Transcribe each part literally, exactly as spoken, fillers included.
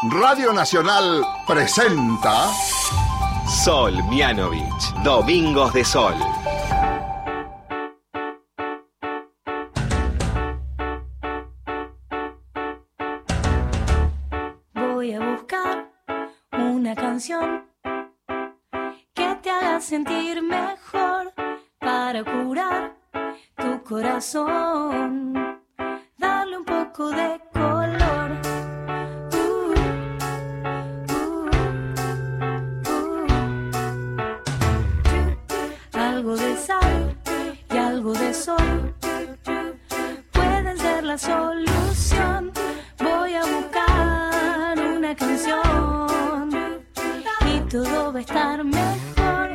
Radio Nacional presenta Sol Mianovich, Domingos de Sol. Voy a buscar una canción que te haga sentir mejor para curar tu corazón, darle un poco de color. Uh, uh, uh. Algo de sal y algo de sol pueden ser la solución. Voy a buscar una canción y todo va a estar mejor.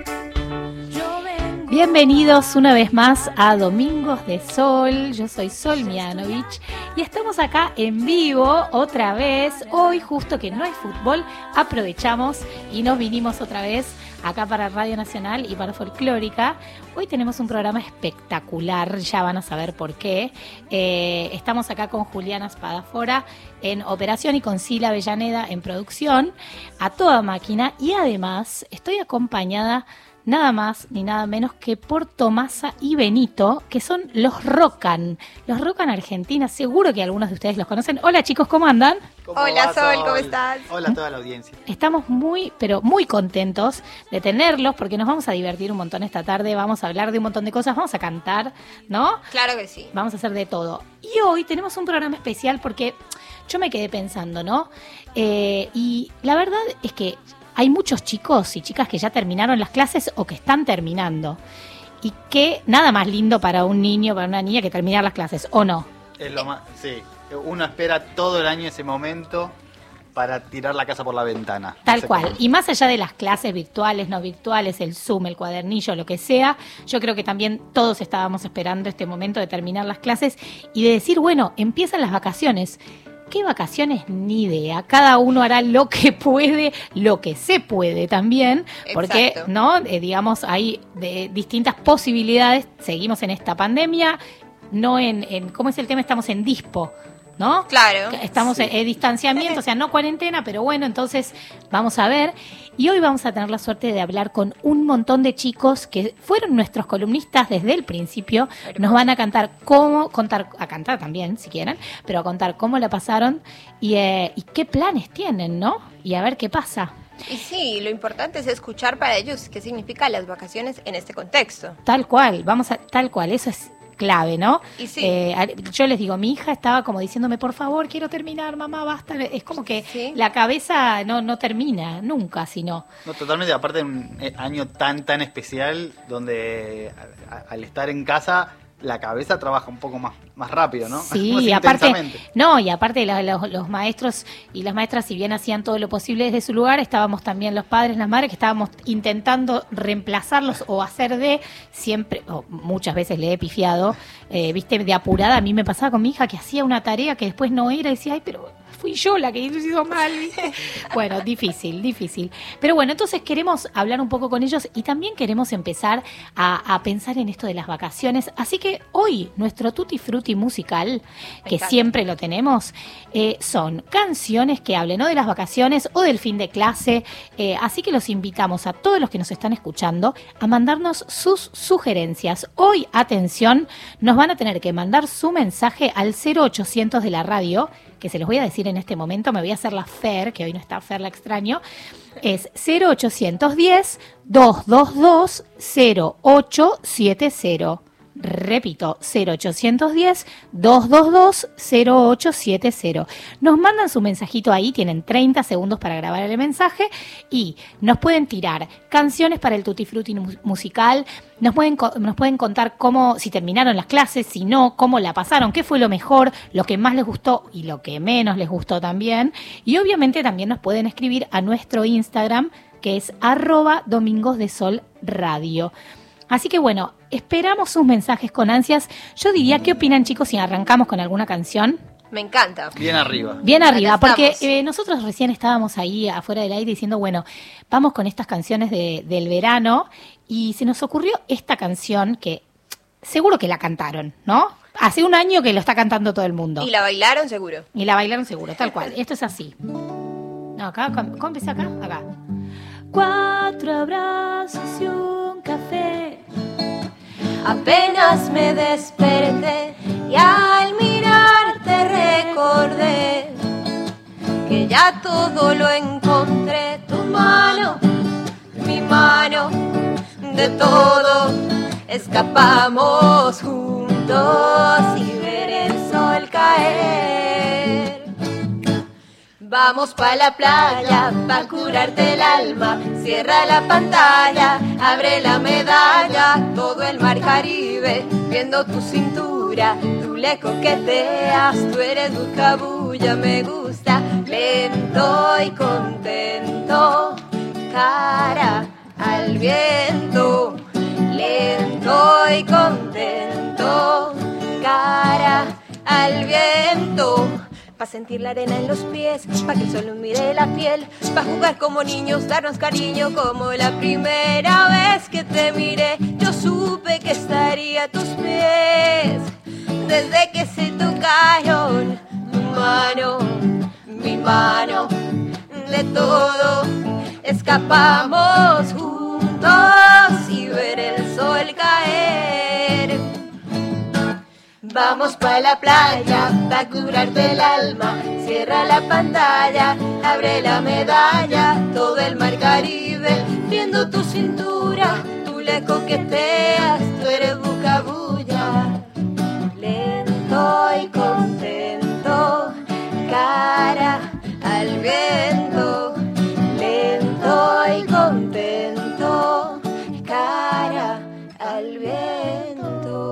Yo vengo... Bienvenidos una vez más a Domingos de Sol. Yo soy Sol Mianovich y estamos acá en vivo otra vez. Hoy, justo que no hay fútbol, aprovechamos y nos vinimos otra vez acá para Radio Nacional y para Folclórica. Hoy tenemos un programa espectacular, ya van a saber por qué. Eh, estamos acá con Juliana Spadafora en operación y con Sila Avellaneda en producción, a toda máquina. Y además estoy acompañada nada más ni nada menos que por Tomasa y Benito, que son los Rocan, los Rocan Argentina. Seguro que algunos de ustedes los conocen. Hola chicos, ¿cómo andan? ¿Cómo Hola va, Sol, Sol? ¿cómo estás? Hola a toda la audiencia. Estamos muy, pero muy contentos de tenerlos porque nos vamos a divertir un montón esta tarde, vamos a hablar de un montón de cosas, vamos a cantar, ¿no? Claro que sí. Vamos a hacer de todo. Y hoy tenemos un programa especial porque yo me quedé pensando, ¿no? Eh, y la verdad es que hay muchos chicos y chicas que ya terminaron las clases o que están terminando. Y que nada más lindo para un niño, para una niña que terminar las clases, ¿o no? Es lo más, sí. Uno espera todo el año ese momento para tirar la casa por la ventana. Tal cual. Y más allá de las clases virtuales, no virtuales, el Zoom, el cuadernillo, lo que sea, yo creo que también todos estábamos esperando este momento de terminar las clases y de decir, bueno, empiezan las vacaciones. ¿Qué vacaciones? Ni idea. Cada uno hará lo que puede, lo que se puede también, porque, Exacto. ¿no? Eh, digamos, hay de distintas posibilidades. Seguimos en esta pandemia, no en, en ¿cómo es el tema? Estamos en dispo, ¿no? Claro. Estamos Sí. en, en distanciamiento, o sea, no cuarentena, pero bueno, entonces vamos a ver. Y hoy vamos a tener la suerte de hablar con un montón de chicos que fueron nuestros columnistas desde el principio. Nos van a cantar cómo, contar, a cantar también, si quieren, pero a contar cómo la pasaron y, eh, y qué planes tienen, ¿no? Y a ver qué pasa. Y sí, lo importante es escuchar para ellos qué significa las vacaciones en este contexto. Tal cual, vamos a, tal cual, eso es clave, ¿no? Y sí. Eh, yo les digo, mi hija estaba como diciéndome, por favor, quiero terminar, mamá, basta. Es como que Sí. la cabeza no, no termina, nunca, sino. No, totalmente, aparte de un eh, año tan, tan especial, donde a- a- al estar en casa, la cabeza trabaja un poco más, más rápido, ¿no? Sí, Más y aparte, intensamente. no, y aparte los, los, los maestros y las maestras, si bien hacían todo lo posible desde su lugar, estábamos también los padres, las madres, que estábamos intentando reemplazarlos o hacer de siempre, o muchas veces le he pifiado, eh, viste, de apurada. A mí me pasaba con mi hija que hacía una tarea que después no era y decía, ay, pero fui yo la que hizo mal, ¿viste? Bueno, difícil, difícil. Pero bueno, entonces queremos hablar un poco con ellos y también queremos empezar a, a pensar en esto de las vacaciones. Así que hoy nuestro Tutti Frutti musical, que encanta. siempre lo tenemos, eh, son canciones que hablen o de las vacaciones o del fin de clase. Eh, así que los invitamos a todos los que nos están escuchando a mandarnos sus sugerencias. Hoy, atención, nos van a tener que mandar su mensaje al cero ochocientos de la radio, que se los voy a decir en este momento, me voy a hacer la Fer, que hoy no está Fer, la extraño, es cero ochocientos diez, doscientos veintidós, cero ocho siete cero. Repito, cero ochocientos diez, doscientos veintidós, cero ocho siete cero. Nos mandan su mensajito ahí, tienen treinta segundos para grabar el mensaje y nos pueden tirar canciones para el Tutti Frutti mu- musical, nos pueden, co- nos pueden contar cómo, si terminaron las clases, si no, cómo la pasaron, qué fue lo mejor, lo que más les gustó y lo que menos les gustó también. Y obviamente también nos pueden escribir a nuestro Instagram, que es arroba Domingos de Sol Radio. Así que bueno, esperamos sus mensajes con ansias. Yo diría, ¿qué opinan chicos si arrancamos con alguna canción? Me encanta. Bien arriba. Bien arriba, Acá porque estamos. eh, nosotros recién estábamos ahí afuera del aire diciendo, bueno, vamos con estas canciones de, del verano y se nos ocurrió esta canción que seguro que la cantaron, ¿no? Hace un año que lo está cantando todo el mundo. Y la bailaron seguro. Y la bailaron seguro, tal cual. Esto es así. No, acá, ¿cómo, cómo empieza acá? Acá. Cuatro abrazos y un café. Apenas me desperté y al mirarte recordé que ya todo lo encontré. Tu mano, mi mano, de todo escapamos juntos y ver el sol caer. Vamos pa' la playa, pa' curarte el alma. Cierra la pantalla, abre la medalla. Todo el mar Caribe, viendo tu cintura. Tú le coqueteas, tú eres buscabulla. Me gusta, lento y contento. Cara al viento, lento y contento. Cara al viento. Pa' sentir la arena en los pies, pa' que el sol nos mire la piel, pa' jugar como niños, darnos cariño como la primera vez que te miré. Yo supe que estaría a tus pies, desde que se tocaron tu mano, mi mano, de todo escapamos juntos y ver el sol caer. Vamos pa' la playa, pa' curarte el alma. Cierra la pantalla, abre la medalla. Todo el mar Caribe, viendo tu cintura. Tú le coqueteas, tú eres bucabulla. Lento y contento, cara al viento. Lento y contento, cara al viento.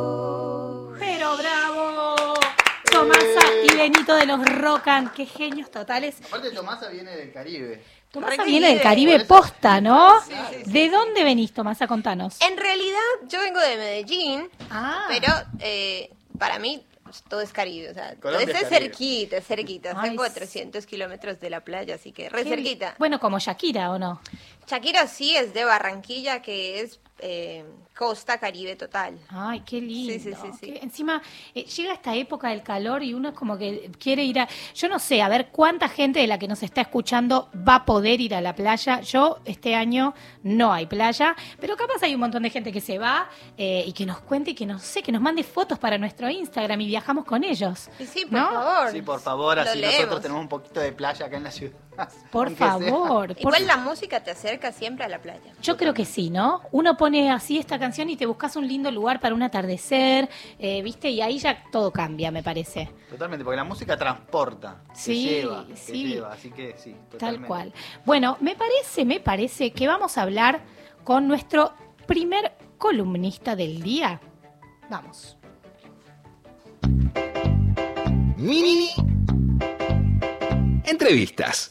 Tomasa y Benito de los Rocan, qué genios totales. Aparte Tomasa viene del Caribe. Tomasa Re viene del Caribe. Caribe posta, ¿no? Sí, sí, sí. ¿De dónde venís, Tomasa? Contanos. En realidad, yo vengo de Medellín, Ah. pero eh, para mí todo es Caribe. O sea, Colombia es es Caribe. cerquita, es cerquita. Ay, Tengo cuatrocientos kilómetros de la playa, así que re Qué- cerquita. Bueno, como Shakira, ¿o no? Shakira sí es de Barranquilla, que es eh, costa Caribe total. Ay, qué lindo. Sí, sí, sí, sí. Qué- encima, eh, llega esta época del calor y uno es como que quiere ir a... Yo no sé, a ver cuánta gente de la que nos está escuchando va a poder ir a la playa. Yo, este año, no hay playa, pero capaz hay un montón de gente que se va eh, y que nos cuente y que no sé, que nos mande fotos para nuestro Instagram y viajamos con ellos. Y sí, por ¿No? favor. Sí, por favor, Lo así leemos. nosotros tenemos un poquito de playa acá en la ciudad. Por Aunque sea. favor. por- Igual la música te acerca siempre a la playa. Yo creo que sí, ¿no? Uno pone así esta canción y te buscas un lindo lugar para un atardecer, eh, ¿viste? Y ahí ya todo cambia, me parece. Totalmente, porque la música transporta, Sí, te lleva, te sí. lleva, así que sí, Tal totalmente. cual. Bueno, me parece, me parece que vamos a hablar con nuestro primer columnista del día. Vamos. Mini entrevistas.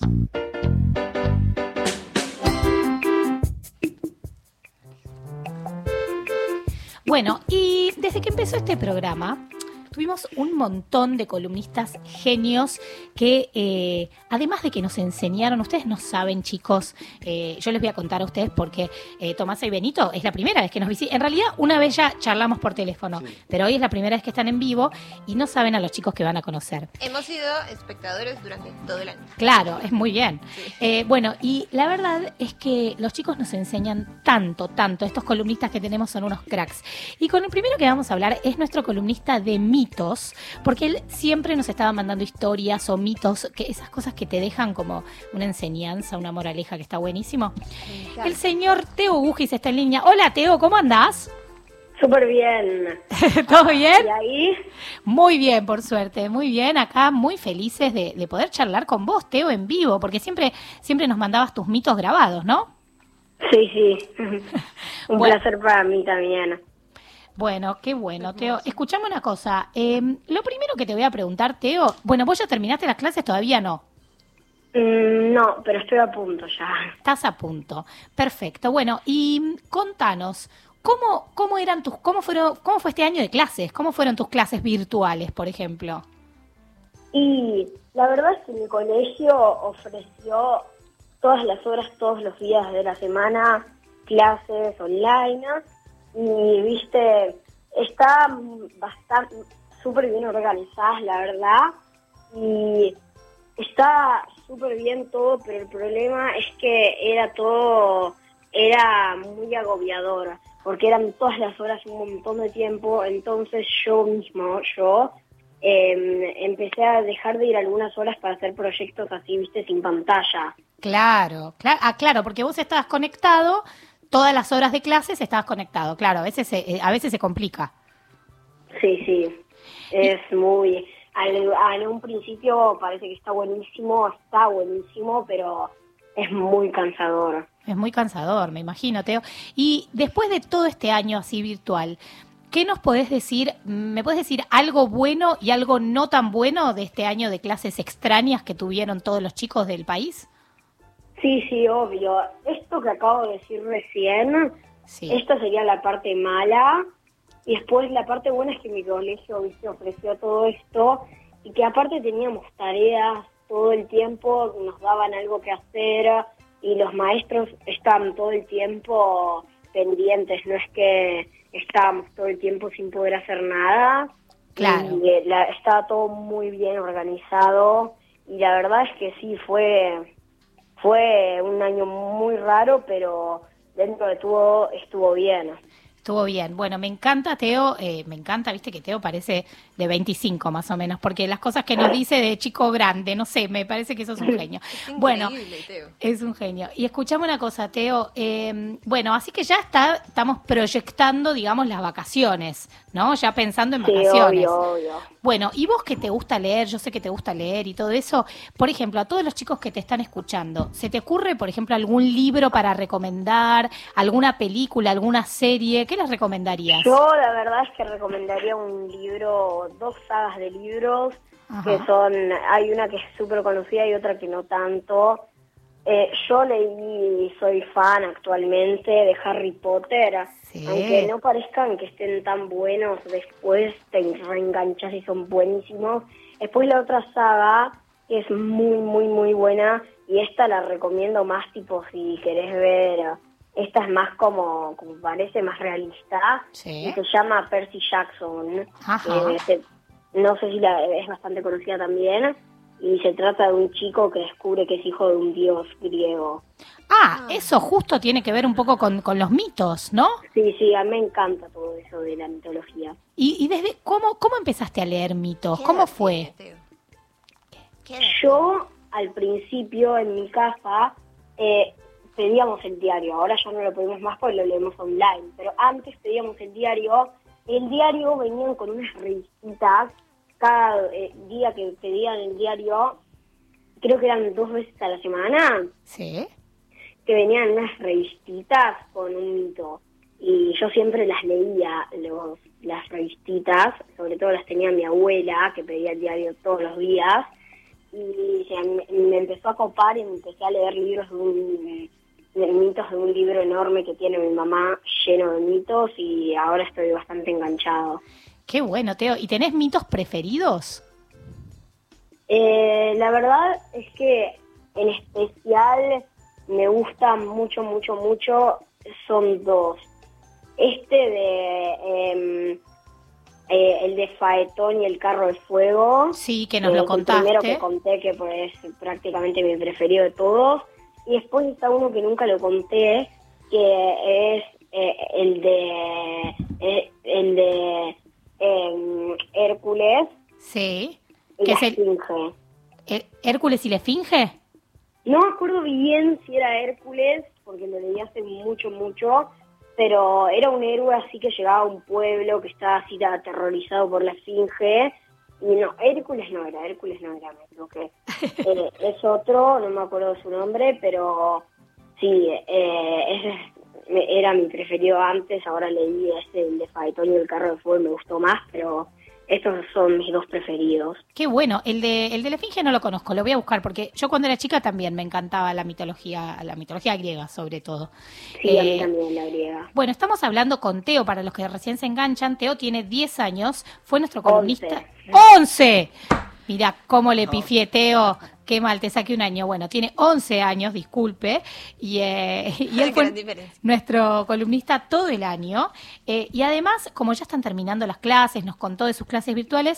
Bueno, y desde que empezó este programa, tuvimos un montón de columnistas genios que, eh, además de que nos enseñaron, ustedes no saben, chicos, eh, yo les voy a contar a ustedes porque eh, Tomasa y Benito es la primera vez que nos visitan. En realidad, una vez ya charlamos por teléfono, Sí. pero hoy es la primera vez que están en vivo y no saben a los chicos que van a conocer. Hemos sido espectadores durante todo el año. Claro, es muy bien. Eh, bueno, y la verdad es que los chicos nos enseñan tanto, tanto. Estos columnistas que tenemos son unos cracks. Y con el primero que vamos a hablar es nuestro columnista de mitos, porque él siempre nos estaba mandando historias o mitos, que esas cosas que te dejan como una enseñanza, una moraleja que está buenísimo. El señor Teo Bugis está en línea. Hola, Teo, ¿cómo andás? Súper bien. ¿Todo bien? ¿Y ahí? Muy bien, por suerte, muy bien. Acá muy felices de, de poder charlar con vos, Teo, en vivo, porque siempre, siempre nos mandabas tus mitos grabados, ¿no? Sí, sí. Un Bueno. placer para mí también. Bueno, qué bueno, Teo. Escuchame una cosa. eh, lo primero que te voy a preguntar, Teo, bueno, vos ya terminaste las clases, todavía no. Mm, no, pero estoy a punto ya. Estás a punto. Perfecto. Bueno, y mm, contanos, ¿cómo, cómo eran tus, cómo fueron, cómo fue este año de clases? ¿Cómo fueron tus clases virtuales, por ejemplo? Y la verdad es que mi colegio ofreció todas las horas, todos los días de la semana, clases online. Y, viste, está bastante, súper bien organizadas, la verdad. Y está súper bien todo, pero el problema es que era todo, era muy agobiador, porque eran todas las horas, un montón de tiempo, entonces yo mismo, yo, eh, empecé a dejar de ir algunas horas para hacer proyectos así, viste, sin pantalla. Claro, claro, ah, claro, porque vos estabas conectado, todas las horas de clases estabas conectado, claro, a veces se, a veces se complica. Sí, sí, es muy... Al, en un principio parece que está buenísimo, está buenísimo, pero es muy cansador. Es muy cansador, me imagino, Teo. Y después de todo este año así virtual, ¿qué nos podés decir? ¿Me podés decir algo bueno y algo no tan bueno de este año de clases extrañas que tuvieron todos los chicos del país? Sí, sí, obvio. Esto que acabo de decir recién, sí. Esta sería la parte mala. Y después la parte buena es que mi colegio, viste, ofreció todo esto y que aparte teníamos tareas todo el tiempo, nos daban algo que hacer y los maestros estaban todo el tiempo pendientes, no es que estábamos todo el tiempo sin poder hacer nada. Claro. Y, eh, la, estaba todo muy bien organizado y la verdad es que sí, fue, fue un año muy raro, pero dentro de todo estuvo bien. Estuvo bien. Bueno, me encanta, Teo, eh, me encanta, viste que Teo parece de veinticinco más o menos, porque las cosas que nos dice de chico grande, no sé, me parece que sos un genio. Es Bueno, Teo. es un genio. Y escuchame una cosa, Teo, eh, bueno, así que ya está, estamos proyectando, digamos, las vacaciones, ¿no? Ya pensando en Sí, vacaciones. obvio, obvio. Bueno, y vos que te gusta leer, yo sé que te gusta leer y todo eso, por ejemplo, a todos los chicos que te están escuchando, ¿se te ocurre, por ejemplo, algún libro para recomendar, alguna película, alguna serie? ¿Qué les recomendarías? Yo la verdad es que recomendaría un libro, dos sagas de libros, Ajá. que son, hay una que es súper conocida y otra que no tanto. Eh, yo leí, soy fan actualmente de Harry Potter, Sí. aunque no parezcan que estén tan buenos, después te reenganchas y son buenísimos. Después la otra saga que es muy, muy, muy buena y esta la recomiendo más tipo si querés ver... Esta es más como, como parece, más realista. Sí. Y se llama Percy Jackson. Ajá. Eh, se- no sé si la, es bastante conocida también. Y se trata de un chico que descubre que es hijo de un dios griego. Ah, eso justo tiene que ver un poco con, con los mitos, ¿no? Sí, sí, a mí me encanta todo eso de la mitología. Y, y desde cómo, ¿cómo empezaste a leer mitos? ¿Qué ¿Cómo edad fue? tiene, Teo? ¿Qué edad Yo, al principio, en mi casa, eh, pedíamos el diario. Ahora ya no lo pedimos más porque lo leemos online. Pero antes pedíamos el diario. El diario venían con unas revistitas. Cada eh, día que pedían el diario, creo que eran dos veces a la semana, Sí. que venían unas revistitas con un mito. Y yo siempre las leía, los, las revistitas. Sobre todo las tenía mi abuela, que pedía el diario todos los días. Y se, me, me empezó a copar y empecé a leer libros de, un, de mitos de un libro enorme que tiene mi mamá lleno de mitos y ahora estoy bastante enganchado. Qué bueno, Teo. ¿Y tenés mitos preferidos? Eh, la verdad es que en especial me gustan mucho, mucho, mucho, son dos. Este de... Eh, Eh, el de Faetón y el carro de fuego. Sí, que nos eh, lo el contaste. primero que conté, que pues, es prácticamente mi preferido de todos. Y después está uno que nunca lo conté, que es eh, el de eh, el de eh, Hércules Sí. y ¿Qué la es el, Esfinge. Her- Hércules y la Esfinge? No me acuerdo bien si era Hércules, porque lo leí hace mucho, mucho, pero era un héroe así que llegaba a un pueblo que estaba así aterrorizado por la Esfinge. Y no, Hércules no era, Hércules no era, me equivoqué. Eh, es otro, no me acuerdo de su nombre, pero sí, eh, ese era mi preferido antes. Ahora leí ese, el de Faetón y el carro de fuego, y me gustó más, pero estos son mis dos preferidos. Qué bueno. El de, el de la Esfinge no lo conozco, lo voy a buscar porque yo cuando era chica también me encantaba la mitología, la mitología griega sobre todo. Sí, a mí Eh, también la griega. Bueno, estamos hablando con Teo, para los que recién se enganchan. Teo tiene diez años, fue nuestro columnista. ¡once! Mirá cómo le pifié, Teo. Qué mal, te saqué un año. Bueno, tiene once años, disculpe. Y, eh, y él fue Gran diferencia. nuestro columnista todo el año. Eh, y además, como ya están terminando las clases, nos contó de sus clases virtuales,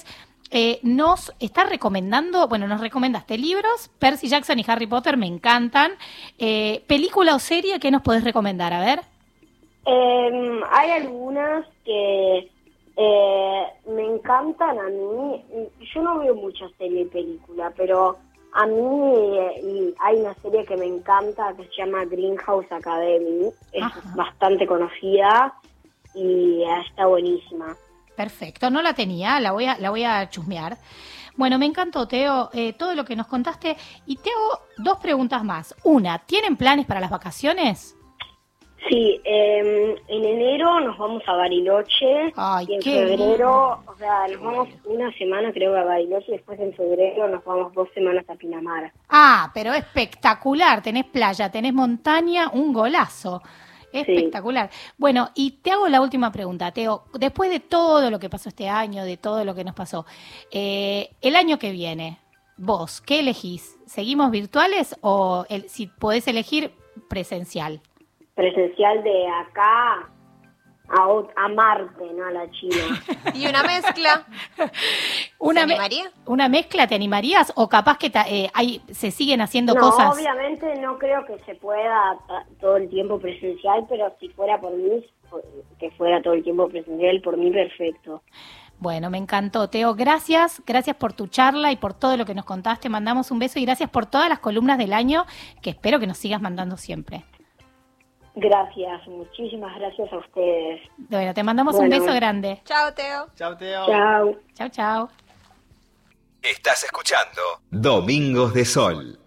eh, nos está recomendando, bueno, nos recomendaste libros, Percy Jackson y Harry Potter me encantan. Eh, ¿Película o serie qué nos podés recomendar? A ver. Eh, hay algunas que eh, me encantan a mí. Yo no veo mucha serie y película, pero a mí eh, hay una serie que me encanta que se llama Greenhouse Academy. Es Ajá. bastante conocida y está buenísima. Perfecto, no la tenía, la voy a, la voy a chusmear. Bueno, me encantó, Teo, eh, todo lo que nos contaste. Y te hago dos preguntas más. Una, ¿tienen planes para las vacaciones? Sí, eh, en enero nos vamos a Bariloche. Ay, y en qué febrero, o sea, nos vamos una semana creo que a Bariloche y después en febrero nos vamos dos semanas a Pinamar. Ah, pero espectacular, tenés playa, tenés montaña, un golazo. Espectacular. Sí. Bueno, y te hago la última pregunta, Teo. Después de todo lo que pasó este año, de todo lo que nos pasó, eh, el año que viene, vos, ¿qué elegís? ¿Seguimos virtuales o el, si podés elegir presencial? Presencial de acá a, a Marte, no a la China. ¿Y una mezcla? ¿Una ¿Se me- animaría? ¿Una mezcla te animarías? ¿O capaz que ta- eh, hay, se siguen haciendo No, cosas? obviamente no creo que se pueda ta- todo el tiempo presencial, pero si fuera por mí, que fuera todo el tiempo presencial, por mí perfecto. Bueno, me encantó, Teo. Gracias, gracias por tu charla y por todo lo que nos contaste. Mandamos un beso y gracias por todas las columnas del año que espero que nos sigas mandando siempre. Gracias, muchísimas gracias a ustedes. Bueno, te mandamos Bueno. un beso grande. Chao, Teo. Chao, Teo. Chao. Chao, chao. Estás escuchando Domingos de Sol.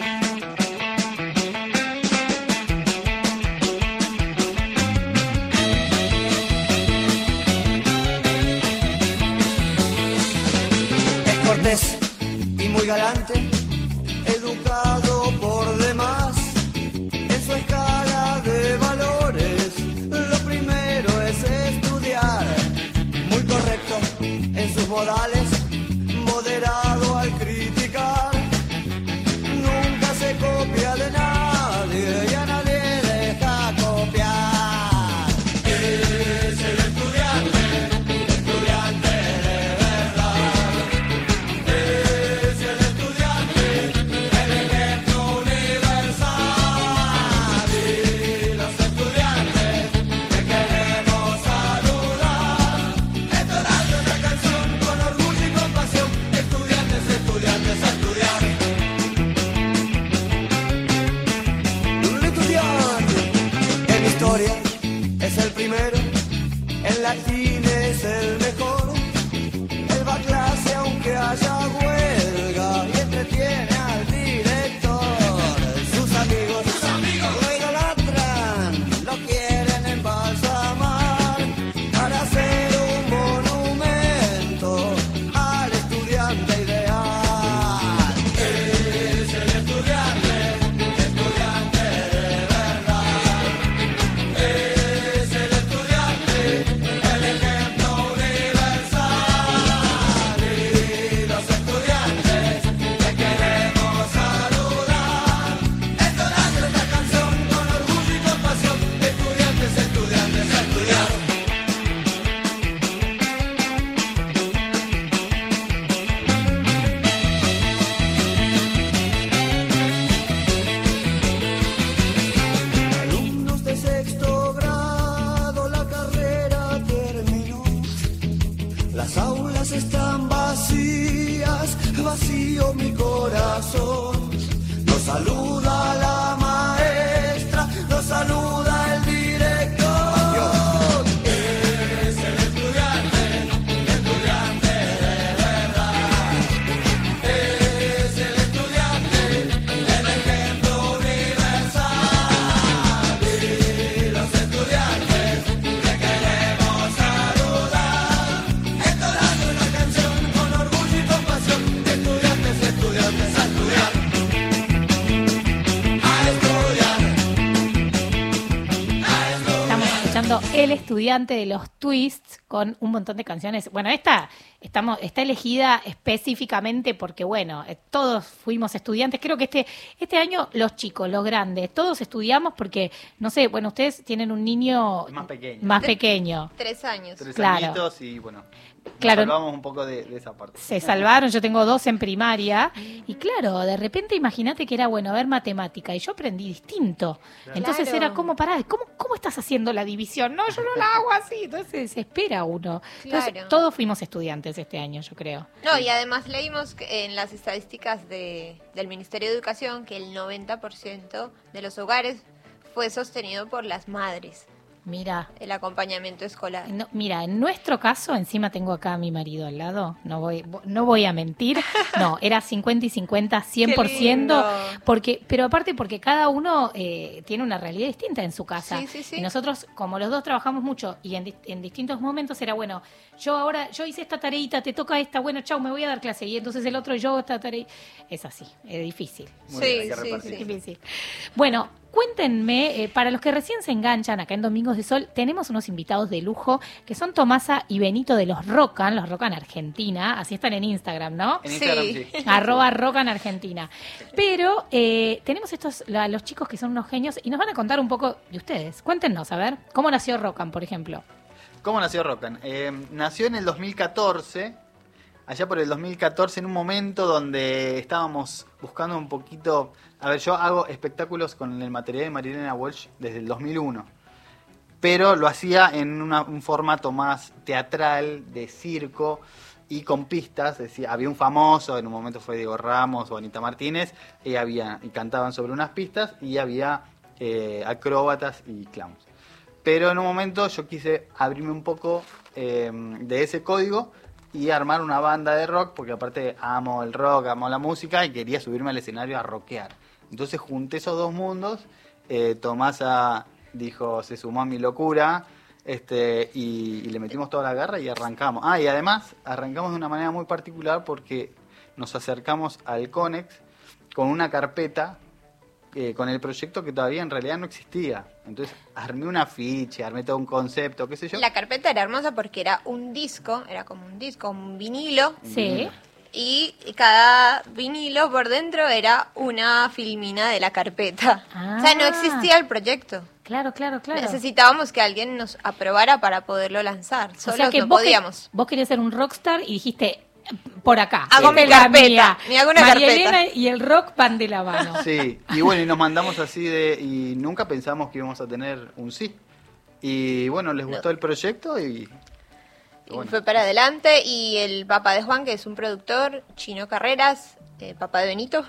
Es cortés y muy galante, educado por demás. En su escala de valores, lo primero es estudiar. Muy correcto en sus modales, moderado al criticar. Nunca se copia de nadie y a nadie deja copiar. Es el estudiante, estudiante de verdad. Es el estudiante, el ejemplo universal. Y los estudiantes te queremos saludar. Esto es una canción con orgullo y compasión. Estudiantes, estudiantes, a estudiar. Un estudiante en historia es el primero, en latín es el mejor. Él va a clase aunque haya huelga y entretiene al director. Sus amigos, sus amigos lo idolatran, lo quieren embalsamar para hacer un monumento al estudiante ideal. Es el estudiante, estudiante de verdad. Es el estudiante, el ejemplo universal. Y los estudiantes te queremos saludar. Esto es nuestra canción con orgullo y compasión. Estudiantes, estudiantes, a estudiar. Alumnos de sexto grado, la carrera terminó. Las aulas están vacías, vacío mi corazón. Nos saluda la maestra, nos saluda el director. Es el estudiante, estudiante de verdad. Es el estudiante, el ejemplo universal. Y los estudiantes te queremos saludar. Esto es una canción con orgullo y compasión. Estudiantes, estudiantes, a estudiar. A estudiar. A estudiar. Estamos escuchando El Estudiante de los Twists con un montón de canciones. Bueno, esta estamos, está elegida específicamente porque, bueno, eh, todos fuimos estudiantes. Creo que este, este año los chicos, los grandes, todos estudiamos porque, no sé, bueno, ustedes tienen un niño Más pequeño. más pequeño. Tres años. Tres Claro. añitos y bueno, nos Claro. salvamos un poco de, de esa parte. Se salvaron, yo tengo dos en primaria y claro, de repente imagínate que era bueno ver matemática y yo aprendí distinto. Entonces Claro. era como, pará, ¿cómo, ¿cómo estás haciendo la división? No, yo no la hago así, entonces se desespera uno. Entonces Claro. todos fuimos estudiantes este año, yo creo. No, y además leímos que en las estadísticas de, del Ministerio de Educación que el noventa por ciento de los hogares fue sostenido por las madres, Mira, el acompañamiento escolar. no, mira, en nuestro caso, encima tengo acá a mi marido al lado, no voy, no voy a mentir, no, era cincuenta y cincuenta, cien por ciento, Qué lindo. porque, pero aparte porque cada uno eh, tiene una realidad distinta en su casa. Sí, sí, sí. Y nosotros, como los dos trabajamos mucho y en, dis- en distintos momentos era, bueno, yo ahora, yo hice esta tareita, te toca esta, bueno, chau, me voy a dar clase, y entonces el otro, yo esta tarea, es así, es difícil. Muy bien, hay Sí, que sí, repartir. sí. Difícil. Bueno, cuéntenme, eh, para los que recién se enganchan acá en Domingos de Sol, tenemos unos invitados de lujo que son Tomasa y Benito de los Rocan, los Rocan Argentina, así están en Instagram, ¿no? En Instagram Sí. sí. Arroba Rocan Argentina. Pero eh, tenemos estos, la- los chicos que son unos genios y nos van a contar un poco de ustedes. Cuéntenos, a ver, ¿cómo nació Rocan, por ejemplo? ¿Cómo nació Rocan? Eh, nació en el dos mil catorce, allá por el dos mil catorce, en un momento donde estábamos buscando un poquito... A ver, yo hago espectáculos con el material de Marilena Walsh desde el dos mil uno, pero lo hacía en una- un formato más teatral, de circo y con pistas. Es decir, había un famoso, en un momento fue Diego Ramos o Anita Martínez, y, había, y cantaban sobre unas pistas, y había eh, acróbatas y clowns. Pero en un momento yo quise abrirme un poco eh, de ese código y armar una banda de rock, porque aparte amo el rock, amo la música y quería subirme al escenario a rockear. Entonces junté esos dos mundos, eh, Tomasa dijo, se sumó a mi locura, este, y, y le metimos toda la garra y arrancamos. Ah, y además arrancamos de una manera muy particular porque nos acercamos al Conex con una carpeta eh, con el proyecto que todavía en realidad no existía. Entonces armé un afiche, armé todo un concepto, qué sé yo. La carpeta era hermosa porque era un disco, era como un disco, un vinilo, Sí. y cada vinilo por dentro era una filmina de la carpeta. Ah. O sea, no existía el proyecto. Claro, claro, claro. Necesitábamos que alguien nos aprobara para poderlo lanzar. O Solos sea que no vos, que- podíamos. vos querías ser un rockstar y dijiste, por acá. Hago esta mi es la carpeta, mía. me hago una María carpeta. Elena y el rock van de la mano. Sí, y bueno, y nos mandamos así de... Y nunca pensamos que íbamos a tener un sí. Y bueno, les gustó el proyecto y... Y bueno. fue para adelante y el papá de Juan, que es un productor, Chino Carreras, eh, papá de Benito,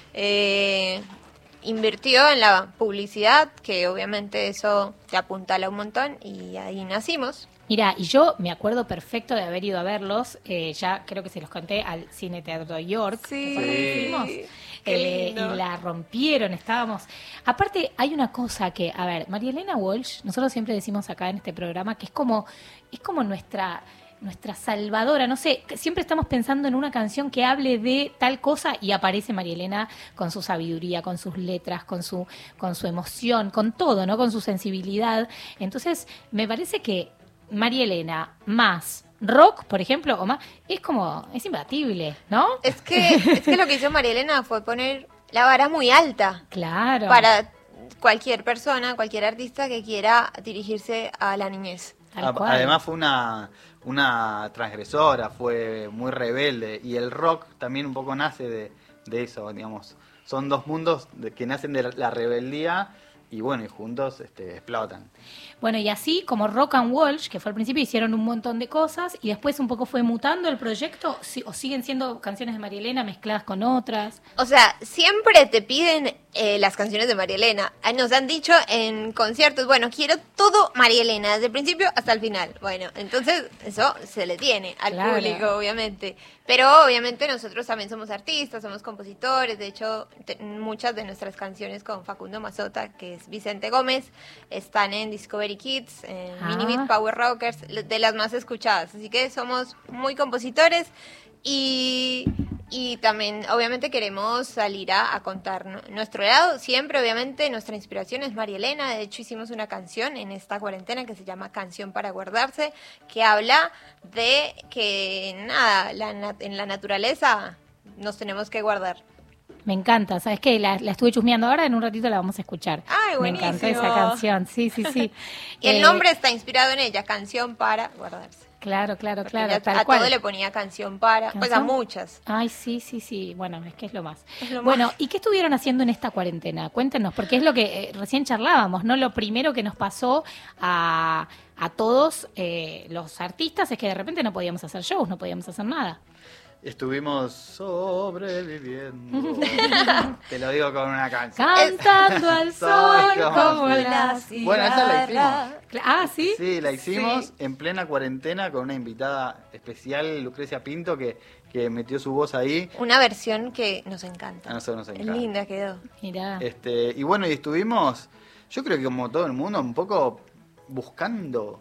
eh, invirtió en la publicidad, que obviamente eso te apuntala un montón, y ahí nacimos. Mira, y yo me acuerdo perfecto de haber ido a verlos, eh, ya creo que se los conté al Cine Teatro York, que fue donde Sí. fuimos, Qué eh, lindo. y la rompieron, estábamos... Aparte, hay una cosa que, a ver, María Elena Walsh, nosotros siempre decimos acá en este programa que es como, es como nuestra... nuestra salvadora, no sé, que siempre estamos pensando en una canción que hable de tal cosa y aparece María Elena con su sabiduría, con sus letras, con su, con su emoción, con todo, ¿no? Con su sensibilidad. Entonces, me parece que María Elena más rock, por ejemplo, o más, es como, es imbatible, ¿no? Es que, es que lo que hizo María Elena fue poner la vara muy alta Claro. para cualquier persona, cualquier artista que quiera dirigirse a la niñez. Tal A- cual. Además fue una, una transgresora, fue muy rebelde. Y el rock también un poco nace de, de eso, digamos. Son dos mundos de- que nacen de la rebeldía y bueno, y juntos este, explotan. Bueno, y así como Rock and Walsh, que fue al principio, hicieron un montón de cosas y después un poco fue mutando el proyecto, si- o siguen siendo canciones de María Elena mezcladas con otras. O sea, siempre te piden eh, las canciones de María Elena. Ah, nos han dicho en conciertos, bueno, quiero todo María Elena, desde el principio hasta el final. Bueno, entonces eso se le tiene al Claro. público, obviamente. Pero obviamente nosotros también somos artistas, somos compositores. De hecho, te- muchas de nuestras canciones con Facundo Mazota, que es Vicente Gómez, están en Discovery Kids, en Ah. Mini Beat Power Rockers, de las más escuchadas. Así que somos muy compositores y... Y también, obviamente, queremos salir a, a contar ¿no? nuestro lado. Siempre, obviamente, nuestra inspiración es María Elena. De hecho, hicimos una canción en esta cuarentena que se llama Canción para Guardarse, que habla de que, nada, la, nat- en la naturaleza nos tenemos que guardar. Me encanta, ¿sabes qué? La, la estuve chusmeando ahora, en un ratito la vamos a escuchar. Ay, Me buenísimo. encanta esa canción, sí, sí, sí. Y el Eh, nombre está inspirado en ella, Canción para Guardarse. Claro, claro, Porque claro, ella tal a cual. todo le ponía canción para, pues a ¿Canción? muchas. Ay, sí, sí, sí. Bueno, es que es lo más. Es lo bueno, más. ¿y qué estuvieron haciendo en esta cuarentena? Cuéntenos, porque es lo que eh, recién charlábamos, ¿no? Lo primero que nos pasó a, a todos eh, los artistas es que de repente no podíamos hacer shows, no podíamos hacer nada. Estuvimos sobreviviendo. Te lo digo con una canción. Cantando al sol Soy como como la... Bueno, esa la hicimos. Cla- Ah, ¿sí? Sí, la hicimos Sí. en plena cuarentena con una invitada especial, Lucrecia Pinto, que, que metió su voz ahí. Una versión que nos encanta. A nosotros nos Es encanta. linda quedó. Mirá. Este, y bueno, y estuvimos, yo creo que como todo el mundo, un poco buscando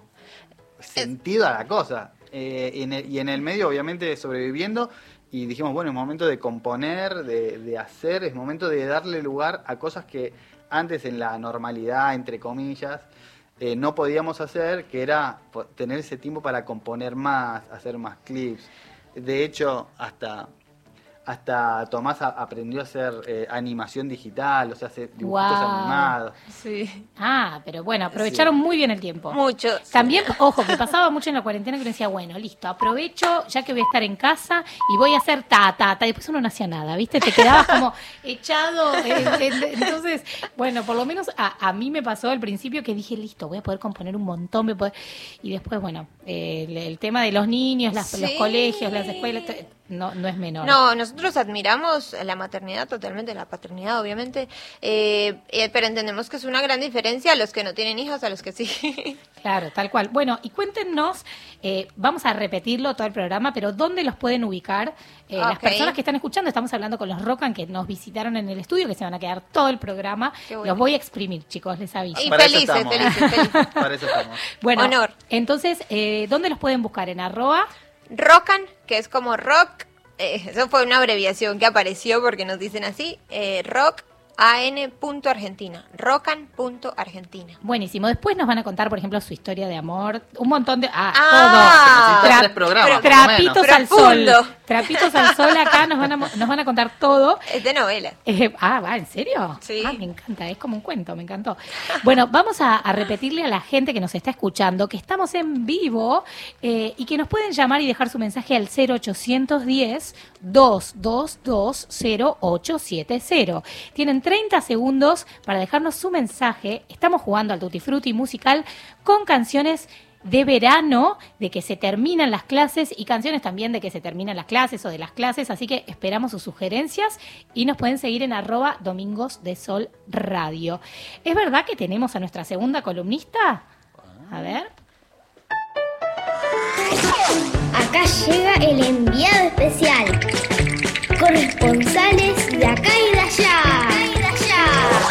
sentido a la cosa. Eh, y, en el, y en el medio, obviamente, sobreviviendo. Y dijimos, bueno, es momento de componer, de, de hacer, es momento de darle lugar a cosas que antes en la normalidad, entre comillas, eh, no podíamos hacer, que era po- tener ese tiempo para componer más, hacer más clips. De hecho, hasta... Hasta Tomás a- aprendió a hacer eh, animación digital, o sea, hace dibujitos Guau. animados. Sí. Ah, pero bueno, aprovecharon muy bien el tiempo. Mucho. También, ojo, que pasaba mucho en la cuarentena que uno decía, bueno, listo, aprovecho, ya que voy a estar en casa y voy a hacer ta, ta, ta. Y después uno no hacía nada, ¿viste? Te quedabas como echado. eh, eh, entonces, bueno, por lo menos a, a mí me pasó al principio que dije, listo, voy a poder componer un montón. Voy a poder... Y después, bueno, eh, el, el tema de los niños, las- los Sí. colegios, las escuelas, t- no, no es menor. No, nosotros admiramos la maternidad totalmente, la paternidad obviamente, eh, eh, pero entendemos que es una gran diferencia a los que no tienen hijos, a los que sí. Claro, tal cual. Bueno, y cuéntenos, eh, vamos a repetirlo todo el programa, pero ¿dónde los pueden ubicar? Eh, Las Ok. personas que están escuchando, estamos hablando con los Rocan que nos visitaron en el estudio, que se van a quedar todo el programa. Qué bueno. Los voy a exprimir, chicos, les aviso. Y Para eso felices, estamos. felices, felices. Para eso estamos. Bueno, honor. entonces, eh, ¿dónde los pueden buscar? En arroba. Rockan, que es como rock, eh, eso fue una abreviación que apareció porque nos dicen así, eh, rock an.argentina, rockan.argentina. Buenísimo. Después nos van a contar, por ejemplo, su historia de amor. Un montón de... Ah, Ah, todo. Necesita Tra- tres programas, por lo Trapitos menos. al sol. Profundo. Trapitos al sol acá nos van a, nos van a contar todo. Es de novela. Eh, ah, va, ¿en serio? Sí. Ah, me encanta, es como un cuento, me encantó. Bueno, vamos a, a repetirle a la gente que nos está escuchando que estamos en vivo eh, y que nos pueden llamar y dejar su mensaje al cero ochocientos diez, doscientos veintidós, cero ocho siete cero. Tienen treinta segundos para dejarnos su mensaje. Estamos jugando al Tutti Frutti musical con canciones de verano, de que se terminan las clases y canciones también de que se terminan las clases o de las clases, así que esperamos sus sugerencias y nos pueden seguir en arroba Domingos de Sol Radio. ¿Es verdad que tenemos a nuestra segunda columnista? A ver. Acá llega el enviado especial. Corresponsales de acá y de allá. Acá y de allá.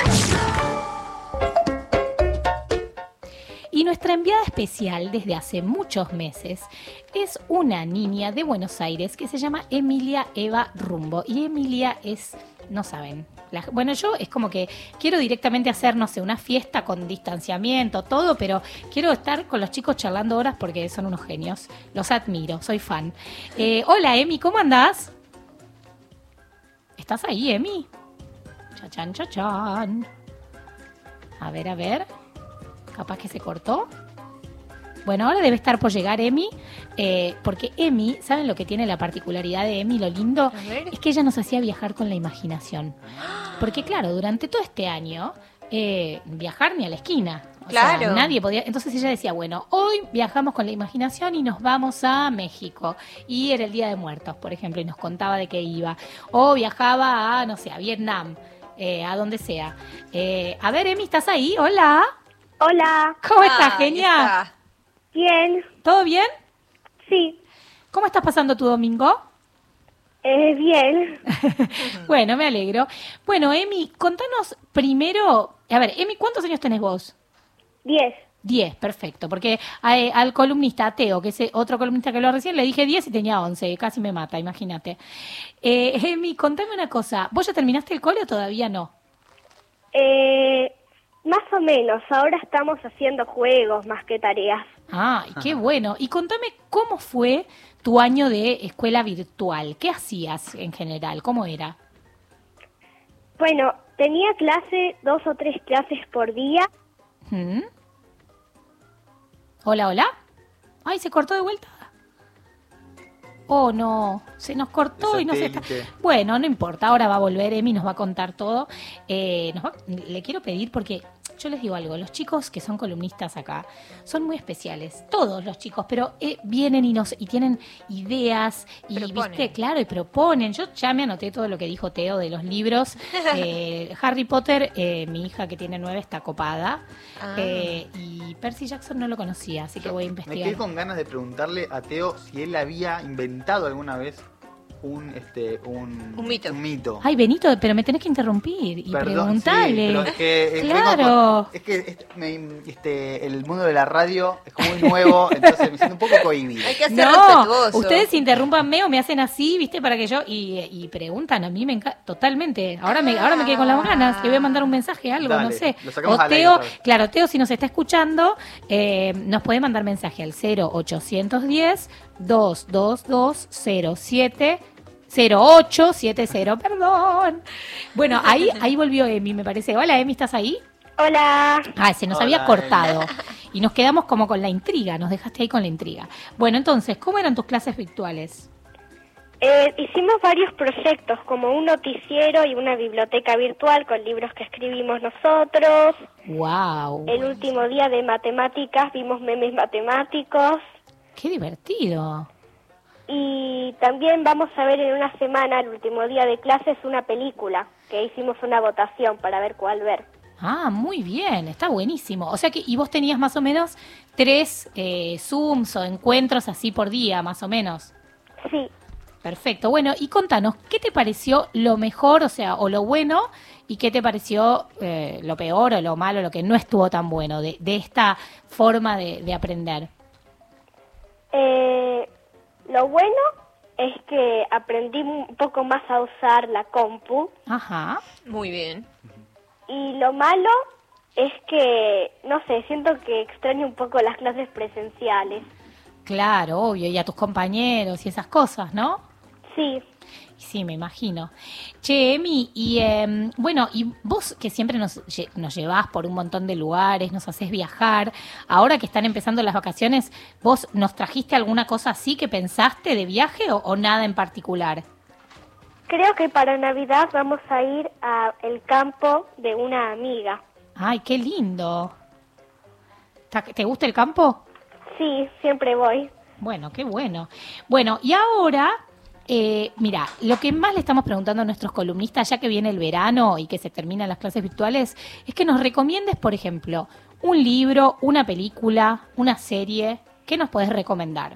Y nuestra enviada especial desde hace muchos meses es una niña de Buenos Aires que se llama Emilia Eva Rumbo. Y Emilia es, no saben, la- bueno, yo es como que quiero directamente hacer, no sé, una fiesta con distanciamiento, todo, pero quiero estar con los chicos charlando horas porque son unos genios. Los admiro, soy fan. Eh, hola, Emi, ¿cómo andás? ¿Estás ahí, Emi? Chachán, chachán. A ver, a ver. Capaz que se cortó. Bueno, ahora debe estar por llegar Emi, eh, porque Emi, ¿saben lo que tiene la particularidad de Emi? Lo lindo A ver. es que ella nos hacía viajar con la imaginación. Porque claro, durante todo este año, eh, viajar ni a la esquina. O sea, Claro. nadie podía. Entonces ella decía, bueno, hoy viajamos con la imaginación y nos vamos a México. Y era el Día de Muertos, por ejemplo, y nos contaba de qué iba. O viajaba a, no sé, a Vietnam, eh, a donde sea. Eh, a ver, Emi, ¿estás ahí? Hola. Hola, ¿Cómo estás, Ahí genia? está. bien, ¿Todo bien? sí, ¿Cómo estás pasando tu domingo? eh, bien. Bueno, me alegro. Bueno, Emi, contanos primero, a ver, Emi, ¿cuántos años tenés vos? Diez, diez, perfecto, porque a- al columnista, a Teo, que es otro columnista que lo recién, le dije diez y tenía once, casi me mata, imagínate. Eh, Emi, contame una cosa, ¿vos ya terminaste el cole o todavía no? Eh, más o menos, ahora estamos haciendo juegos más que tareas. Ay, qué bueno. Y contame cómo fue tu año de escuela virtual, ¿qué hacías en general? ¿Cómo era? Bueno, tenía clase, dos o tres clases por día. ¿Mm? Hola, hola. Ay, se cortó de vuelta. Oh, no, se nos cortó El y no se está... satélite. Bueno, no importa, ahora va a volver Emi, nos va a contar todo. Eh, nos va- Le quiero pedir porque yo les digo algo, los chicos que son columnistas acá son muy especiales, todos los chicos, pero eh, vienen y nos y tienen ideas y, Proponen. viste, claro, y proponen. Yo ya me anoté todo lo que dijo Teo de los libros. Eh, Harry Potter, eh, mi hija que tiene nueve está copada. Ah. Eh, y Percy Jackson no lo conocía, así que voy a Me investigar. quedé con ganas de preguntarle a Teo si él había inventado alguna vez un este un, Un mito. un mito. Ay, Benito, pero me tenés que interrumpir y Perdón, preguntarle. sí, pero es que, eh, vengo Claro. con- es que este, me- este, el mundo de la radio es como muy nuevo, entonces me siento un poco cohibido. Hay que ser No, respetuoso. ustedes interrúmpanme o me hacen así, ¿viste? Para que yo... Y, y preguntan, a mí me encanta... Totalmente. Ahora me, ahora me quedé con las ganas. Le voy a mandar un mensaje, algo, Dale, no sé. lo sacamos O al aire Teo, otra vez. claro, Teo, si nos está escuchando, eh, nos puede mandar mensaje al cero ochocientos diez, doscientos veintidós, cero siete... cero ocho siete cero, perdón. Bueno, ahí ahí volvió Emi, me parece. Hola, Emi, ¿estás ahí? Hola. Ah, se nos Hola, había cortado. Emi. Y nos quedamos como con la intriga, nos dejaste ahí con la intriga. Bueno, entonces, ¿cómo eran tus clases virtuales? Eh, hicimos varios proyectos, como un noticiero y una biblioteca virtual con libros que escribimos nosotros. Wow, El último día de matemáticas vimos memes matemáticos. qué divertido. Y también vamos a ver en una semana, el último día de clases, una película, que hicimos una votación para ver cuál ver. Ah, muy bien, está buenísimo. O sea que, y vos tenías más o menos tres eh, Zooms o encuentros así por día, más o menos. Sí. Perfecto. Bueno, y contanos, ¿qué te pareció lo mejor, o sea, o lo bueno, y qué te pareció eh, lo peor o lo malo, lo que no estuvo tan bueno de, de esta forma de, de aprender? Eh, lo bueno es que aprendí un poco más a usar la compu. Ajá. Muy bien. Y lo malo es que, no sé, siento que extraño un poco las clases presenciales. Claro, obvio, y a tus compañeros y esas cosas, ¿no? Sí. Sí, me imagino. Che, Emi, y eh, bueno, y vos que siempre nos, lle- nos llevás por un montón de lugares, nos haces viajar, ahora que están empezando las vacaciones, ¿vos nos trajiste alguna cosa así que pensaste de viaje o, o nada en particular? Creo que para Navidad vamos a ir al campo de una amiga. Ay, qué lindo. ¿Ta- ¿Te gusta el campo? Sí, siempre voy. Bueno, qué bueno. Bueno, y ahora, eh, mira, lo que más le estamos preguntando a nuestros columnistas, ya que viene el verano y que se terminan las clases virtuales, es que nos recomiendes, por ejemplo, un libro, una película, una serie. ¿Qué nos podés recomendar?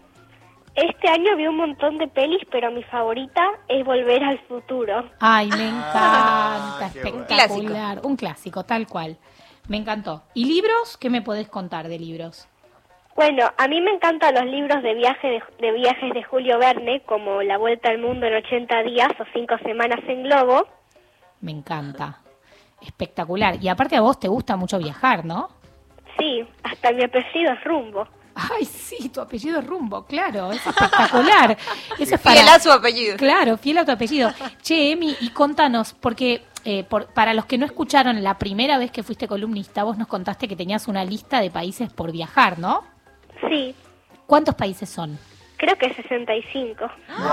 Este año vi un montón de pelis, pero mi favorita es Volver al Futuro. Ay, me encanta, Ah, qué bueno. espectacular. Un clásico, tal cual. Me encantó. ¿Y libros? ¿Qué me podés contar de libros? Bueno, a mí me encantan los libros de, viaje de, de viajes de Julio Verne, como La Vuelta al Mundo en ochenta días o Cinco Semanas en Globo. Me encanta. Espectacular. Y aparte a vos te gusta mucho viajar, ¿no? Sí, hasta mi apellido es Rumbo. Ay, sí, tu apellido es Rumbo, claro, es espectacular. Eso es Fiel para... a su apellido. Claro, fiel a tu apellido. Che, Emi, y contanos, porque eh, por, para los que no escucharon la primera vez que fuiste columnista, vos nos contaste que tenías una lista de países por viajar, ¿no? Sí, ¿Cuántos países son? creo que sesenta y cinco.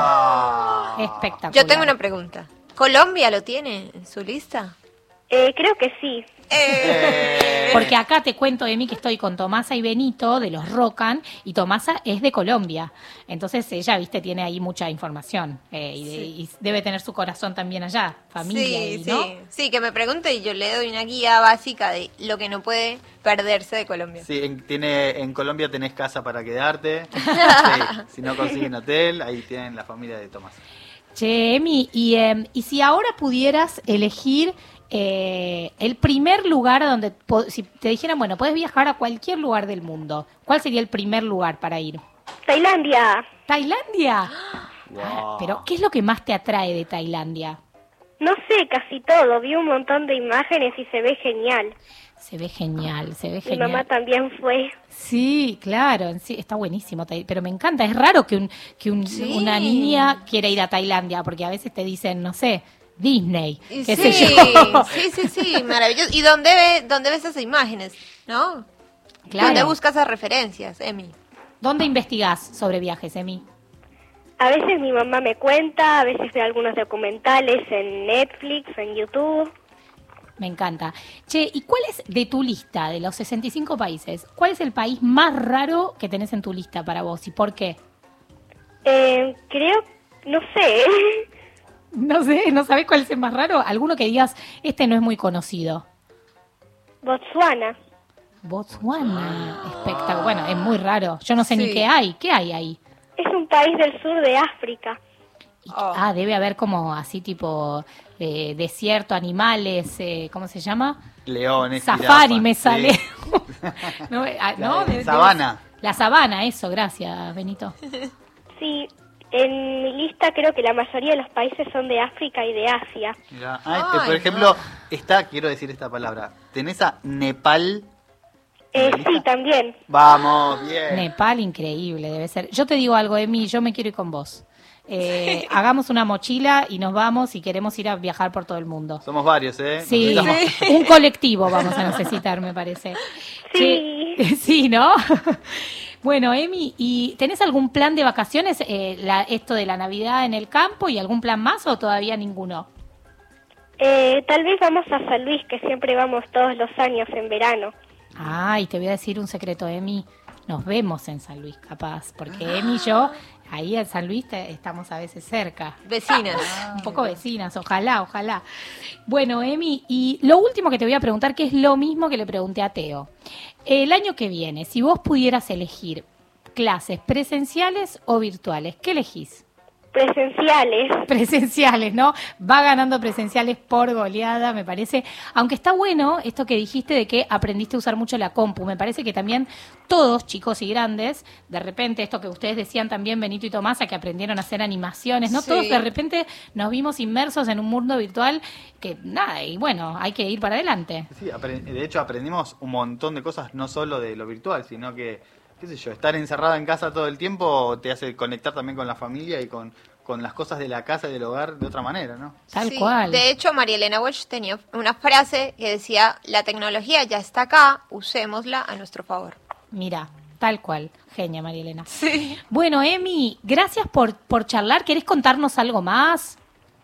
Wow. Espectacular. Yo tengo una pregunta. ¿Colombia lo tiene en su lista? Eh, creo que sí. Eh, Porque acá te cuento, Emi, que estoy con Tomasa y Benito de los Rocan, y Tomasa es de Colombia. Entonces ella, viste, tiene ahí mucha información. eh, y, de- y debe tener su corazón también allá, familia, Sí, y, sí. ¿no? Sí, que me pregunte y yo le doy una guía básica de lo que no puede perderse de Colombia. Sí, en, tiene, en Colombia tenés casa para quedarte. Sí, si no consiguen hotel, ahí tienen la familia de Tomás. Che, Emi, y, em, y si ahora pudieras elegir Eh, el primer lugar donde, po- si te dijeran, bueno, puedes viajar a cualquier lugar del mundo, ¿cuál sería el primer lugar para ir? Tailandia. ¿Tailandia? Wow. Ah, pero, ¿qué es lo que más te atrae de Tailandia? No sé, casi todo. Vi un montón de imágenes y se ve genial. Se ve genial, se ve Mi genial. mamá también fue. Sí, claro, en sí, está buenísimo, Tai- pero me encanta, es raro que, un, que un- Sí. una niña quiera ir a Tailandia, porque a veces te dicen, no sé, Disney, Y qué sí, sé yo. sí, sí, sí, maravilloso. ¿Y dónde, ve, dónde ves esas imágenes? ¿No? Claro. ¿Dónde buscas esas referencias, Emi? ¿Dónde investigás sobre viajes, Emi? A veces mi mamá me cuenta, a veces veo algunos documentales en Netflix, en YouTube. Me encanta. Che, ¿y cuál es de tu lista, de los sesenta y cinco países, cuál es el país más raro que tenés en tu lista para vos y por qué? Eh, creo, no sé. No sé, ¿no sabés cuál es el más raro? Alguno que digas, este no es muy conocido. Botswana. Botswana, espectacular. Bueno, es muy raro. Yo no sé ni Sí. qué hay. ¿Qué hay ahí? Es un país del sur de África. Y- Oh. Ah, debe haber como así tipo eh, desierto, animales, eh, ¿cómo se llama? Leones, Safari jirafas, me sí. sale. no, ah, La no, de debe- debe sabana. ser- La sabana, eso, gracias, Benito. Sí, en mi lista creo que la mayoría de los países son de África y de Asia. Mirá, ay, Ay, por ejemplo, no. está, quiero decir esta palabra, ¿tenés a Nepal? Eh, ¿En la sí, lista? también. Vamos, bien. Nepal, increíble, debe ser. Yo te digo algo, Emi, yo me quiero ir con vos. Eh, hagamos una mochila y nos vamos y queremos ir a viajar por todo el mundo. Somos varios, ¿eh? Sí, Necesitamos- un colectivo vamos a necesitar, me parece. Sí. Che, sí, ¿no? Bueno, Emi, ¿y tenés algún plan de vacaciones, eh, la, esto de la Navidad en el campo y algún plan más o todavía ninguno? Eh, tal vez vamos a San Luis, que siempre vamos todos los años en verano. Ay, te voy a decir un secreto, Emi. Nos vemos en San Luis, capaz, porque Emi y yo, ahí en San Luis te- estamos a veces cerca. Vecinas. Un poco vecinas, ojalá, ojalá. Bueno, Emi, y lo último que te voy a preguntar, que es lo mismo que le pregunté a Teo. El año que viene, si vos pudieras elegir clases presenciales o virtuales, ¿qué elegís? Presenciales. Presenciales, ¿no? Va ganando presenciales por goleada, me parece. Aunque está bueno esto que dijiste de que aprendiste a usar mucho la compu. Me parece que también todos, chicos y grandes, de repente esto que ustedes decían también, Benito y Tomasa, que aprendieron a hacer animaciones, ¿no? Sí. Todos de repente nos vimos inmersos en un mundo virtual que nada, y bueno, hay que ir para adelante. Sí, apre- de hecho aprendimos un montón de cosas, no solo de lo virtual, sino que, qué sé yo, estar encerrada en casa todo el tiempo te hace conectar también con la familia y con, con las cosas de la casa y del hogar de otra manera, ¿no? Tal Sí, cual. De hecho, María Elena Walsh tenía una frase que decía, la tecnología ya está acá, usémosla a nuestro favor. Mira, tal cual. Genia, María Elena. Sí. Bueno, Emi, gracias por, por charlar. ¿Querés contarnos algo más?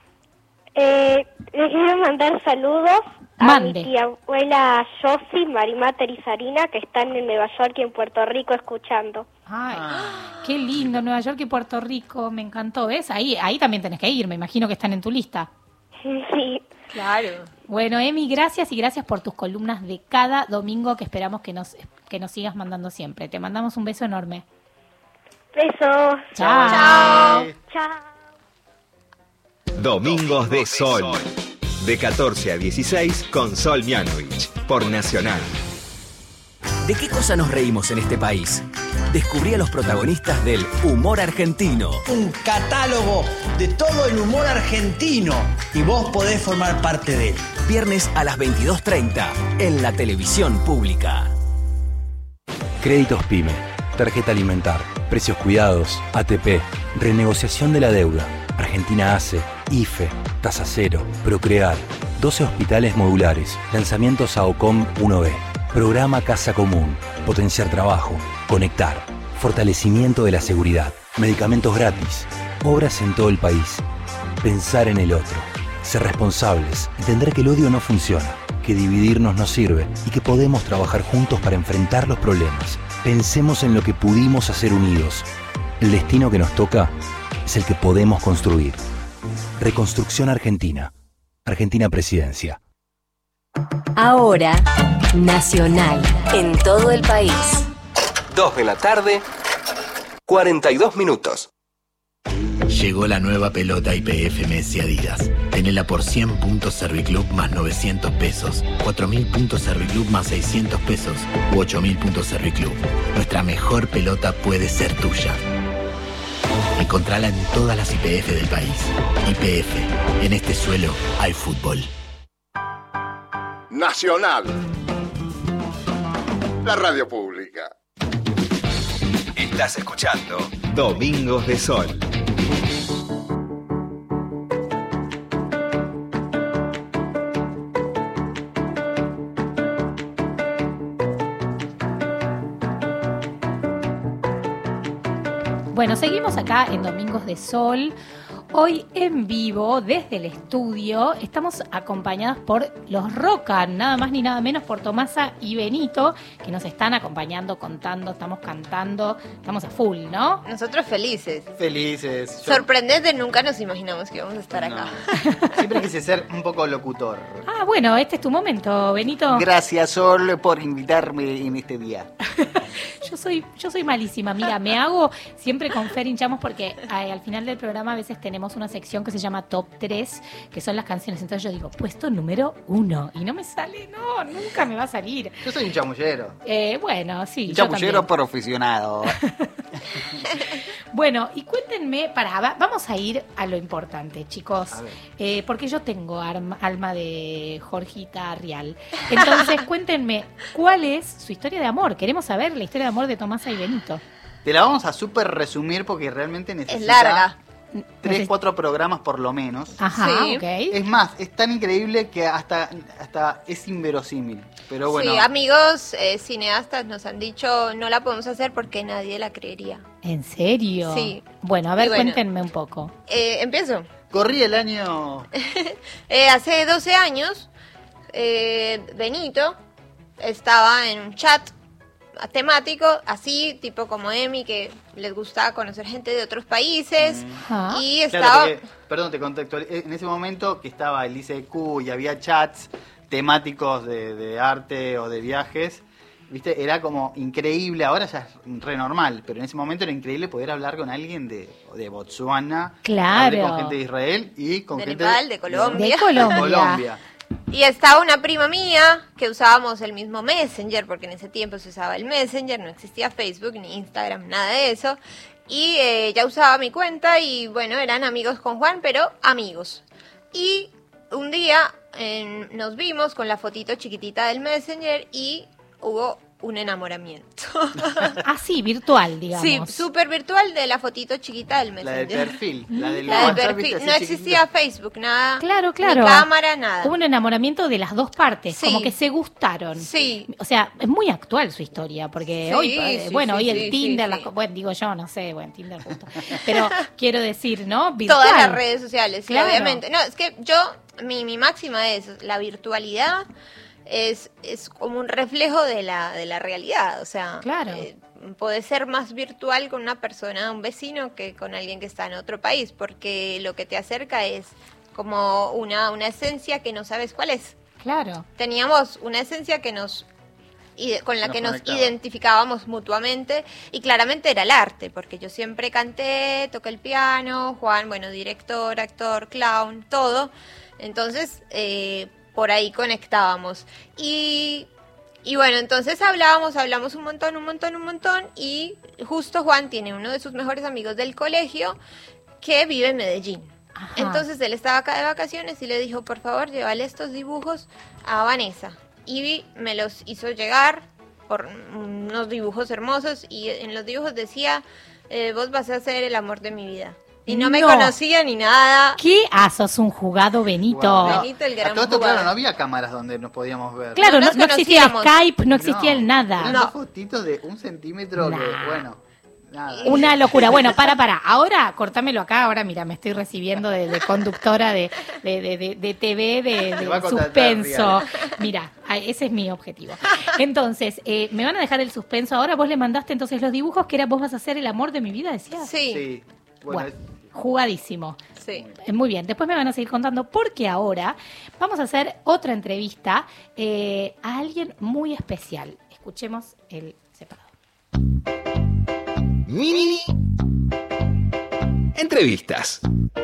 Eh, les quiero mandar saludos Mande. a mi tía abuela Josie, Marimater y Sarina, que están en Nueva York y en Puerto Rico escuchando. Ay, qué lindo, Nueva York y Puerto Rico, me encantó, ¿ves? Ahí, ahí también tenés que ir, me imagino que están en tu lista. Sí. Claro. Bueno, Emi, gracias y gracias por tus columnas de cada domingo que esperamos que nos, que nos sigas mandando siempre. Te mandamos un beso enorme. Besos. Chao. Chao. Chao. Domingos de Sol. De catorce a dieciséis con Sol Mianovich. Por Nacional. ¿De qué cosa nos reímos en este país? Descubrí a los protagonistas del humor argentino. Un catálogo de todo el humor argentino y vos podés formar parte de él. Viernes a las veintidós treinta en la televisión pública. Créditos PYME, tarjeta alimentar, precios cuidados, A T P, renegociación de la deuda, Argentina ACE, I F E, Tasa Cero, Procrear, doce hospitales modulares, lanzamientos a OCOM uno B, programa Casa Común, potenciar trabajo, conectar, fortalecimiento de la seguridad, medicamentos gratis, obras en todo el país, pensar en el otro, ser responsables, entender que el odio no funciona, que dividirnos no sirve y que podemos trabajar juntos para enfrentar los problemas. Pensemos en lo que pudimos hacer unidos. El destino que nos toca es el que podemos construir. Reconstrucción Argentina. Argentina Presidencia. Ahora, Nacional, en todo el país. dos de la tarde, cuarenta y dos minutos. Llegó la nueva pelota I P F Messi Adidas. Tenela por cien puntos Serviclub más novecientos pesos, cuatro mil puntos Serviclub más seiscientos pesos u ocho mil puntos Serviclub. Nuestra mejor pelota puede ser tuya. Encontrala en todas las I P F del país. I P F. En este suelo hay fútbol. Nacional. La radio pública. Estás escuchando Domingos de Sol. Bueno, seguimos acá en Domingos de Sol. Hoy en vivo, desde el estudio, estamos acompañados por los Rocan, nada más ni nada menos, por Tomasa y Benito, que nos están acompañando, contando, estamos cantando, estamos a full, ¿no? Nosotros felices. Felices. Yo- Sorprendente, nunca nos imaginamos que íbamos a estar acá. Siempre quise ser un poco locutor. Ah, bueno, este es tu momento, Benito. Gracias, Sol, por invitarme en este día. Yo soy, yo soy malísima, mira, me hago siempre con Fer hinchamos porque ay, al final del programa a veces tenemos una sección que se llama Top tres, que son las canciones. Entonces yo digo, puesto número uno. Y no me sale, no, nunca me va a salir. Yo soy un chamullero. Eh, bueno, sí, Un yo chamullero también. profesionado. Bueno, y cuéntenme, para, va- vamos a ir a lo importante, chicos, A ver. eh, porque yo tengo arma- alma de Jorgita Rial. Entonces, cuéntenme, ¿cuál es su historia de amor? Queremos saber la historia de amor de Tomasa y Benito. Te la vamos a súper resumir porque realmente necesita larga. tres, cuatro programas por lo menos. Ajá, Sí. ok. Es más, es tan increíble que hasta, hasta es inverosímil. Pero bueno, Sí, amigos eh, cineastas nos han dicho no la podemos hacer porque nadie la creería. ¿En serio? Sí. Bueno, a ver, Y bueno. cuéntenme un poco. Eh, empiezo. corrí el año... Eh, hace doce años, eh, Benito estaba en un chat temático, así, tipo como Emi, que les gustaba conocer gente de otros países. Ajá. Y Claro, estaba... porque, perdón, te contextualicé. En ese momento que estaba el I C Q y había chats temáticos de, de arte o de viajes, ¿viste? Era como increíble. Ahora ya es re normal, pero en ese momento era increíble poder hablar con alguien de, de Botsuana. Claro. Hablé con gente de Israel y con De gente Nepal, de Colombia. De Colombia. de Colombia. Y estaba una prima mía que usábamos el mismo Messenger, porque en ese tiempo se usaba el Messenger, no existía Facebook ni Instagram, nada de eso. Y eh, ya usaba mi cuenta y bueno, eran amigos con Juan, pero amigos. Y un día eh, nos vimos con la fotito chiquitita del Messenger y hubo un enamoramiento. Ah, sí, virtual, digamos. Sí, súper virtual de la fotito chiquita del La Messenger. del perfil. La del, La del WhatsApp, perfil. ¿viste? No Así existía Facebook, nada. Claro, claro. Ni cámara, nada. Hubo un enamoramiento de las dos partes, Sí. como que se gustaron. Sí. O sea, es muy actual su historia, porque Sí, hoy, eh, sí, bueno, sí, hoy el sí, Tinder, sí, las sí. co- bueno, digo yo, no sé, bueno, Tinder justo. Pero quiero decir, ¿no? Virtual. Todas las redes sociales, sí, Claro. obviamente. No, es que yo, mi, mi máxima es la virtualidad. Es, es como un reflejo de la, de la realidad, o sea, Claro. eh, podés ser más virtual con una persona, un vecino, que con alguien que está en otro país, porque lo que te acerca es como una, una esencia que no sabes cuál es. Claro. Teníamos una esencia que nos ide- con la Nos que nos conectaba. identificábamos mutuamente y claramente era el arte, porque yo siempre canté, toqué el piano, Juan, bueno, director, actor, clown, todo. Entonces, eh, por ahí conectábamos. Y, y bueno, entonces hablábamos, hablamos un montón, un montón, un montón. Y justo Juan tiene uno de sus mejores amigos del colegio que vive en Medellín. Ajá. Entonces él estaba acá de vacaciones y le dijo, por favor, llévale estos dibujos a Vanessa. Y me los hizo llegar por unos dibujos hermosos y en los dibujos decía, eh, vos vas a ser el amor de mi vida. Y no, me No. conocía ni nada. ¿Qué? Ah, sos un jugado, Benito. Wow. Benito, el A gran todo esto, jugador. claro, no había cámaras donde nos podíamos ver. Claro, No no, nos no existía el conocíamos. Skype, no existía el nada. Eran No. dos fotitos de un centímetro que, Nah. bueno, nada. Una locura. Bueno, para, para. Ahora, cortámelo acá. Ahora, mira, me estoy recibiendo de, de conductora de, de, de, de, de T V, de, Te va a de contratar, suspenso. Rial. Mira, ese es mi objetivo. Entonces, eh, me van a dejar el suspenso. Ahora vos le mandaste entonces los dibujos que era vos vas a ser el amor de mi vida, decías. Sí, sí. Sí, bueno, Bueno, jugadísimo. sí. Eh, Muy bien, después me van a seguir contando porque ahora vamos a hacer otra entrevista eh, a alguien muy especial. Escuchemos el separado. Mini Entrevistas.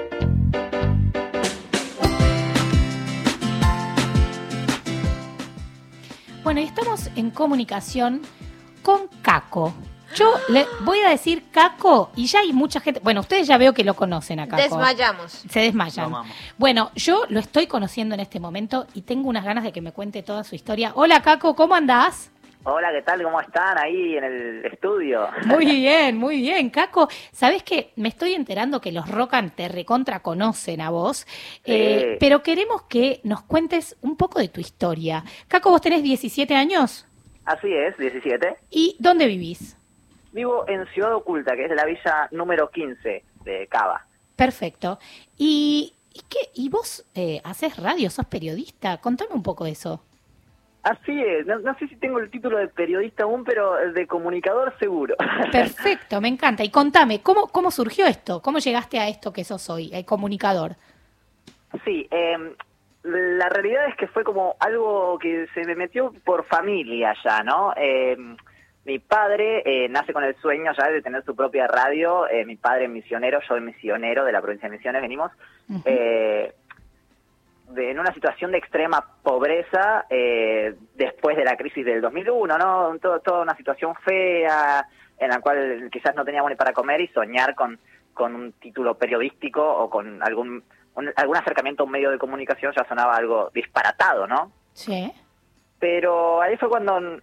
Bueno, y estamos en comunicación con Caco. Yo le voy a decir Caco y ya hay mucha gente. Bueno, ustedes ya veo que lo conocen a Caco. Desmayamos. Se desmayan. Bueno, yo lo estoy conociendo en este momento y tengo unas ganas de que me cuente toda su historia. Hola, Caco, ¿cómo andás? Hola, ¿qué tal? ¿Cómo están ahí en el estudio? Muy bien, muy bien. Caco, ¿sabés qué? Me estoy enterando que los Rocan te recontra conocen a vos, eh, Sí. pero queremos que nos cuentes un poco de tu historia. Caco, ¿vos tenés diecisiete años? Así es, diecisiete. ¿Y dónde vivís? Vivo en Ciudad Oculta, que es la villa número quince de Cava. Perfecto. ¿Y, y qué? ¿Y vos eh, haces radio? ¿Sos periodista? Contame un poco de eso. Así es, no, no sé si tengo el título de periodista aún, pero de comunicador seguro. Perfecto, me encanta. Y contame, ¿cómo, cómo surgió esto? ¿Cómo llegaste a esto que sos hoy, el comunicador? Sí, eh, la realidad es que fue como algo que se me metió por familia ya, ¿no? Eh, mi padre eh, nace con el sueño ya de tener su propia radio. Eh, mi padre es misionero, yo soy misionero de la provincia de Misiones, venimos. Uh-huh. Eh, de, en una situación de extrema pobreza eh, después de la crisis del dos mil uno, ¿no? Todo, toda una situación fea en la cual quizás no teníamos ni para comer y soñar con, con un título periodístico o con algún un, algún acercamiento a un medio de comunicación ya sonaba algo disparatado, ¿no? Sí. Pero ahí fue cuando mm,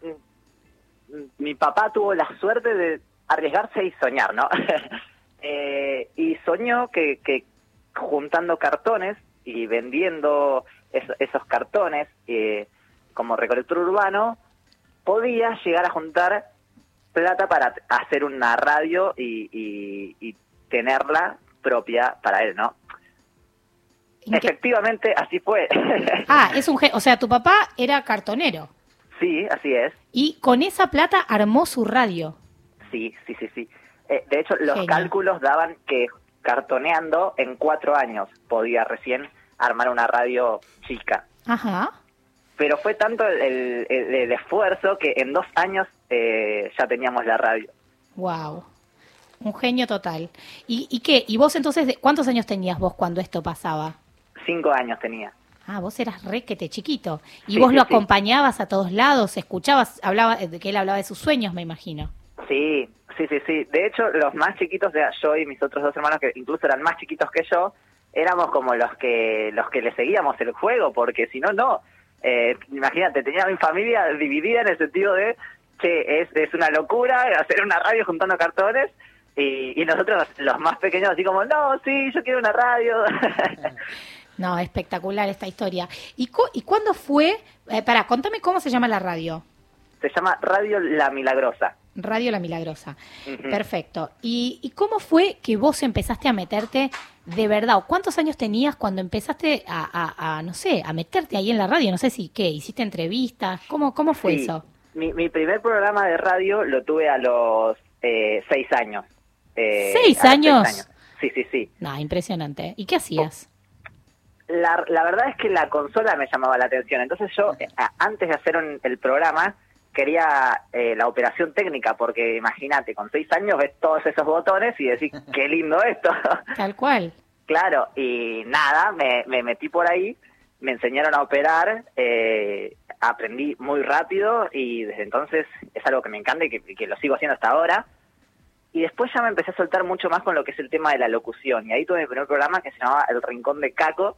mi papá tuvo la suerte de arriesgarse y soñar, ¿no? eh, y soñó que, que juntando cartones y vendiendo es, esos cartones eh, como recolector urbano, podía llegar a juntar plata para hacer una radio y, y, y tenerla propia para él, ¿no? Efectivamente, así fue. Ah, es un ge- o sea, tu papá era cartonero. Sí, así es. Y con esa plata armó su radio. Sí, sí, sí, sí. Eh, de hecho, los Genio. cálculos daban que cartoneando en cuatro años podía recién armar una radio chica. Ajá. Pero fue tanto el, el- el- el esfuerzo que en dos años eh, ya teníamos la radio. Wow. Un genio total. ¿Y, y qué? ¿Y vos entonces, de- cuántos años tenías vos cuando esto pasaba? Cinco años tenía. Ah, vos eras requete chiquito. Y Sí, vos sí, lo sí. acompañabas a todos lados, escuchabas, hablaba de que él hablaba de sus sueños, me imagino. Sí, sí, sí, sí. De hecho, los más chiquitos, o sea, yo y mis otros dos hermanos, que incluso eran más chiquitos que yo, éramos como los que los que le seguíamos el juego, porque si no, no. Eh, imagínate, tenía mi familia dividida en el sentido de que es, es una locura hacer una radio juntando cartones, y, y nosotros, los más pequeños, así como, no, sí, yo quiero una radio. No, espectacular esta historia. ¿Y, cu- y cuándo fue? Eh, pará, contame cómo se llama la radio. Se llama Radio La Milagrosa. Radio La Milagrosa. Ujú. Perfecto. ¿Y, ¿Y cómo fue que vos empezaste a meterte de verdad? ¿O cuántos años tenías cuando empezaste a, a, a, no sé, a meterte ahí en la radio? No sé si, ¿qué? ¿Hiciste entrevistas? ¿Cómo, cómo fue Sí. eso? Mi, mi primer programa de radio lo tuve a los eh, seis años. Eh, ¿Seis a los años? Sí, sí, sí. No, impresionante. ¿Y qué hacías? La, la verdad es que la consola me llamaba la atención. Entonces yo, eh, a- antes de hacer un- el programa, quería eh, la operación técnica, porque imagínate, con seis años ves todos esos botones y decís, qué lindo esto. Tal cual. Claro, y nada, me, me metí por ahí, me enseñaron a operar, eh, aprendí muy rápido y desde entonces es algo que me encanta y que, que lo sigo haciendo hasta ahora. Y después ya me empecé a soltar mucho más con lo que es el tema de la locución. Y ahí tuve mi primer programa que se llamaba El Rincón de Caco,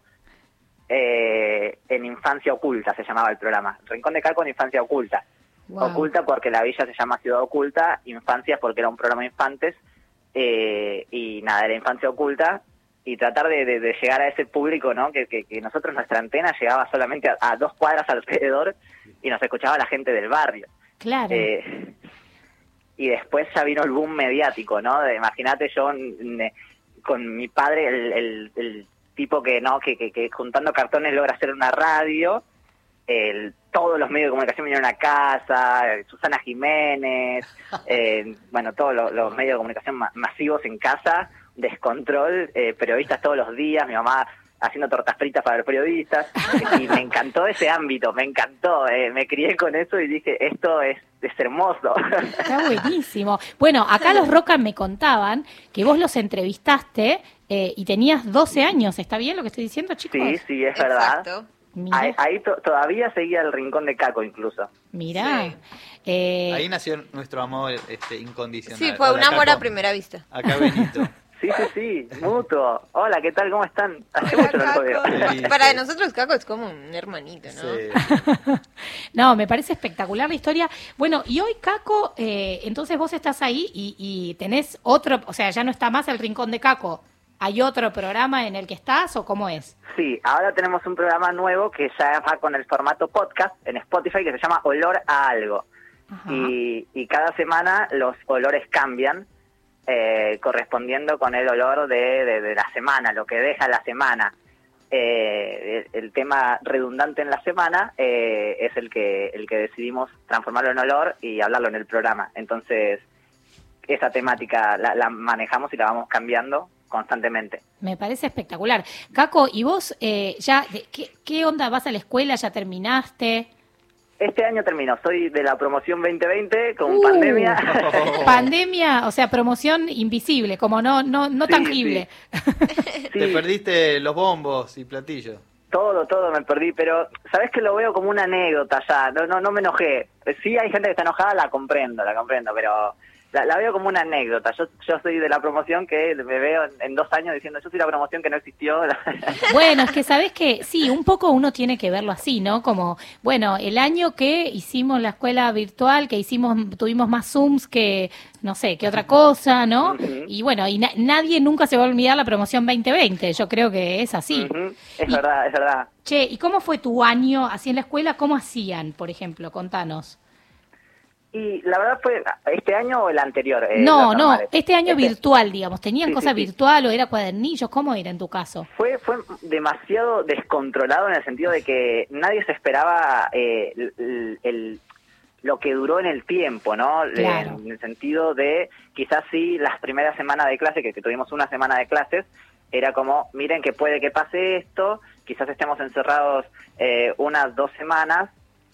eh, en Infancia Oculta se llamaba el programa. Rincón de Caco en Infancia Oculta. Wow. Oculta porque la villa se llama Ciudad Oculta, Infancia porque era un programa de infantes, eh, y nada, era Infancia Oculta, y tratar de, de- de llegar a ese público, ¿no? Que, que, que nosotros, nuestra antena llegaba solamente a, a dos cuadras alrededor y nos escuchaba la gente del barrio. Claro. Eh, y después ya vino el boom mediático, ¿no? De- Imagínate yo n- con mi padre, el, el, el tipo que, ¿no? Que, que, que juntando cartones logra hacer una radio. El, todos los medios de comunicación vinieron a casa, eh, Susana Jiménez, eh, bueno, todos los, los medios de comunicación ma- masivos en casa, descontrol, eh, periodistas todos los días, mi mamá haciendo tortas fritas para los periodistas, y me encantó ese ámbito, me encantó, eh, me crié con eso y dije, esto es, es hermoso. Está buenísimo. Bueno, acá los Rocan me contaban que vos los entrevistaste eh, y tenías doce años, ¿está bien lo que estoy diciendo, chicos? Sí, sí, es verdad. Ahí, ahí to- todavía seguía el Rincón de Caco incluso. Mirá. Eh, Ahí nació nuestro amor este, incondicional. Sí, fue un Hola, amor Caco. a primera vista. Acá Benito. Sí, sí, sí, mutuo. Hola, ¿qué tal? ¿Cómo están? Hace mucho no los veo. Para nosotros Caco es como un hermanito, ¿no? No, me parece espectacular la historia. Bueno, y hoy, Caco, eh, entonces vos estás ahí y, y tenés otro, o sea, ya no está más el Rincón de Caco. ¿Hay otro programa en el que estás o cómo es? Sí, ahora tenemos un programa nuevo que ya va con el formato podcast en Spotify que se llama Olor a Algo. Y, y cada semana los olores cambian eh, correspondiendo con el olor de, de, de la semana, lo que deja la semana. Eh, el, el tema redundante en la semana eh, es el que, el que decidimos transformarlo en olor y hablarlo en el programa. Entonces, esa temática la, la manejamos y la vamos cambiando constantemente. Me parece espectacular. Caco, ¿y vos eh, ya, de, ¿qué, qué onda? ¿Vas a la escuela? ¿Ya terminaste? Este año terminó, soy de la promoción veinte veinte con Uh, pandemia. Pandemia, o sea, promoción invisible, como no no no Sí, tangible. Te perdiste los bombos y platillos. Todo, todo me perdí, pero sabes que lo veo como una anécdota ya, no, no, no me enojé. Sí hay gente que está enojada, la comprendo, la comprendo, pero la, la veo como una anécdota. Yo yo soy de la promoción que me veo en, en dos años diciendo, yo soy la promoción que no existió. Bueno, es que sabés que sí, un poco uno tiene que verlo así, ¿no? Como, bueno, el año que hicimos la escuela virtual, que hicimos, tuvimos más Zooms que, no sé, que otra cosa, ¿no? Y bueno, y na- nadie nunca se va a olvidar la promoción veinte veinte, yo creo que es así. Ujú, es verdad, es verdad. Che, ¿y cómo fue tu año así en la escuela? ¿Cómo hacían, por ejemplo? Contanos. Y la verdad fue, ¿este año o el anterior? Eh, no, los no, normales. este año virtual, digamos. ¿Tenían Sí, cosa sí, sí. virtual o era cuadernillos? ¿Cómo era en tu caso? Fue fue demasiado descontrolado en el sentido de que nadie se esperaba eh, el, el- lo que duró en el tiempo, ¿no? Claro. En el sentido de, quizás sí, las primeras semanas de clase, que, que tuvimos una semana de clases, era como, miren que puede que pase esto, quizás estemos encerrados eh, unas dos semanas,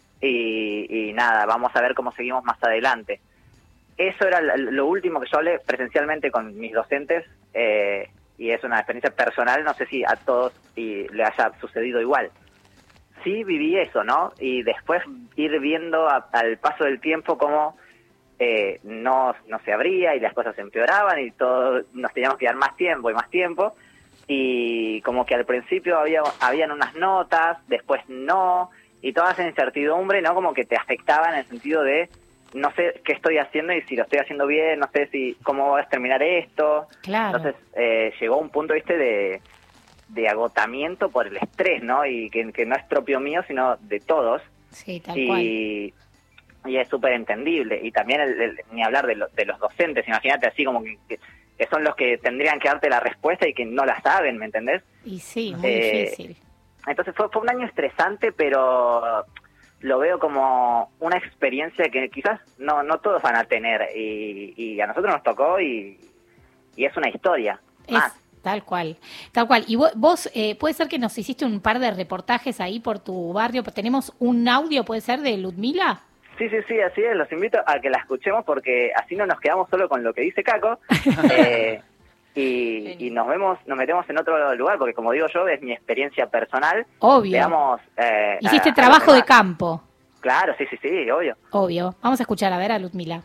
y, y nada, vamos a ver cómo seguimos más adelante. Eso era lo lo último que yo hablé presencialmente con mis docentes, eh, y es una experiencia personal, no sé si a todos y le haya sucedido igual. Sí viví eso, ¿no? Y después ir viendo a- al paso del tiempo cómo eh, no, no se abría y las cosas empeoraban y todo, nos teníamos que dar más tiempo y más tiempo, y como que al principio había habían unas notas, después no, y toda esa incertidumbre, ¿no? Como que te afectaba en el sentido de no sé qué estoy haciendo y si lo estoy haciendo bien, no sé si cómo va a terminar esto. Claro. Entonces eh, llegó un punto, ¿viste? de de agotamiento por el estrés, ¿no? Y que, que no es propio mío, sino de todos. Sí, tal cual. Y, y es súper entendible. Y también el- el- ni hablar de, lo- de los docentes, imagínate así como que, que- que son los que tendrían que darte la respuesta y que no la saben, ¿me entendés? Y sí, muy Eh, difícil. Entonces fue, fue un año estresante, pero lo veo como una experiencia que quizás no, no todos van a tener. Y, y a nosotros nos tocó y, y es una historia. Es tal cual, tal cual. Y vos, vos eh, puede ser que nos hiciste un par de reportajes ahí por tu barrio. Tenemos un audio, puede ser, de Ludmila. Sí, sí, sí, así es. Los invito a que la escuchemos porque así no nos quedamos solo con lo que dice Caco. eh, y, y nos vemos, nos metemos en otro lugar porque, como digo yo, es mi experiencia personal. Obvio. Veamos, eh, Hiciste a- a trabajo los de demás. campo. Claro, sí, sí, sí, obvio. Obvio. Vamos a escuchar a ver a Ludmila.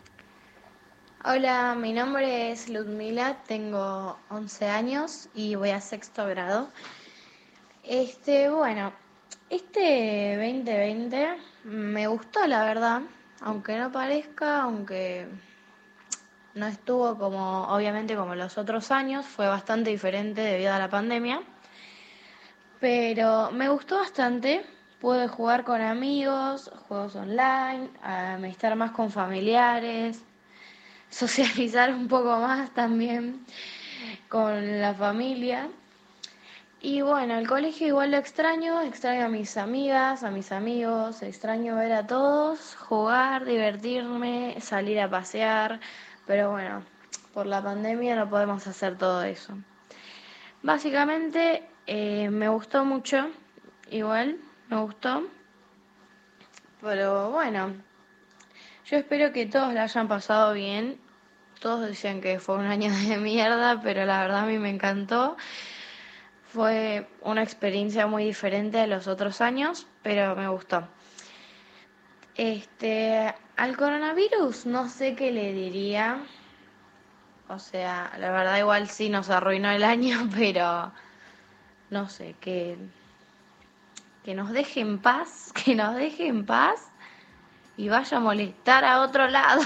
Hola, mi nombre es Ludmila, tengo once años y voy a sexto grado. Este, bueno, este veinte veinte me gustó, la verdad, aunque no parezca, aunque no estuvo como, obviamente, como los otros años, fue bastante diferente debido a la pandemia, pero me gustó bastante. Pude jugar con amigos, juegos online, a estar más con familiares, socializar un poco más también con la familia. Y bueno, el colegio igual lo extraño, extraño a mis amigas, a mis amigos, extraño ver a todos, jugar, divertirme, salir a pasear, pero bueno, por la pandemia no podemos hacer todo eso. Básicamente Eh, me gustó mucho, igual, me gustó. Pero bueno, yo espero que todos la hayan pasado bien. Todos decían que fue un año de mierda, pero la verdad a mí me encantó. Fue una experiencia muy diferente de los otros años, pero me gustó. Este, al coronavirus no sé qué le diría. O sea, la verdad igual sí nos arruinó el año, pero no sé, que, que nos deje en paz, que nos deje en paz y vaya a molestar a otro lado.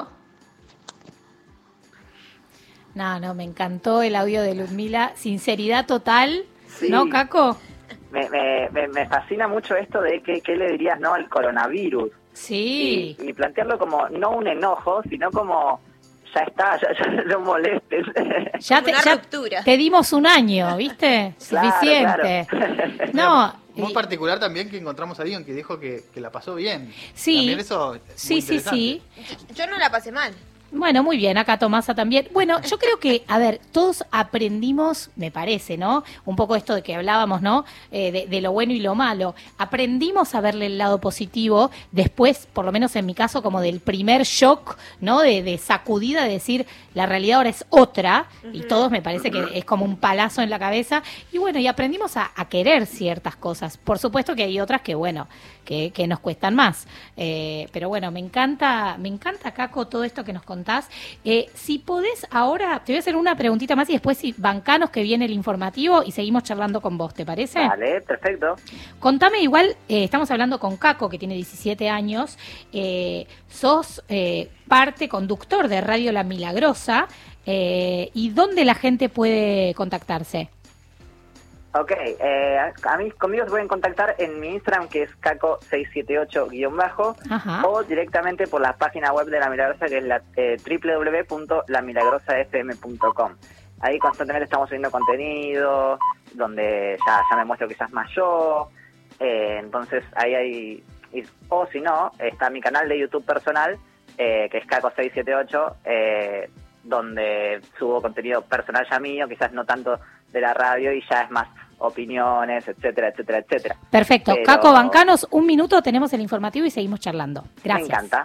No, no, me encantó el audio de Ludmila. Sinceridad total, Sí. ¿no, Caco? Me, me, me, me fascina mucho esto de que, qué le dirías no al coronavirus. Sí. Y, y plantearlo como no un enojo, sino como ya está, ya, ya no molestes. Ya te, ya te dimos un año, ¿viste? Claro, Suficiente. claro. No, Muy particular también que encontramos a alguien que dijo que, que la pasó bien. Sí. También eso es sí, muy sí, interesante. sí. Yo no la pasé mal. Bueno, muy bien, acá Tomasa también. Bueno, yo creo que, a ver, todos aprendimos, me parece, ¿no? Un poco esto de que hablábamos, ¿no? Eh, de, de lo bueno y lo malo. Aprendimos a verle el lado positivo, después, por lo menos en mi caso, como del primer shock, ¿no? De, de sacudida, de decir, la realidad ahora es otra, y todos me parece que es como un palazo en la cabeza. Y bueno, y aprendimos a, a querer ciertas cosas. Por supuesto que hay otras que, bueno, que, que nos cuestan más. Eh, pero bueno, me encanta, me encanta, Caco, todo esto que nos contás. Eh, si podés ahora, te voy a hacer una preguntita más y después si bancanos que viene el informativo y seguimos charlando con vos, ¿te parece? Vale, perfecto. Contame igual, eh, estamos hablando con Caco, que tiene diecisiete años, eh, sos eh, parte, conductor de Radio La Milagrosa, eh, ¿y dónde la gente puede contactarse? Ok, eh, a mí conmigo se pueden contactar en mi Instagram, que es caco seiscientos setenta y ocho guión bajo, Ajá. o directamente por la página web de La Milagrosa, que es la eh, doble u doble u doble u punto la milagrosa f m punto com. Ahí constantemente estamos subiendo contenido, donde ya, ya me muestro quizás más yo, eh, entonces ahí hay... y- o si no, está mi canal de YouTube personal, eh, que es caco seiscientos setenta y ocho, eh, donde subo contenido personal ya mío, quizás no tanto de la radio, y ya es más opiniones, etcétera, etcétera, etcétera. Perfecto. Pero Caco, bancanos, un minuto, tenemos el informativo y seguimos charlando. Gracias. Me encanta.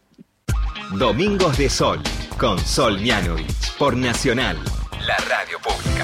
Domingos de Sol, con Sol Mianovich, por Nacional, la radio pública.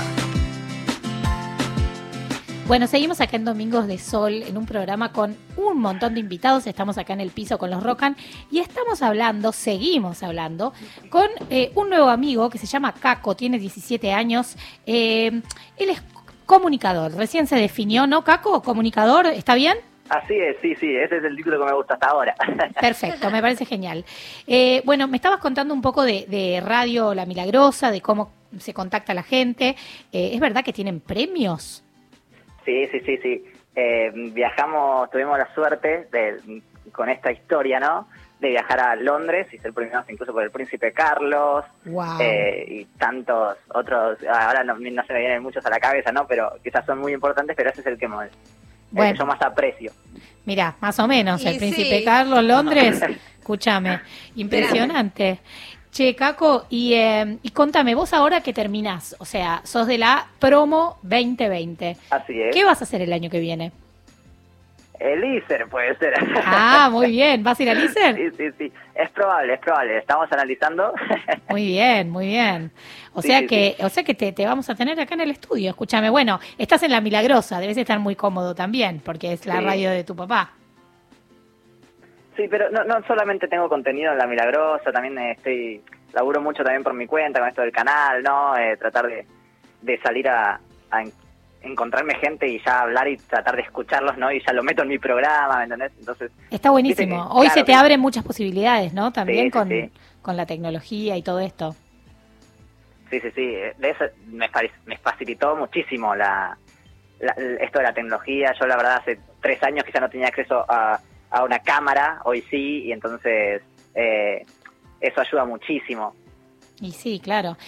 Bueno, seguimos acá en Domingos de Sol, en un programa con un montón de invitados. Estamos acá en el piso con los Rocan y estamos hablando, seguimos hablando, con eh, un nuevo amigo que se llama Caco, tiene diecisiete años. Eh, él es comunicador, recién se definió, ¿no, Caco? ¿Comunicador? ¿Está bien? Así es, sí, sí, ese es el título que me gusta hasta ahora. Perfecto, me parece genial. Eh, bueno, me estabas contando un poco de, de Radio La Milagrosa, de cómo se contacta la gente. Eh, ¿Es verdad que tienen premios? Sí, sí, sí, sí. Eh, viajamos, tuvimos la suerte de, con esta historia, ¿no? De viajar a Londres y ser premiados incluso por el Príncipe Carlos. Wow. Eh, y tantos otros, ahora no, no se me vienen muchos a la cabeza, ¿no? Pero quizás son muy importantes, pero ese es el que, el Bueno. que yo más aprecio. Mirá, más o menos, Y el Príncipe sí. Carlos, Londres. Escúchame, impresionante. Che, Caco, y, eh, y contame, vos ahora que terminás, o sea, sos de la promo veinte veinte. Así es. ¿Qué vas a hacer el año que viene? El I S E R puede ser. Ah, muy bien. ¿Vas a ir al I S E R? Sí, sí, sí. Es probable, es probable. Estamos analizando. Muy bien, muy bien. O Sí, sea sí, que, o sea que te, te vamos a tener acá en el estudio. Escúchame, bueno, estás en La Milagrosa, debes estar muy cómodo también, porque es la Sí. radio de tu papá. Sí, pero no, no solamente tengo contenido en La Milagrosa, también eh, estoy laburo mucho también por mi cuenta con esto del canal, ¿no? Eh, tratar de, de salir a, a en- encontrarme gente y ya hablar y tratar de escucharlos, ¿no? Y ya lo meto en mi programa, ¿me entendés? Entonces, Está buenísimo. viste que, Hoy claro, se te que- abren muchas posibilidades, ¿no? También Sí, sí, con, sí. con la tecnología y todo esto. Sí, sí, sí. eh, De eso me, fa- me facilitó muchísimo la, la- esto de la tecnología. Yo, la verdad, hace tres años quizá no tenía acceso a, a una cámara, hoy sí, y entonces eh, eso ayuda muchísimo. Y sí, claro.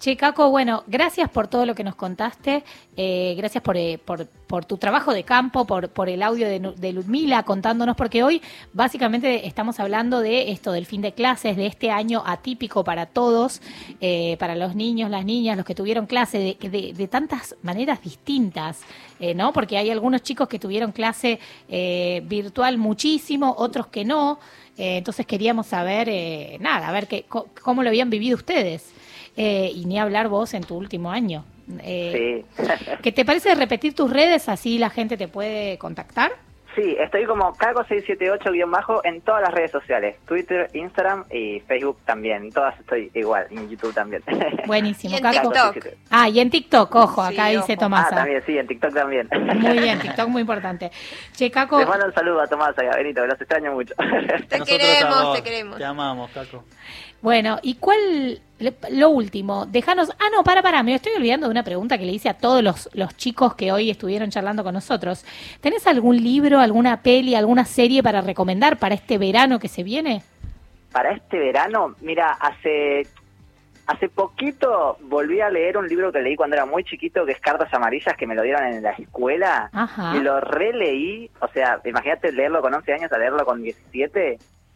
Che, Caco, bueno, gracias por todo lo que nos contaste, eh, gracias por, eh, por, por tu trabajo de campo, por, por el audio de, de Ludmila contándonos, porque hoy básicamente estamos hablando de esto, del fin de clases, de este año atípico para todos, eh, para los niños, las niñas, los que tuvieron clase, de, de, de tantas maneras distintas, eh, ¿no? Porque hay algunos chicos que tuvieron clase eh, virtual muchísimo, otros que no, eh, entonces queríamos saber, eh, nada, a ver qué, cómo lo habían vivido ustedes. Eh, y ni hablar vos en tu último año. Eh, sí. ¿Qué te parece repetir tus redes así la gente te puede contactar? Sí, estoy como Caco seis siete ocho guión bajo en todas las redes sociales, Twitter, Instagram y Facebook también, en todas estoy igual, en YouTube también. Buenísimo, y en Caco. TikTok. Ah, y en TikTok, ojo, acá Sí, dice ojo. Tomasa. Ah, también, sí, en TikTok también. Muy bien, TikTok muy importante. Che, Caco. Les mando un saludo a Tomasa y a Benito, los extraño mucho. Te Nosotros queremos, a vos. te queremos. Te amamos, Caco. Bueno, ¿y cuál, lo último, déjanos, ah no, para, para, me estoy olvidando de una pregunta que le hice a todos los, los chicos que hoy estuvieron charlando con nosotros. ¿Tenés algún libro, alguna peli, alguna serie para recomendar para este verano que se viene? Para este verano, mira, hace hace poquito volví a leer un libro que leí cuando era muy chiquito, que es Cartas Amarillas, que me lo dieron en la escuela. Ajá. Y lo releí, o sea, imagínate leerlo con once años a leerlo con diecisiete.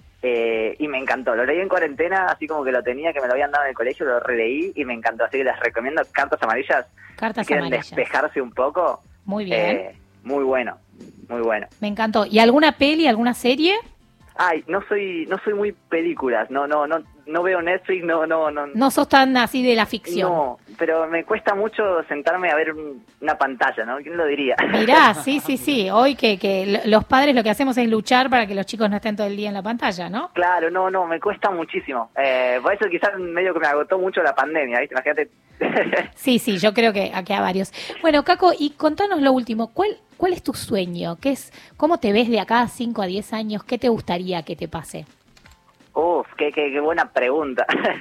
Eh, y me encantó, lo leí en cuarentena, así como que lo tenía, que me lo habían dado en el colegio, lo releí y me encantó, así que les recomiendo Cartas Amarillas. Cartas si quieren Amarillas. despejarse un poco. Muy bien. Eh, muy bueno, muy bueno. Me encantó. ¿Y alguna peli, alguna serie? Ay, no soy no soy muy películas, no no no no veo Netflix, no no no. No sos tan así de la ficción. No, pero me cuesta mucho sentarme a ver un- una pantalla, ¿no? ¿Quién lo diría? Mirá, sí, sí, sí. Hoy que, que l- los padres lo que hacemos es luchar para que los chicos no estén todo el día en la pantalla, ¿no? Claro, no, no, me cuesta muchísimo. Eh, por eso quizás medio que me agotó mucho la pandemia, ¿viste? Imagínate. Sí, sí, yo creo que aquí a varios. Bueno, Caco, y contanos lo último. ¿Cuál, cuál es tu sueño? ¿Qué es, ¿Cómo te ves de acá a cinco a diez años? ¿Qué te gustaría que te pase? Uf, qué, qué, qué buena pregunta.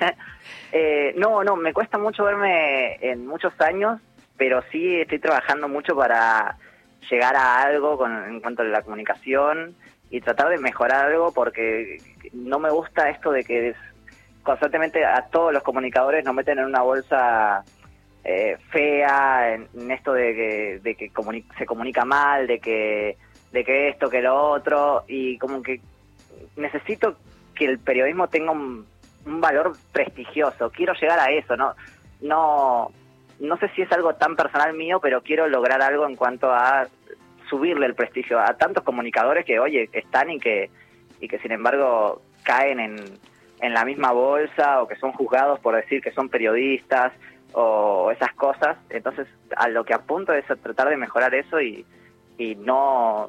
eh, no, no, me cuesta mucho verme en muchos años, pero sí estoy trabajando mucho para llegar a algo con, en cuanto a la comunicación y tratar de mejorar algo, porque no me gusta esto de que es- constantemente a todos los comunicadores nos meten en una bolsa eh, fea, en, en esto de que, de que comuni- se comunica mal, de que, de que esto, que lo otro, y como que necesito que el periodismo tenga un, un valor prestigioso. Quiero llegar a eso, ¿no? No, no sé si es algo tan personal mío, pero quiero lograr algo en cuanto a subirle el prestigio a tantos comunicadores que, oye, están y que, y que sin embargo caen en, en la misma bolsa, o que son juzgados por decir que son periodistas o esas cosas. Entonces, a lo que apunto es a tratar de mejorar eso y, y no,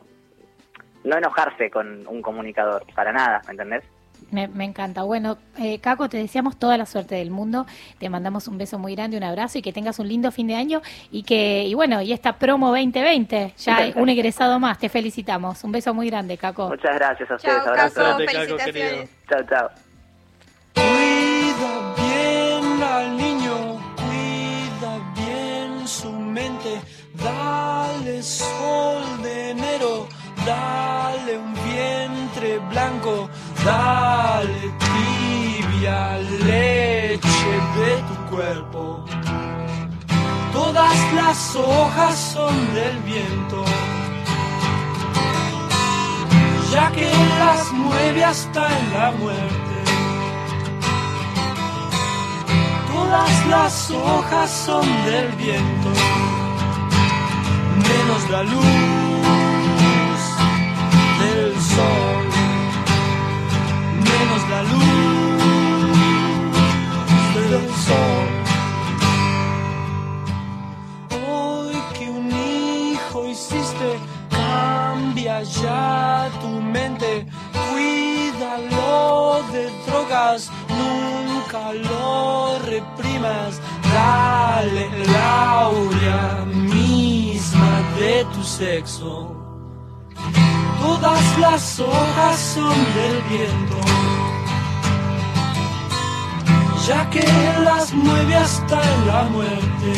no enojarse con un comunicador, para nada, ¿me entendés? Me, me encanta. Bueno, eh, Caco, te deseamos toda la suerte del mundo. Te mandamos un beso muy grande, un abrazo y que tengas un lindo fin de año. Y que, y bueno, y esta promo veinte veinte, ya hay un egresado más. Te felicitamos. Un beso muy grande, Caco. Muchas gracias a ustedes. Chao, Abrazo. Caco, Suerte, Caco, felicitaciones. Chao, chao. Cuida bien al niño, cuida bien su mente, dale sol de enero, dale un vientre blanco, dale tibia leche de tu cuerpo. Todas las hojas son del viento, ya que las mueve hasta en la muerte. Todas las hojas son del viento, menos la luz del sol, menos la luz del sol. Hoy que un hijo hiciste, cambia ya tu mente, cuídalo de drogas, nunca lo reprimas, dale la aurea misma de tu sexo. Todas las hojas son del viento, ya que las mueve hasta en la muerte.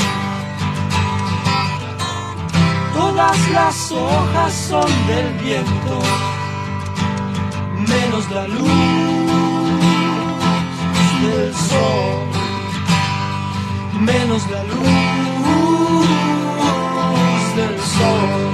Todas las hojas son del viento, menos la luz del sol, menos la luz del sol.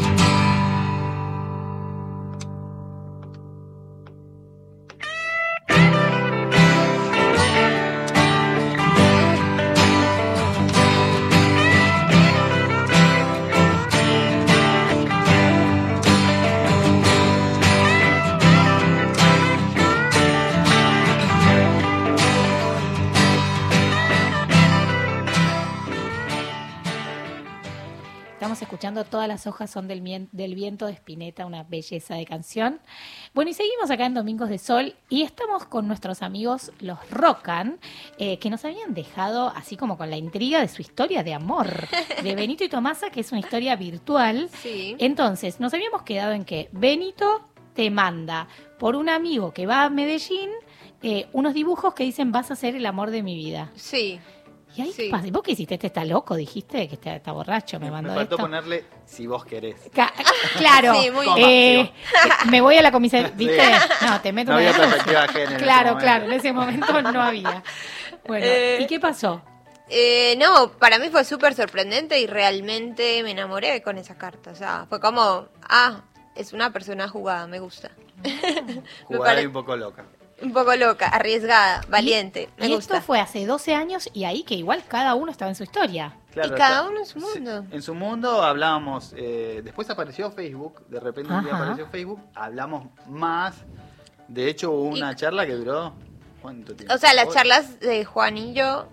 Escuchando Todas las hojas son del, mien- del viento de Spinetta, una belleza de canción. Bueno, y seguimos acá en Domingos de Sol y estamos con nuestros amigos los Rocan, eh, que nos habían dejado así como con la intriga de su historia de amor, de Benito y Tomasa, que es una historia virtual. Sí. Entonces, nos habíamos quedado en que Benito te manda por un amigo que va a Medellín eh, unos dibujos que dicen vas a ser el amor de mi vida. Sí. ¿Y ahí Sí. qué pasa? ¿Vos qué hiciste? Este está loco, dijiste que está, está borracho, me Me mandó faltó esto. ponerle si vos querés. Ca- claro, Sí, muy eh, bien. eh, me voy a la comisaría, ¿viste? Sí. No, te meto No una había denuncia. perspectiva de género en ese Claro, momento. claro, en ese momento no había. Bueno, Eh, ¿y qué pasó? Eh, no, para mí fue súper sorprendente y realmente me enamoré con esa carta. O sea, fue como, ah, es una persona jugada, me gusta. Me Jugada pare- y un poco loca. Un poco loca, arriesgada, valiente, me Y gusta. esto fue hace doce años y ahí que igual cada uno estaba en su historia. Claro, y cada está- uno en su mundo. En su mundo hablábamos, eh, después apareció Facebook, de repente un día Ajá. apareció Facebook, hablamos más. De hecho hubo una Y- charla que duró, ¿cuánto tiempo? O sea, las Horas. charlas de Juan y yo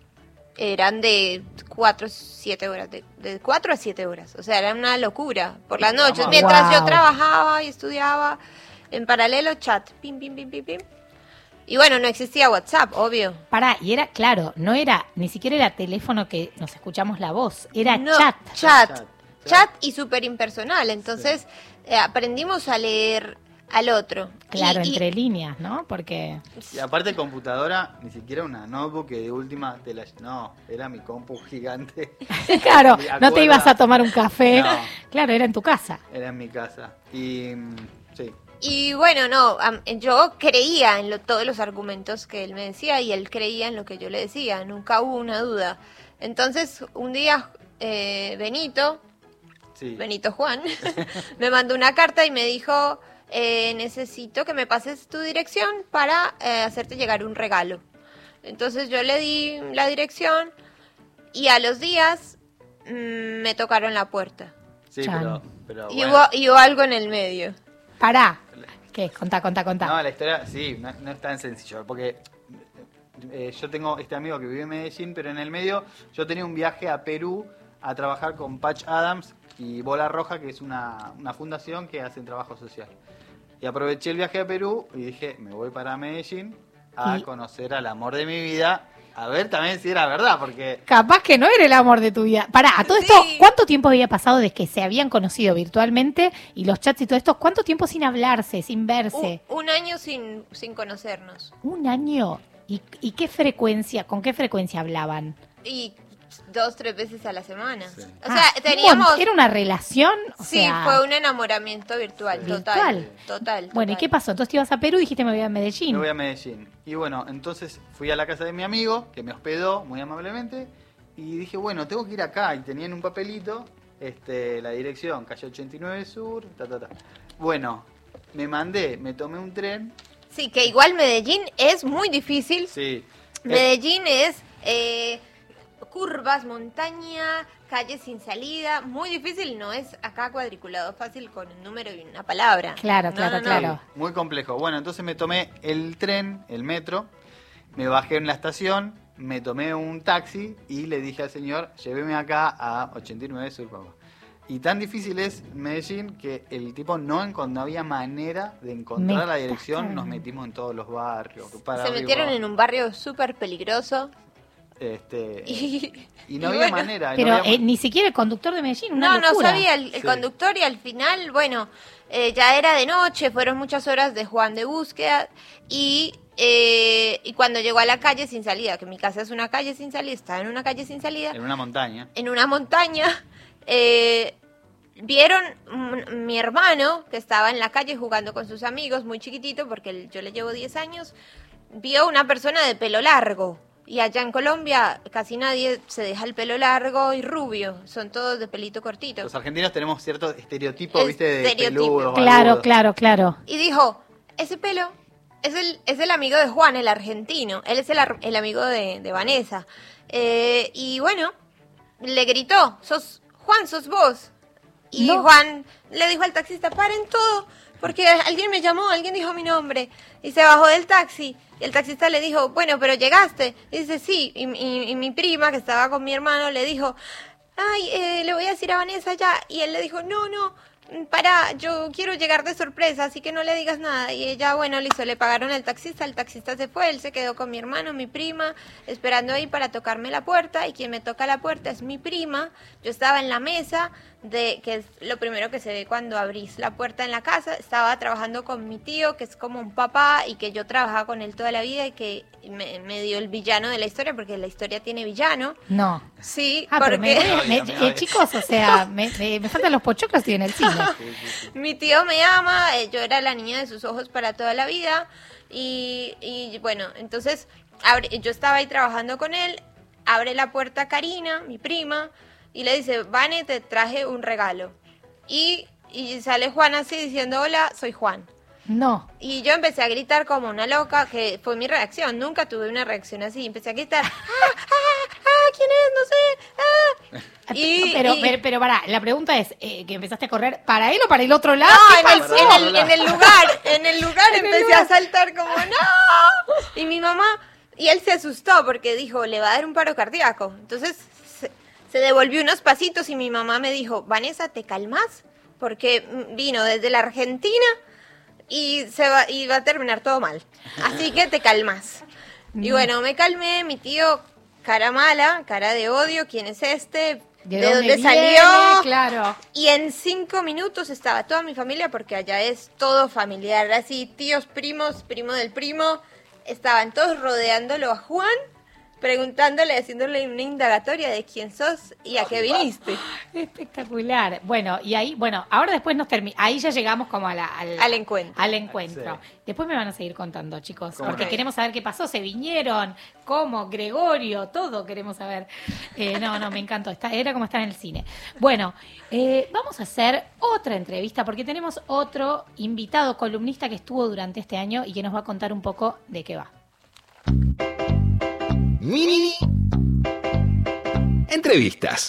eran de cuatro, siete horas, de, de cuatro a siete horas. O sea, era una locura. Por las noches, Vamos. mientras yo Wow. trabajaba y estudiaba, en paralelo chat, pim, pim, pim, pim, pim. Y bueno, no existía WhatsApp, obvio. Pará, y era, claro, no era, ni siquiera era teléfono que nos escuchamos la voz, era No, chat. Chat, Chat. chat y súper impersonal. Entonces, eh, aprendimos a leer al otro. Claro, Y- y- entre líneas, ¿no? Porque Y aparte computadora, ni siquiera una notebook que de última te la... No, era mi compu gigante. claro, Me no te acuerdo. ibas a tomar un café. No. Claro, era en tu casa. Era en mi casa. Y mm, sí, Y bueno, no, am- yo creía en lo- todos los argumentos que él me decía y él creía en lo que yo le decía, nunca hubo una duda. Entonces, un día eh, Benito, sí. Benito Juan, me mandó una carta y me dijo, eh, necesito que me pases tu dirección para eh, hacerte llegar un regalo. Entonces yo le di la dirección y a los días mm, me tocaron la puerta. Sí, Chan. pero... pero Y, bueno. hubo, y hubo algo en el medio. Pará. ¿Qué? Contá, contá, contá. No, la historia, sí, no, no es tan sencillo, porque eh, yo tengo este amigo que vive en Medellín, pero en el medio yo tenía un viaje a Perú a trabajar con Patch Adams y Bola Roja, que es una, una fundación que hace trabajo social. Y aproveché el viaje a Perú y dije, me voy para Medellín a Y- conocer al amor de mi vida, a ver también si era verdad, porque... Capaz que no era el amor de tu vida. Pará, a todo Sí. esto, ¿cuánto tiempo había pasado desde que se habían conocido virtualmente y los chats y todo esto? ¿Cuánto tiempo sin hablarse, sin verse? Un, un año sin, sin conocernos. Un año. ¿Y, y qué frecuencia, con qué frecuencia hablaban? Y dos, tres veces a la semana. Sí. O Ah, sea, un teníamos... mon- ¿Era una relación? O Sí, sea, fue un enamoramiento virtual, Virtual. total. Total. Bueno, ¿y total. qué pasó? Entonces te ibas a Perú y dijiste me voy a Medellín. Me voy a Medellín. Y bueno, entonces fui a la casa de mi amigo, que me hospedó muy amablemente, y dije, bueno, tengo que ir acá. Y tenía en un papelito este, la dirección, calle ochenta y nueve Sur, ta, ta, ta. Bueno, me mandé, me tomé un tren. Sí, que igual Medellín es muy difícil. Sí. Medellín es eh, curvas, montaña, calles sin salida. Muy difícil, no es acá cuadriculado fácil con un número y una palabra. Claro, No, claro, no, no. claro. Sí, muy complejo. Bueno, entonces me tomé el tren, el metro, me bajé en la estación, me tomé un taxi y le dije al señor, lléveme acá a ochenta y nueve Sur, papá. Y tan difícil es Medellín que el tipo no, encon- no había manera de encontrar Me la estás dirección. Nos cargando. metimos en todos los barrios. para Se arriba, metieron abajo. en un barrio súper peligroso. Este, Y, y no y había bueno. manera. y Pero no había eh, ni siquiera el conductor de Medellín, una No, no locura. sabía el, el Sí. conductor y al final, bueno, eh, ya era de noche, fueron muchas horas de Juan de búsqueda y, eh, y cuando llegó a la calle sin salida, que mi casa es una calle sin salida, estaba en una calle sin salida, en una montaña. en una montaña, eh, vieron mm, mi hermano que estaba en la calle jugando con sus amigos, muy chiquitito, porque él- yo le llevo diez años, vio una persona de pelo largo Y allá en Colombia casi nadie se deja el pelo largo y rubio, son todos de pelito cortito. Los argentinos tenemos cierto estereotipo, El ¿viste? De estereotipo. peludos, Claro, barbudos. claro, claro. Y dijo, ese pelo es el, es el amigo de Juan, el argentino. Él es el, ar- el amigo de, de Vanessa. Eh, y bueno, le gritó, sos Juan, sos vos. Y No. Juan le dijo al taxista, paren todo, porque alguien me llamó, alguien dijo mi nombre. Y se bajó del taxi. Y el taxista le dijo, bueno, pero llegaste. Y dice, sí. Y, y- y mi prima, que estaba con mi hermano, le dijo, ay, eh, le voy a decir a Vanessa ya. Y él le dijo, no, no, para, yo quiero llegar de sorpresa, así que no le digas nada. Y ella, bueno, listo, le pagaron al taxista, el taxista se fue, él se quedó con mi hermano, mi prima, esperando ahí para tocarme la puerta. Y quien me toca la puerta es mi prima. Yo estaba en la mesa, de que es lo primero que se ve cuando abrís la puerta en la casa. Estaba trabajando con mi tío, que es como un papá, y que yo trabajaba con él toda la vida, y que me, me dio el villano de la historia, porque la historia tiene villano. No. Sí, Ah, pero porque... me, me- eh, chicos, o sea, me, me- me faltan los pochoclos y en el cine. Mi tío me ama, eh, yo era la niña de sus ojos para toda la vida. Y, y bueno, entonces abre- yo estaba ahí trabajando con él, abre la puerta Karina, mi prima, y le dice, Vane, te traje un regalo. Y, y sale Juan así diciendo, hola, soy Juan. No. Y yo empecé a gritar como una loca, que fue mi reacción, nunca tuve una reacción así, empecé a gritar, ¡ah, ah, ah, quién es? No sé, ah. Y, pero, y- pero, pero pará, la pregunta es, eh, que empezaste a correr para él o para el otro lado. No, ¿Qué en el, pasó? en, el, en el lugar, en el lugar En el empecé lugar. a saltar como ¡no! Y mi mamá, y él se asustó porque dijo, le va a dar un paro cardíaco. Entonces se, se devolvió unos pasitos y mi mamá me dijo, Vanessa, ¿te calmas? Porque mm, vino desde la Argentina y se va, y va a terminar todo mal. Así que te calmas. Y bueno, me calmé, mi tío, cara mala, cara de odio, ¿quién es este? ¿De, ¿De dónde dónde viene? salió? Claro. Y en cinco minutos estaba toda mi familia, porque allá es todo familiar, así tíos, primos, primo del primo, estaban todos rodeándolo a Juan, preguntándole, haciéndole una indagatoria de quién sos y a qué viniste. Espectacular. Bueno, y ahí, bueno, ahora después nos termina, ahí ya llegamos como a la- al, Al encuentro. Al encuentro. Después me van a seguir contando, chicos, ¿Cómo porque no? queremos saber qué pasó, se vinieron, cómo, Gregorio, todo queremos saber. Eh, no, no, me encantó, está, era como estar en el cine. Bueno, eh, vamos a hacer otra entrevista porque tenemos otro invitado columnista que estuvo durante este año y que nos va a contar un poco de qué va. Mini entrevistas.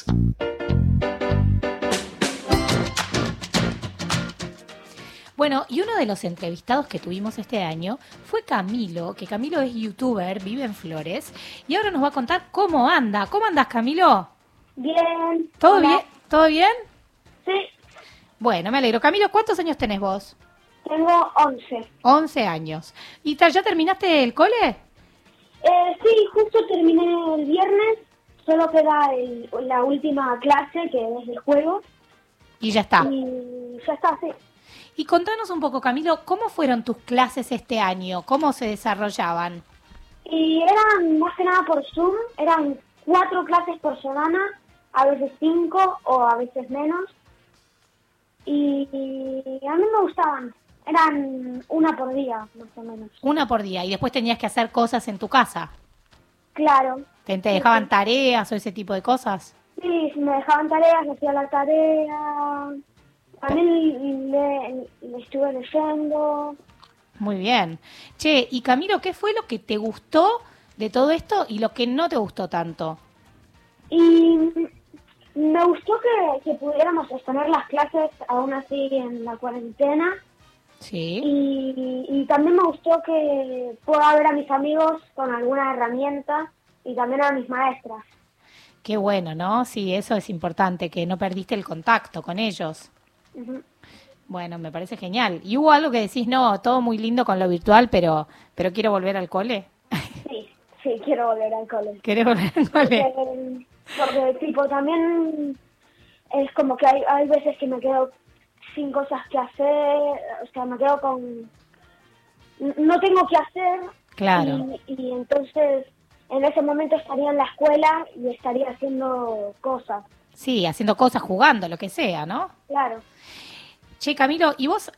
Bueno, y uno de los entrevistados que tuvimos este año fue Camilo, que Camilo es youtuber, vive en Flores, y ahora nos va a contar cómo anda. ¿Cómo andas, Camilo? Bien. ¿Todo Hola. bien? ¿Todo bien? Sí, Bueno, me alegro. Camilo, ¿cuántos años tenés vos? tengo once. once años. ¿Y ta- ya terminaste el cole? Eh, sí, justo terminé el viernes, solo queda el- la última clase, que es el juego. Y ya está. Y ya está, sí. Y contanos un poco, Camilo, ¿cómo fueron tus clases este año? ¿Cómo se desarrollaban? Y eran más que nada por Zoom, eran cuatro clases por semana, a veces cinco o a veces menos. Y, y a mí me gustaban, eran una por día, más o menos. Una por día. Y después tenías que hacer cosas en tu casa. Claro. ¿Te, te dejaban tareas o ese tipo de cosas? Sí, si me dejaban tareas, hacía la tarea. También le, le estuve leyendo. Muy bien. Che, y Camilo, ¿qué fue lo que te gustó de todo esto y lo que no te gustó tanto? Y me gustó que, que pudiéramos sostener las clases aún así en la cuarentena. Sí. Y, y también me gustó que pueda ver a mis amigos con alguna herramienta y también a mis maestras. Qué bueno, ¿no? Sí, eso es importante, que no perdiste el contacto con ellos. Ujú. Bueno, me parece genial. ¿Y hubo algo que decís, no, todo muy lindo con lo virtual, pero pero quiero volver al cole? Sí, sí, quiero volver al cole. ¿Querés volver al cole? Porque, porque, tipo, también es como que hay, hay veces que me quedo sin cosas que hacer, o sea, me quedo con... No tengo que hacer. Claro. Y, y entonces en ese momento estaría en la escuela y estaría haciendo cosas. Sí, haciendo cosas, jugando, lo que sea, ¿no? Claro. Che, Camilo, y vos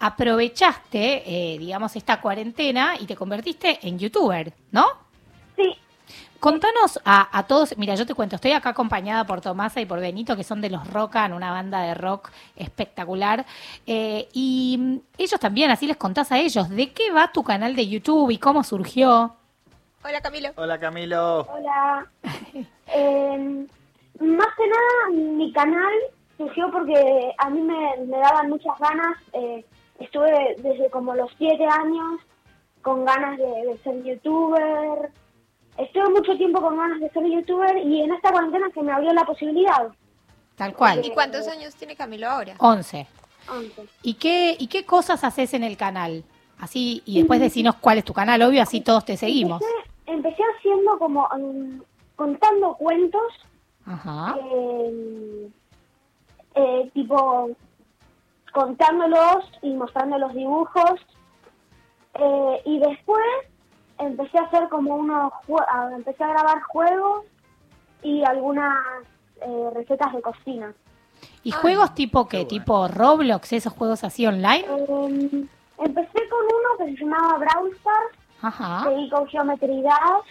aprovechaste, eh, digamos, esta cuarentena y te convertiste en youtuber, ¿no? Sí. contanos a, a todos, mira, yo te cuento, estoy acá acompañada por Tomasa y por Benito, que son de Los Rocan, una banda de rock espectacular, eh, y mm, ellos también, así les contás a ellos, ¿de qué va tu canal de YouTube y cómo surgió? Hola, Camilo. Hola, Camilo. Hola. Eh, más que nada, mi canal surgió porque a mí me, me daban muchas ganas. Eh, estuve desde como los siete años con ganas de, de ser youtuber. Estuve mucho tiempo con ganas de ser youtuber y en esta cuarentena se me abrió la posibilidad. Tal cual. ¿Y cuántos años tiene Camilo ahora? once. once. ¿Y qué, ¿Y qué cosas haces en el canal? Así, y después decinos cuál es tu canal, obvio, así todos te seguimos. Empecé, empecé haciendo como um, contando cuentos. Ajá. Eh, eh, tipo contándolos y mostrando los dibujos. Eh, y después empecé a hacer como unos jue- a- empecé a grabar juegos y algunas eh, recetas de cocina. ¿Y juegos tipo qué? ¿Tipo Roblox, esos juegos así online? Eh, empecé con uno que se llamaba Brawl Stars, Ajá. seguí con Geometry Dash.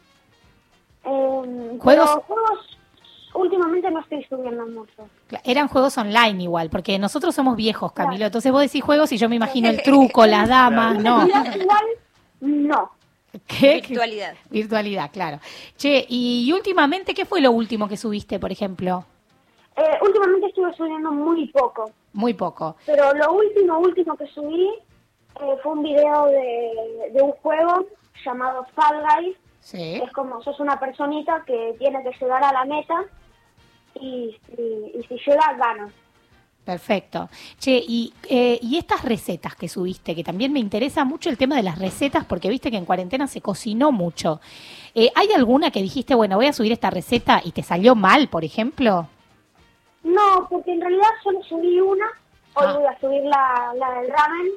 Eh, ¿Juegos? pero juegos últimamente no estoy subiendo mucho. Cla- Eran juegos online igual, porque nosotros somos viejos, Camilo. Entonces vos decís juegos y yo me imagino el truco, las damas, no. Igual, igual, no. ¿Qué? Virtualidad. Virtualidad, claro. Che, y últimamente, ¿qué fue lo último que subiste, por ejemplo? Eh, últimamente estuve subiendo muy poco, Muy poco. pero lo último, último que subí eh, fue un video de, de un juego llamado Fall Guys. Sí. Es como sos una personita que tiene que llegar a la meta y, y, y si llega, ganas. Perfecto. Che, y, eh, y estas recetas que subiste, que también me interesa mucho el tema de las recetas, porque viste que en cuarentena se cocinó mucho. Eh, ¿Hay alguna que dijiste, bueno, voy a subir esta receta y te salió mal, por ejemplo? No, porque en realidad solo subí una. Hoy Ah. voy a subir la, la del ramen.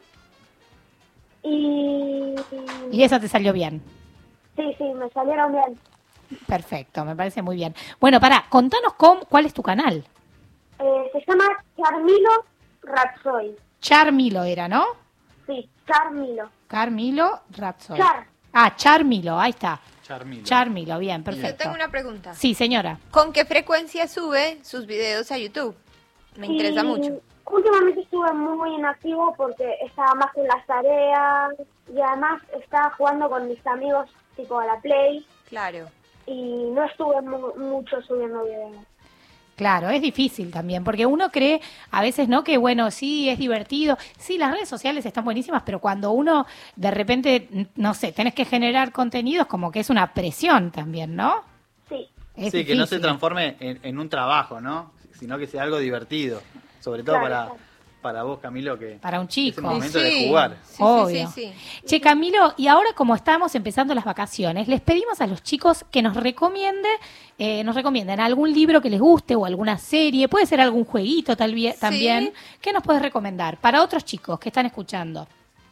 Y... Y esa te salió bien. Sí, sí, me salieron bien. Perfecto, me parece muy bien. Bueno, pará, contanos con, cuál es tu canal. Eh, se llama Charmilo Ratsoy. Charmilo era, ¿no? Sí, Charmilo. Carmilo Ratsoy. Char. Ah, Charmilo, ahí está. Charmilo. Charmilo, bien, Yo perfecto. tengo una pregunta. Sí, señora. ¿Con qué frecuencia sube sus videos a YouTube? Me interesa Y mucho. Últimamente estuve muy inactivo porque estaba más con las tareas y además estaba jugando con mis amigos tipo a la Play Claro. y no estuve mu- mucho subiendo videos. Claro, es difícil también, porque uno cree a veces, ¿no? Que bueno, sí, es divertido. Sí, las redes sociales están buenísimas, pero cuando uno de repente, n- no sé, tenés que generar contenidos, como que es una presión también, ¿no? Sí. Es Sí, que no se difícil. transforme en, en un trabajo, ¿no? Sino que sea algo divertido. Sobre todo Claro, para, claro. para vos, Camilo, que Para un chico. es el momento Sí. de jugar. Sí, Obvio. sí, sí, sí. Che, Camilo, y ahora como estamos empezando las vacaciones, les pedimos a los chicos que nos recomiende, eh, nos recomienden algún libro que les guste o alguna serie, puede ser algún jueguito tal vez, Sí. también. ¿Qué nos puedes recomendar para otros chicos que están escuchando?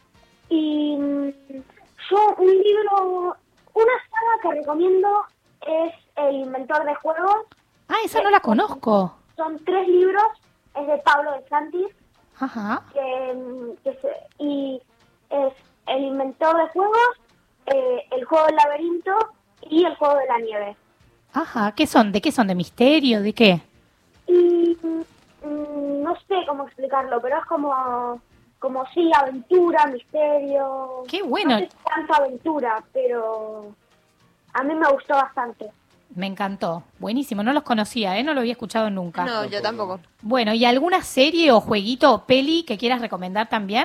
Y mm, yo un libro, una saga que recomiendo es El Inventor de Juegos. Ah, esa no la conozco. Son tres libros, es de Pablo de Santis, Ajá. que, mm, que se- y es El Inventor de Juegos, eh, El Juego del Laberinto y El Juego de la Nieve. Ajá, ¿qué son? ¿De qué son? ¿De misterio? ¿De qué? Y mm, no sé cómo explicarlo, pero es como, como sí, aventura, misterio. Qué bueno. No sé si tanta aventura, pero a mí me gustó bastante. Me encantó. Buenísimo, no los conocía, ¿eh? No lo había escuchado nunca. No, yo tampoco. Bueno, ¿y alguna serie o jueguito o peli que quieras recomendar también?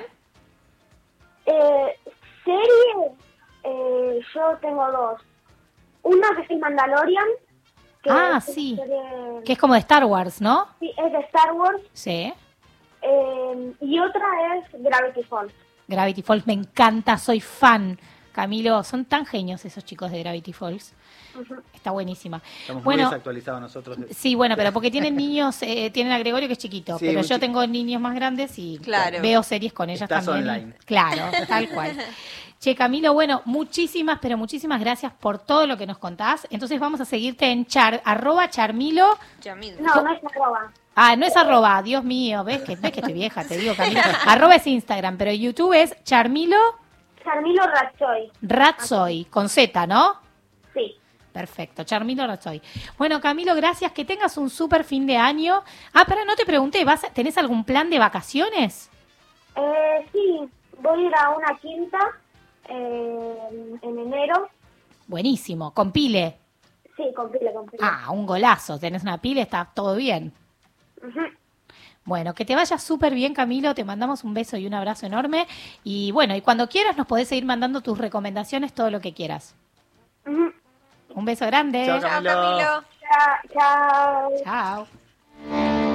Eh, serie, eh, yo tengo dos. Una que es Mandalorian. Que Ah, es sí. serie- Que es como de Star Wars, ¿no? sí, es de Star Wars. Sí. Eh, y otra es Gravity Falls. Gravity Falls, me encanta, soy fan. Camilo, son tan genios esos chicos de Gravity Falls. Ujú. Está buenísima. Estamos muy Bueno, desactualizados nosotros. sí, bueno, pero porque tienen niños, eh, tienen a Gregorio que es chiquito, Sí, pero muy yo chi- tengo niños más grandes y Claro. veo series con ellas Estás también. online. Claro, tal cual. Che, Camilo, bueno, muchísimas, pero muchísimas gracias por todo lo que nos contás. Entonces vamos a seguirte en char, arroba charmilo. Yamil. No, no es arroba. Ah, no es arroba, Dios mío, ves que, ves que estoy vieja, te digo, Camilo. Arroba es Instagram, pero YouTube es charmilo Charmilo Ratsoy. ratsoy, con Z, ¿no? Sí. Perfecto, Charmito no soy. Bueno, Camilo, gracias, que tengas un súper fin de año. Ah, pero no te pregunté, ¿vas a- ¿tenés algún plan de vacaciones? Eh, sí, voy a ir a una quinta eh, en enero. Buenísimo, con pile. Sí, con pila, con pila. Ah, un golazo, tenés una pile, está todo bien. Ujú. Bueno, que te vaya súper bien, Camilo, te mandamos un beso y un abrazo enorme. Y bueno, y cuando quieras nos podés seguir mandando tus recomendaciones, todo lo que quieras. Ujú. Un beso grande. Chao, Camilo. Camilo. Chao. Chao. Chao.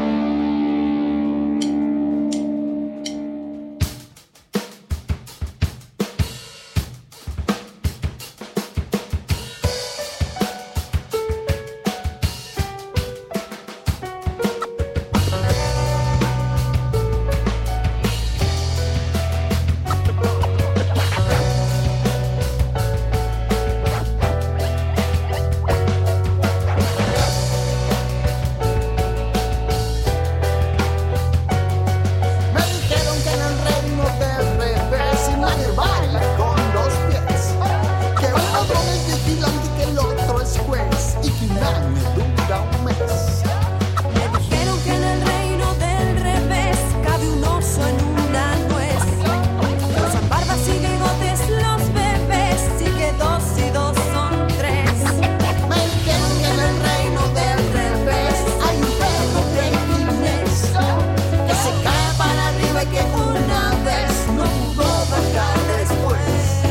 Me dijeron que en el reino del revés nadie baila con los pies, que uno toma es vigilante y que el otro es juez y que un año dura un mes. Me dijeron que en el reino del revés cabe un oso en una nuez. Que usan barbas y bigotes los bebés y que dos y dos son tres. Me dijeron que en el reino del revés hay un perro de Inés que se cae para arriba y que una vez no pudo bajar después.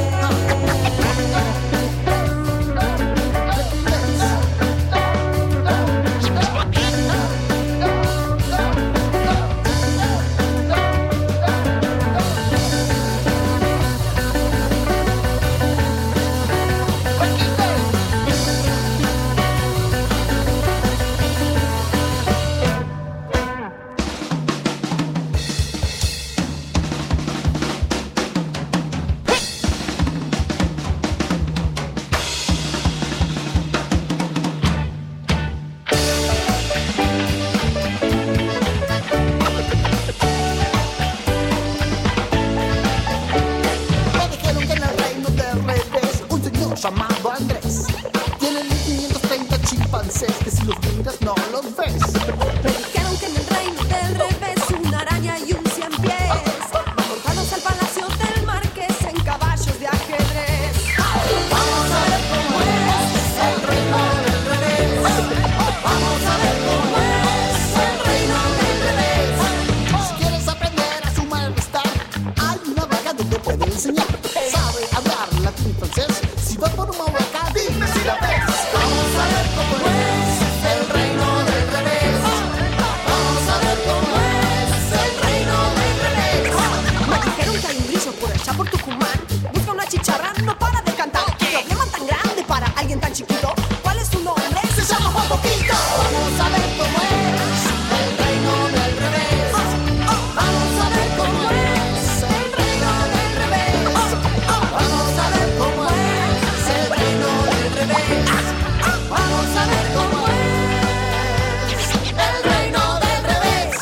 Me dijeron que en el reino del revés un señor llamado Andrés tiene mil quinientos treinta chimpancés que si los miras no los ves. Me dijeron que en el reino del revés una araña y un cien pies van forjados al palacio del marqués en caballos de ajedrez. Vamos a ver cómo es el reino del revés. Vamos a ver cómo es el reino del revés. Si quieres aprender a sumar y restar, hay una vaga que te puede enseñar. Sabe hablar latín y francés. Si vas por una vaca, dime si la ves. Vamos a ver cómo es el reino del revés. Vamos a ver cómo es el reino del revés. Me dijeron que hay un grillo por allá por Tucumán. Busca una chicharra, no para de cantar. ¿Qué problema tan grande para alguien tan chiquito? ¿Cuál es su nombre? Se llama Juan Boquito. Vamos a ver cómo es el reino del revés. Vamos a ver cómo es el reino del revés. Vamos a ver cómo es el reino del revés. Vamos a ver cómo es el reino del revés.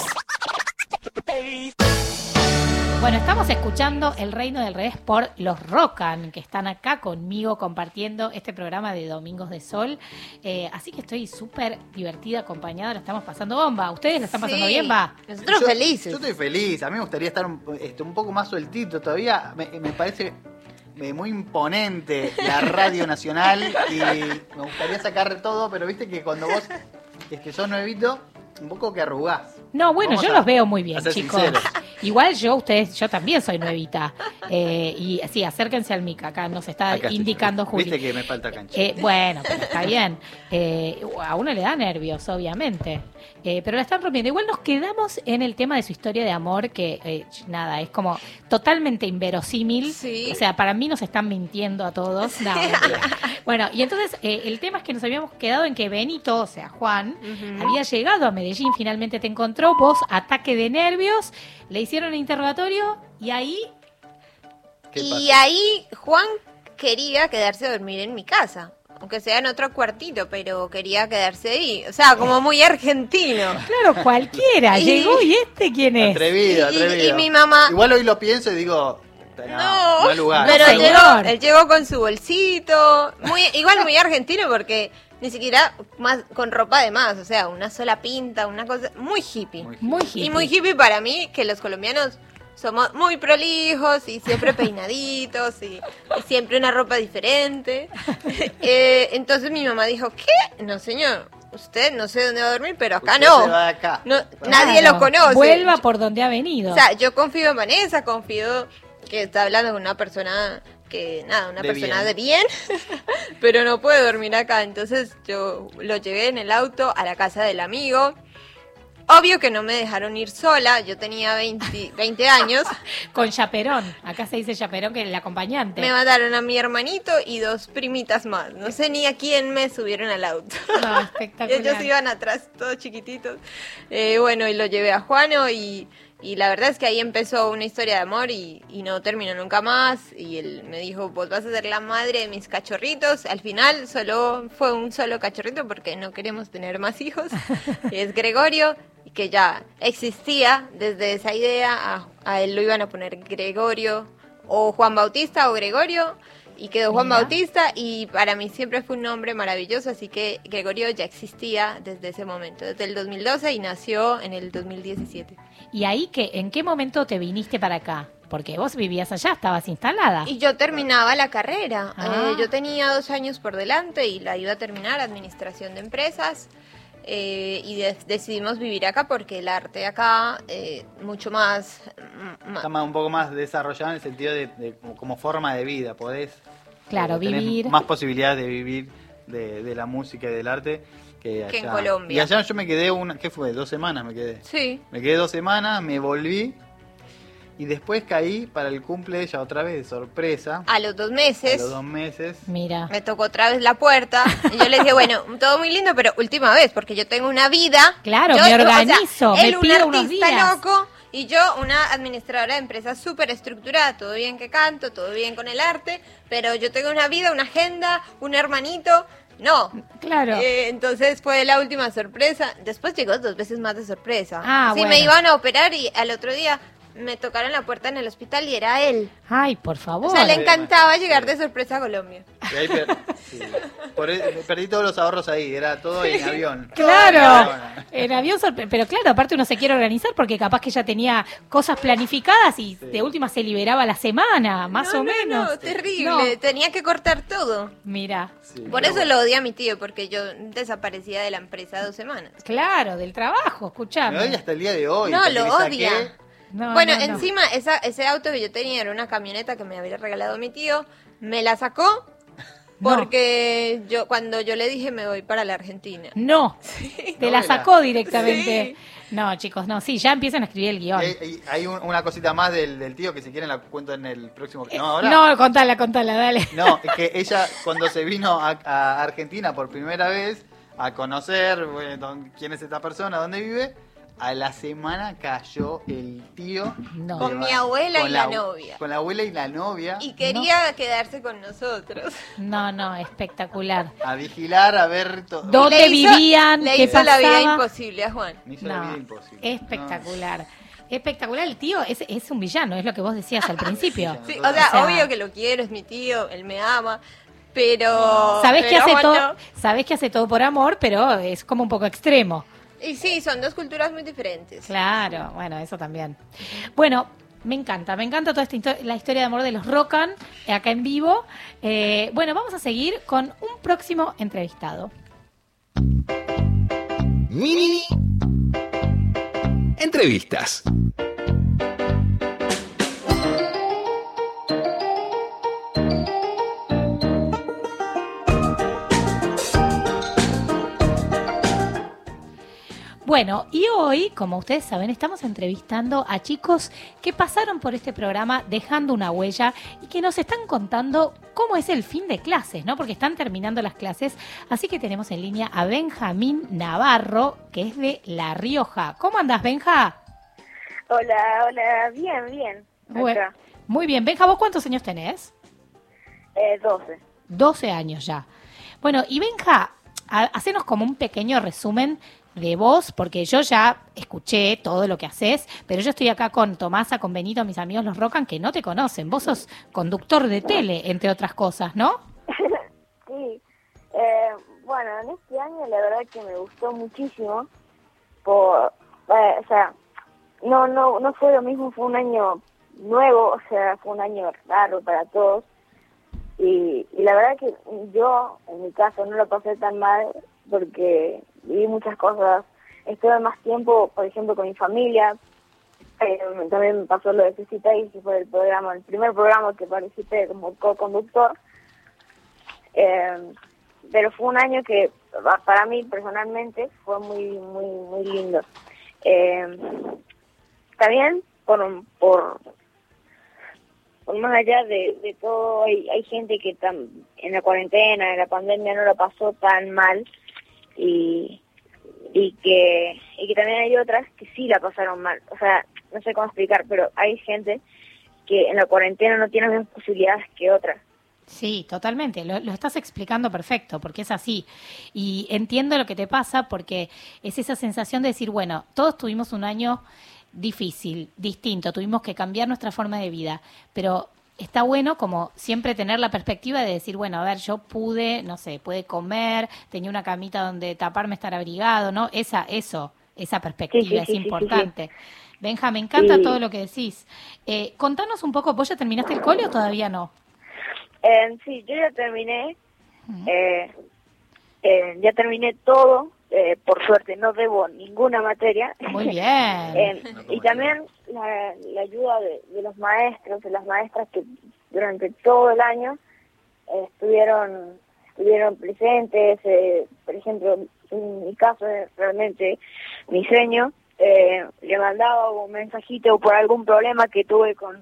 Bueno, estamos escuchando El Reino del Revés por los Rocan, que están acá conmigo compartiendo este programa de Domingos de Sol. Eh, así que estoy súper divertida, acompañada, lo estamos pasando bomba. ¿Ustedes lo están pasando Sí. bien, va? Nosotros Yo- felices. Yo estoy feliz. A mí me gustaría estar un, este, un poco más sueltito todavía. Me, me parece eh, muy imponente la Radio Nacional y me gustaría sacar todo, pero viste que cuando vos este, sos nuevito, un poco que arrugás. No, bueno, Vamos yo a- los veo muy bien, a ser chicos. sinceros. Igual yo, ustedes, yo también soy nuevita. Eh, y sí, acérquense al mic, acá nos está Acá estoy indicando yo. Juli. Viste que me falta cancha. Eh, bueno, pero está bien. Eh, a uno le da nervios, obviamente. Eh, pero la están rompiendo. Igual nos quedamos en el tema de su historia de amor, que eh, nada, es como totalmente inverosímil. Sí. O sea, para mí nos están mintiendo a todos. No, mentira. Bueno, y entonces eh, el tema es que nos habíamos quedado en que Benito, o sea, Juan, Ujú. había llegado a Medellín, finalmente te encontró, vos, ataque de nervios, le hicieron el interrogatorio y ahí... Y ahí Juan quería quedarse a dormir en mi casa. Aunque sea en otro cuartito, pero quería quedarse ahí. O sea, como muy argentino. Claro, cualquiera. Y- Llegó y este quién es. Atrevido, Y- y- atrevido. y mi mamá- Igual hoy lo pienso y digo, No, no hay lugar. Pero no él hay llegó, lugar. él llegó con su bolsito, muy igual muy argentino porque ni siquiera más con ropa de más, o sea, una sola pinta, una cosa muy hippie. Muy hippie. Y muy hippie para mí, que los colombianos somos muy prolijos y siempre peinaditos y, y siempre una ropa diferente. Eh, entonces mi mamá dijo, ¿qué? No, señor, usted no sé dónde va a dormir, pero acá Usted no. se va de acá. No, Claro, nadie lo conoce. Vuelva por donde ha venido. O sea, yo confío en Vanessa, confío que está hablando con una persona que, nada, una De persona bien. de bien, pero no puede dormir acá. Entonces yo lo llevé en el auto a la casa del amigo. Obvio que no me dejaron ir sola, yo tenía veinte, veinte años. Con chaperón, acá se dice chaperón, que es el acompañante. Me mandaron a mi hermanito y dos primitas más. No sé ni a quién me subieron al auto. No, espectacular. Ellos iban atrás, todos chiquititos. Eh, bueno, y lo llevé a Juano y, y la verdad es que ahí empezó una historia de amor y, y no terminó nunca más. Y él me dijo, vos vas a ser la madre de mis cachorritos. Al final solo fue un solo cachorrito porque no queremos tener más hijos. Es Gregorio, que ya existía desde esa idea. A, a él lo iban a poner Gregorio o Juan Bautista o Gregorio. Y quedó Juan Mira. Bautista y para mí siempre fue un nombre maravilloso, así que Gregorio ya existía desde ese momento, desde el dos mil doce y nació en el dos mil diecisiete. ¿Y ahí qué, en qué momento te viniste para acá? Porque vos vivías allá, estabas instalada. Y yo terminaba la carrera, Ah. eh, yo tenía dos años por delante y la iba a terminar, administración de empresas, eh, y de- decidimos vivir acá porque el arte acá eh, mucho más... mm, ma- Está más- un poco más desarrollado en el sentido de, de como, como forma de vida. Podés Claro, eh, tenés vivir. más posibilidades de vivir de, de la música y del arte que allá. Que en Colombia. Y allá yo me quedé, una, ¿qué fue? Dos semanas me quedé. Sí. Me quedé dos semanas, me volví y después caí para el cumple de ella otra vez de sorpresa. A los dos A meses los dos meses. Mira. me tocó otra vez la puerta y yo le dije, bueno, todo muy lindo, pero última vez, porque yo tengo una vida. Claro, Yo- me o sea, organizo, me él un pido unos artista días. loco y yo una administradora de empresas súper estructurada, todo bien que canto, todo bien con el arte, pero yo tengo una vida, una agenda, un hermanito. No. Claro. Eh, entonces fue la última sorpresa. Después llegó dos veces más de sorpresa. Ah, sí, bueno. me iban a operar y al otro día me tocaron la puerta en el hospital y era él. Ay, por favor. O sea, le encantaba llegar de sorpresa a Colombia. Y ahí per- sí. Por ahí- perdí todos los ahorros ahí, era todo en avión. Claro, en avión, sorpre- pero claro, aparte uno se quiere organizar porque capaz que ya tenía cosas planificadas y de última se liberaba la semana, más No, o no, menos. no, terrible. No. Tenía que cortar todo. Mira, Por eso lo odié a mi tío, porque yo desaparecía de la empresa dos semanas. claro, del trabajo, escuchame. Me odia hasta el día de hoy. No, porque lo le saqué- odia. No, bueno, no, no. encima esa, ese auto que yo tenía era una camioneta que me había regalado mi tío, me la sacó porque yo cuando yo le dije me voy para la Argentina. No, te la Novela. sacó directamente. No, chicos, no, sí, ya empiezan a escribir el guión. Hay, hay- hay un- una cosita más del, del tío que si quieren la cuento en el próximo. No, ahora. Eh, No, contala, contala, dale. No, es que ella cuando se vino a, a Argentina por primera vez a conocer bueno, don- quién es esta persona, dónde vive, a la semana cayó el tío. No. Con de- mi abuela con y la novia. Con la abuela y la novia. Y quería quedarse con nosotros. No, no, espectacular. A vigilar, a ver todo. ¿Dónde Le hizo- vivían? Le ¿Qué hizo la vida pasaba? imposible a Juan. Me hizo la No, vida imposible. espectacular. Espectacular, el tío es, es un villano, es lo que vos decías al principio. Sí, o sea, obvio que lo quiero, es mi tío, él me ama, pero... Sabés que pero hace Juan todo, no. sabés que hace todo por amor, pero es como un poco extremo. Y sí, son dos culturas muy diferentes. Claro, bueno, eso también. Bueno, me encanta, me encanta toda esta histo- la historia de amor de los Rockan, eh, acá en vivo. Eh, bueno, vamos a seguir con un próximo entrevistado. Mini entrevistas. Bueno, y hoy, como ustedes saben, estamos entrevistando a chicos que pasaron por este programa dejando una huella y que nos están contando cómo es el fin de clases, ¿no? Porque están terminando las clases, así que tenemos en línea a Benjamín Navarro, que es de La Rioja. ¿Cómo andás, Benja? Hola, hola, bien, bien. Bue- Acá. Muy bien. Benja, ¿vos cuántos años tenés? Eh, doce. doce años ya. Bueno, y Benja, ha- hacenos como un pequeño resumen de vos, porque yo ya escuché todo lo que haces, pero yo estoy acá con Tomasa, con Benito, mis amigos los Rocan, que no te conocen. Vos sos conductor de tele, entre otras cosas, ¿no? Sí. Eh, bueno, en este año la verdad que me gustó muchísimo. Por, eh, o sea, no, no, no fue lo mismo, fue un año nuevo, o sea, fue un año raro para todos. Y, y la verdad que yo, en mi caso, no lo pasé tan mal porque viví muchas cosas. Estuve más tiempo, por ejemplo, con mi familia. Eh, también me pasó lo de Cecita y que fue el programa, el primer programa que participé como co-conductor. Eh, pero fue un año que para mí personalmente fue muy, muy, muy lindo. Eh, también por, por Por más allá de, de todo, hay, hay gente que tam, en la cuarentena, en la pandemia, no la pasó tan mal y, y que y que también hay otras que sí la pasaron mal. O sea, no sé cómo explicar, pero hay gente que en la cuarentena no tiene las mismas posibilidades que otras. Sí, totalmente. Lo, lo estás explicando perfecto, porque es así. Y entiendo lo que te pasa, porque es esa sensación de decir, bueno, todos tuvimos un año difícil, distinto, tuvimos que cambiar nuestra forma de vida, pero está bueno como siempre tener la perspectiva de decir, bueno, a ver, yo pude, no sé, pude comer, tenía una camita donde taparme, estar abrigado, ¿no? Esa, eso, esa perspectiva Sí, sí, es sí, sí, importante. sí, sí. Benja, me encanta Sí. todo lo que decís. Eh, contanos un poco, ¿vos ya terminaste el cole o todavía no? Eh, sí, yo ya terminé, eh, eh, ya terminé todo, eh, por suerte no debo ninguna materia. Muy bien. Eh, y también la, la ayuda de, de los maestros, de las maestras que durante todo el año eh, estuvieron estuvieron presentes. Eh, por ejemplo, en mi caso, eh, realmente, mi seño eh, le mandaba un mensajito por algún problema que tuve con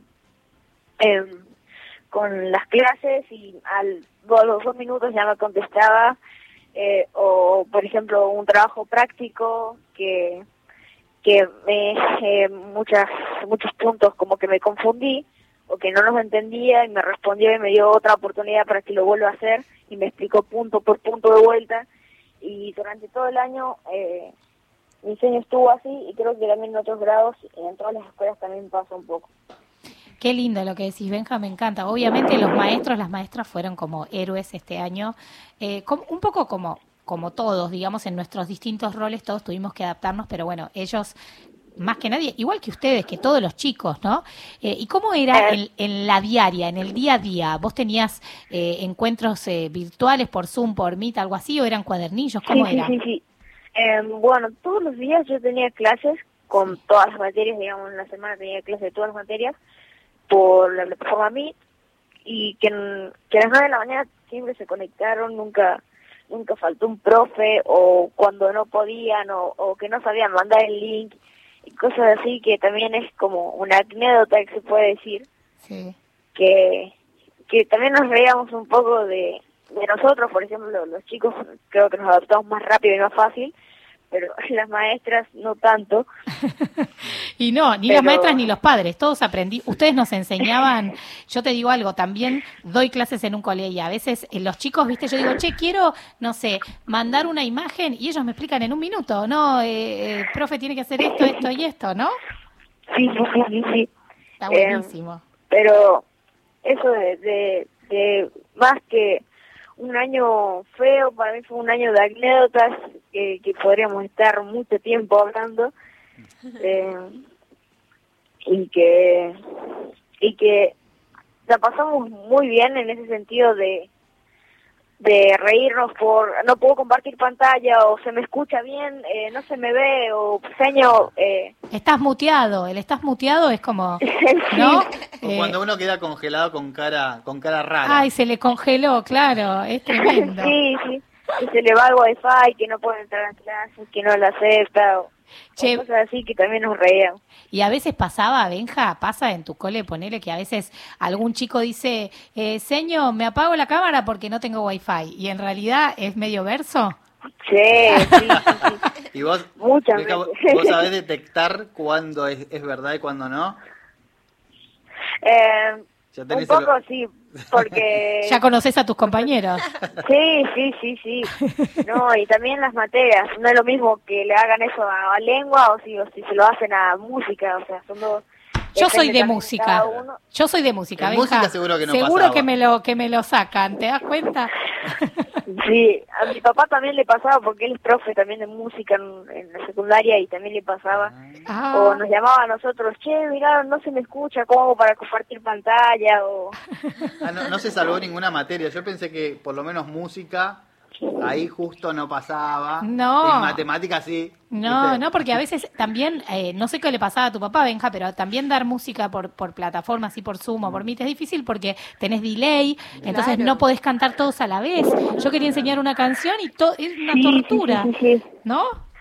eh, con las clases y al, a los dos minutos ya me contestaba. Eh, o, por ejemplo, un trabajo práctico que que me eh, muchas muchos puntos como que me confundí o que no los entendía y me respondió y me dio otra oportunidad para que lo vuelva a hacer y me explicó punto por punto de vuelta. Y durante todo el año eh, mi diseño estuvo así y creo que también en otros grados y en todas las escuelas también pasa un poco. Qué lindo lo que decís, Benja, me encanta. Obviamente los maestros, las maestras fueron como héroes este año, eh, como, un poco como, como todos, digamos, en nuestros distintos roles todos tuvimos que adaptarnos, pero bueno, ellos más que nadie, igual que ustedes, que todos los chicos, ¿no? Eh, ¿Y cómo era en, en la diaria, en el día a día? ¿Vos tenías eh, encuentros eh, virtuales por Zoom, por Meet, algo así, o eran cuadernillos? ¿Cómo sí, era? Sí, sí, sí. Eh, bueno, todos los días yo tenía clases con todas las materias, digamos, en la semana tenía clases de todas las materias por la plataforma Meet y que, en, que a las nueve de la mañana siempre se conectaron, nunca nunca faltó un profe o cuando no podían o, o que no sabían mandar el link y cosas así, que también es como una anécdota que se puede decir. Sí. que que también nos reíamos un poco de, de nosotros, por ejemplo, los chicos creo que nos adaptamos más rápido y más fácil, pero las maestras no tanto. Y no, ni Pero... las maestras ni los padres, todos aprendí. Ustedes nos enseñaban, yo te digo algo, también doy clases en un colegio. A veces eh, los chicos, viste, yo digo, che, quiero, no sé, mandar una imagen y ellos me explican en un minuto, ¿no? Eh, eh, profe, tiene que hacer esto, esto y esto, ¿no? Sí, sí, sí, sí. sí. Está buenísimo. Eh, pero eso de, de, de más que un año feo, para mí fue un año de anécdotas que, que podríamos estar mucho tiempo hablando. Eh, y que y que la pasamos muy bien en ese sentido de de reírnos por no puedo compartir pantalla o se me escucha bien, eh, no se me ve o seño eh. Estás muteado, el estás muteado es como, ¿no? O Eh, cuando uno queda congelado con cara con cara rara. ay, se le congeló, claro, es tremendo. Sí, sí, que se le va el wifi, que no puede entrar a clases, que no la acepta o, Che, o cosas así que también nos reíamos. Y a veces pasaba, Benja, pasa en tu cole, ponele que a veces algún chico dice, eh, señor, me apago la cámara porque no tengo wifi, y en realidad es medio verso. Sí, sí, sí, sí. Y vos, Muchas Benja, vos, veces. vos sabés detectar cuándo es, es verdad y cuándo no. Eh, Ya Un tenés poco el- sí, porque... Ya conoces a tus compañeros. Sí, sí, sí, sí. No, y también las materias. No es lo mismo que le hagan eso a, a lengua o si, o si se lo hacen a música. O sea, son dos... Yo soy depende de también música. cada uno. Yo soy de música. En Benja. música seguro que no Seguro pasaba. que me lo que me lo sacan. ¿Te das cuenta? Sí, a mi papá también le pasaba porque él es profe también de música en, en la secundaria y también le pasaba. Ah. O nos llamaba a nosotros, che, mirá, no se me escucha, ¿cómo hago para compartir pantalla? O... Ah, no, no se salvó ninguna materia. Yo pensé que por lo menos música, ahí justo no pasaba. No. En matemáticas sí. No, ¿viste? no, porque a veces también, eh, no sé qué le pasaba a tu papá, Benja, pero también dar música por, por plataformas, así por Zoom o por Meet es difícil porque tenés delay, entonces Claro. no podés cantar todos a la vez. Yo quería enseñar una canción y to- es una Sí, sí, tortura, sí, sí, sí. ¿no?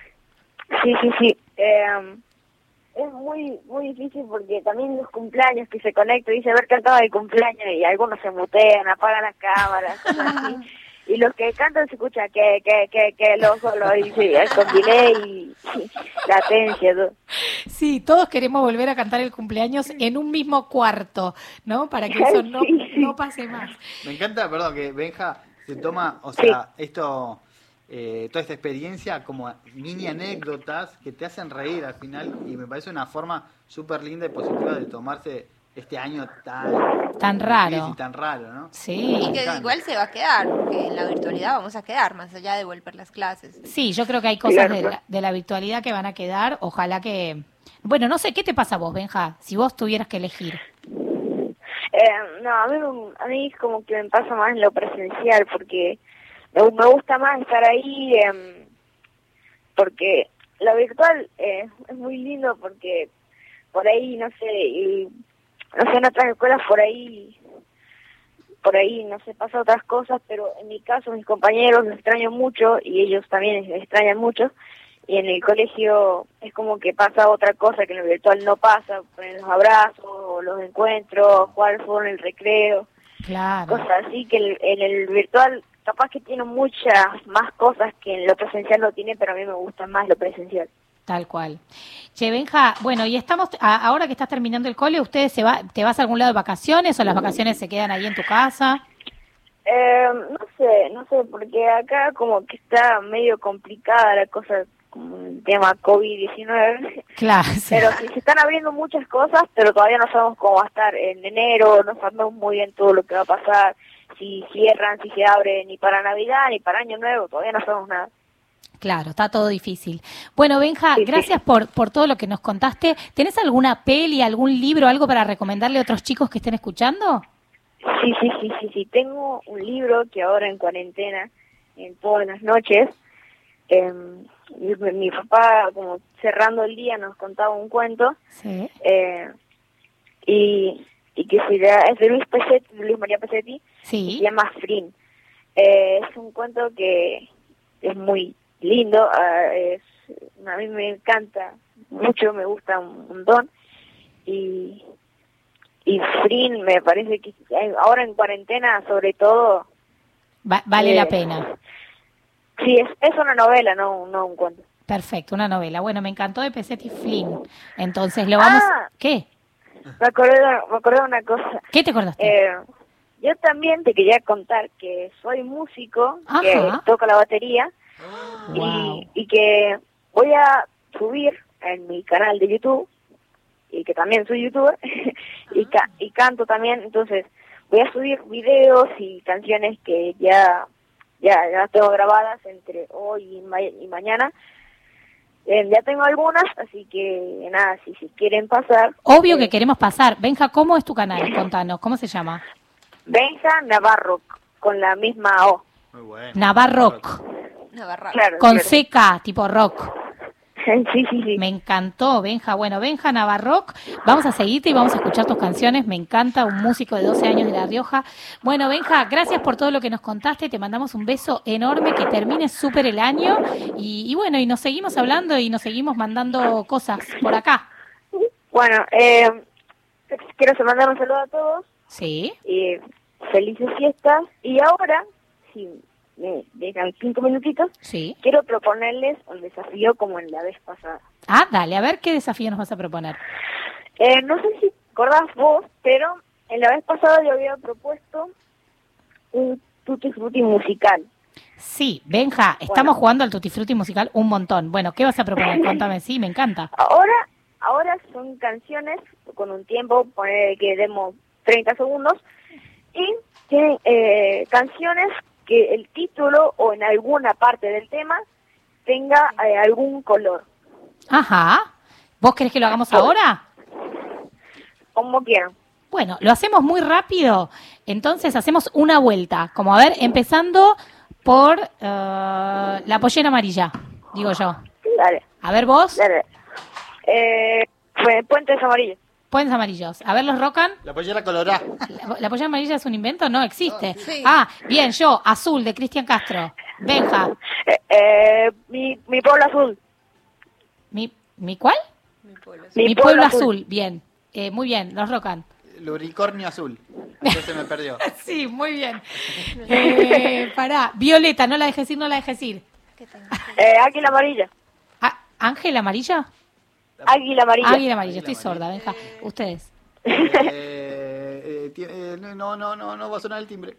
Sí, sí, sí. Eh, es muy muy difícil porque también los cumpleaños que se conectan, dice haber cantado el cumpleaños y algunos se mutean, apagan las cámaras, cosas así. Y los que cantan se escucha que, que, que, que, lo solo dice con delay y, y latencia. ¿No? Sí, todos queremos volver a cantar el cumpleaños en un mismo cuarto, ¿no? Para que eso no, Sí, sí. no pase más. Me encanta, perdón, que Benja se toma, o sea, esto, eh, toda esta experiencia como mini anécdotas que te hacen reír al final y me parece una forma súper linda y positiva de tomarse este año tan, Tan difícil raro. y tan raro, ¿no? Sí. Y Me que encanta. igual se va a quedar, porque en la virtualidad vamos a quedar, más allá de volver las clases. Sí, yo creo que hay cosas Claro, de la, de la virtualidad que van a quedar. Ojalá que... Bueno, no sé, ¿qué te pasa a vos, Benja? Si vos tuvieras que elegir. Eh, no, a mí, a mí es como que me pasa más en lo presencial porque me, me gusta más estar ahí eh, porque lo virtual eh, es muy lindo porque por ahí, no sé, y, no sé, en otras escuelas por ahí, por ahí, no sé, pasa otras cosas, pero en mi caso mis compañeros los extraño mucho y ellos también me extrañan mucho. Y en el colegio es como que pasa otra cosa que en el virtual no pasa, ponen los abrazos, los encuentros, jugar fue en el recreo, Claro. cosas así que el- en el virtual capaz que tiene muchas más cosas que en lo presencial no tiene, pero a mí me gusta más lo presencial. Tal cual. Che, Benja, bueno, y estamos, a- ahora que estás terminando el cole, ¿ustedes se va, te vas a algún lado de vacaciones o las vacaciones se quedan ahí en tu casa? Eh, no sé, no sé, porque acá como que está medio complicada la cosa con el tema COVID diecinueve. Claro, sí. Pero sí, se están abriendo muchas cosas, pero todavía no sabemos cómo va a estar en enero, no sabemos muy bien todo lo que va a pasar, si cierran, si se abren, ni para Navidad, ni para Año Nuevo, todavía no sabemos nada. Claro, está todo difícil. Bueno, Benja, Sí, sí. gracias por, por todo lo que nos contaste. ¿Tenés alguna peli, algún libro, algo para recomendarle a otros chicos que estén escuchando? Sí, sí, sí, sí, sí. Tengo un libro que ahora en cuarentena, en todas las noches, eh, mi, mi papá, como cerrando el día, nos contaba un cuento, Sí. eh, y, y que se llama- es de Luis Pesetti, Luis María Pesetti, Sí. y se llama Frin. Eh, es un cuento que es muy lindo, ah, es, a mí me encanta mucho, me gusta un montón, y y Frin me parece que eh, ahora en cuarentena sobre todo Va- vale Eh, la pena. sí es, es una novela, no no un cuento. Perfecto, una novela. Bueno, me encantó de Pesetti Flynn. Entonces lo vamos... Ah. ¿Qué? Me acordé de, me acordé de una cosa. ¿Qué te acordaste? Eh, yo también te quería contar que soy músico, que Ajá. toco la batería Wow. y, y que voy a subir en mi canal de YouTube, y que también soy youtuber, y, ca- y canto también, entonces voy a subir videos y canciones que ya ya, ya tengo grabadas entre hoy y, ma- y mañana. Eh, ya tengo algunas, así que nada, si, si quieren pasar. Obvio eh, que queremos pasar. Benja, ¿cómo es tu canal? Contanos, ¿cómo se llama? Benja Navarro, con la misma O. Muy bueno. Navarrock. Navarra. Claro, Con claro. C K, tipo rock. Sí, sí, sí. Me encantó, Benja. Bueno, Benja Navarrock, vamos a seguirte y vamos a escuchar tus canciones. Me encanta, un músico de doce años de La Rioja. Bueno, Benja, gracias por todo lo que nos contaste. Te mandamos un beso enorme, que termine súper el año. Y, y bueno, y nos seguimos hablando y nos seguimos mandando cosas por acá. Bueno, eh, quiero mandar un saludo a todos. Sí. Y felices fiestas. Y ahora, si me dejan cinco minutitos, Sí. quiero proponerles un desafío como en la vez pasada. Ah, dale, a ver qué desafío nos vas a proponer. Eh, no sé si acordás vos, pero en la vez pasada yo había propuesto un tutti frutti musical. Sí, Benja, estamos jugando al Tutti Frutti musical un montón. Bueno, ¿qué vas a proponer? Contame, sí, me encanta. Ahora, ahora son canciones con un tiempo, poner que demos treinta segundos, y tienen eh, canciones que el título o en alguna parte del tema tenga eh, algún color. Ajá. ¿Vos querés que lo hagamos ahora? Como quieran. Bueno, lo hacemos muy rápido. Entonces hacemos una vuelta. Como a ver, empezando por uh, la pollera amarilla, digo yo. Dale. A ver vos. Dale. Eh, pues, puentes amarillos. Puentes amarillos. A ver los Rocan. La pollera colorada. ¿La, la pollera amarilla es un invento? No, existe. No, sí. Ah, bien, yo, azul, de Cristian Castro. Benja. Eh, eh, mi, mi pueblo azul. ¿Mi, ¿mi cuál? Mi pueblo azul. Mi Mi pueblo pueblo azul. azul. Bien. Eh, muy bien, los Rocan. El unicornio azul. Entonces se me perdió. Sí, muy bien. Eh, pará. Violeta, no la dejes ir, no la dejes ir. Eh, águila amarilla. Ah, ¿Ángel amarilla? Águila amarilla. Águila amarilla, estoy sorda, Benja. Ustedes. Eh, eh, tiene- eh, no, no, no, no va a sonar el timbre.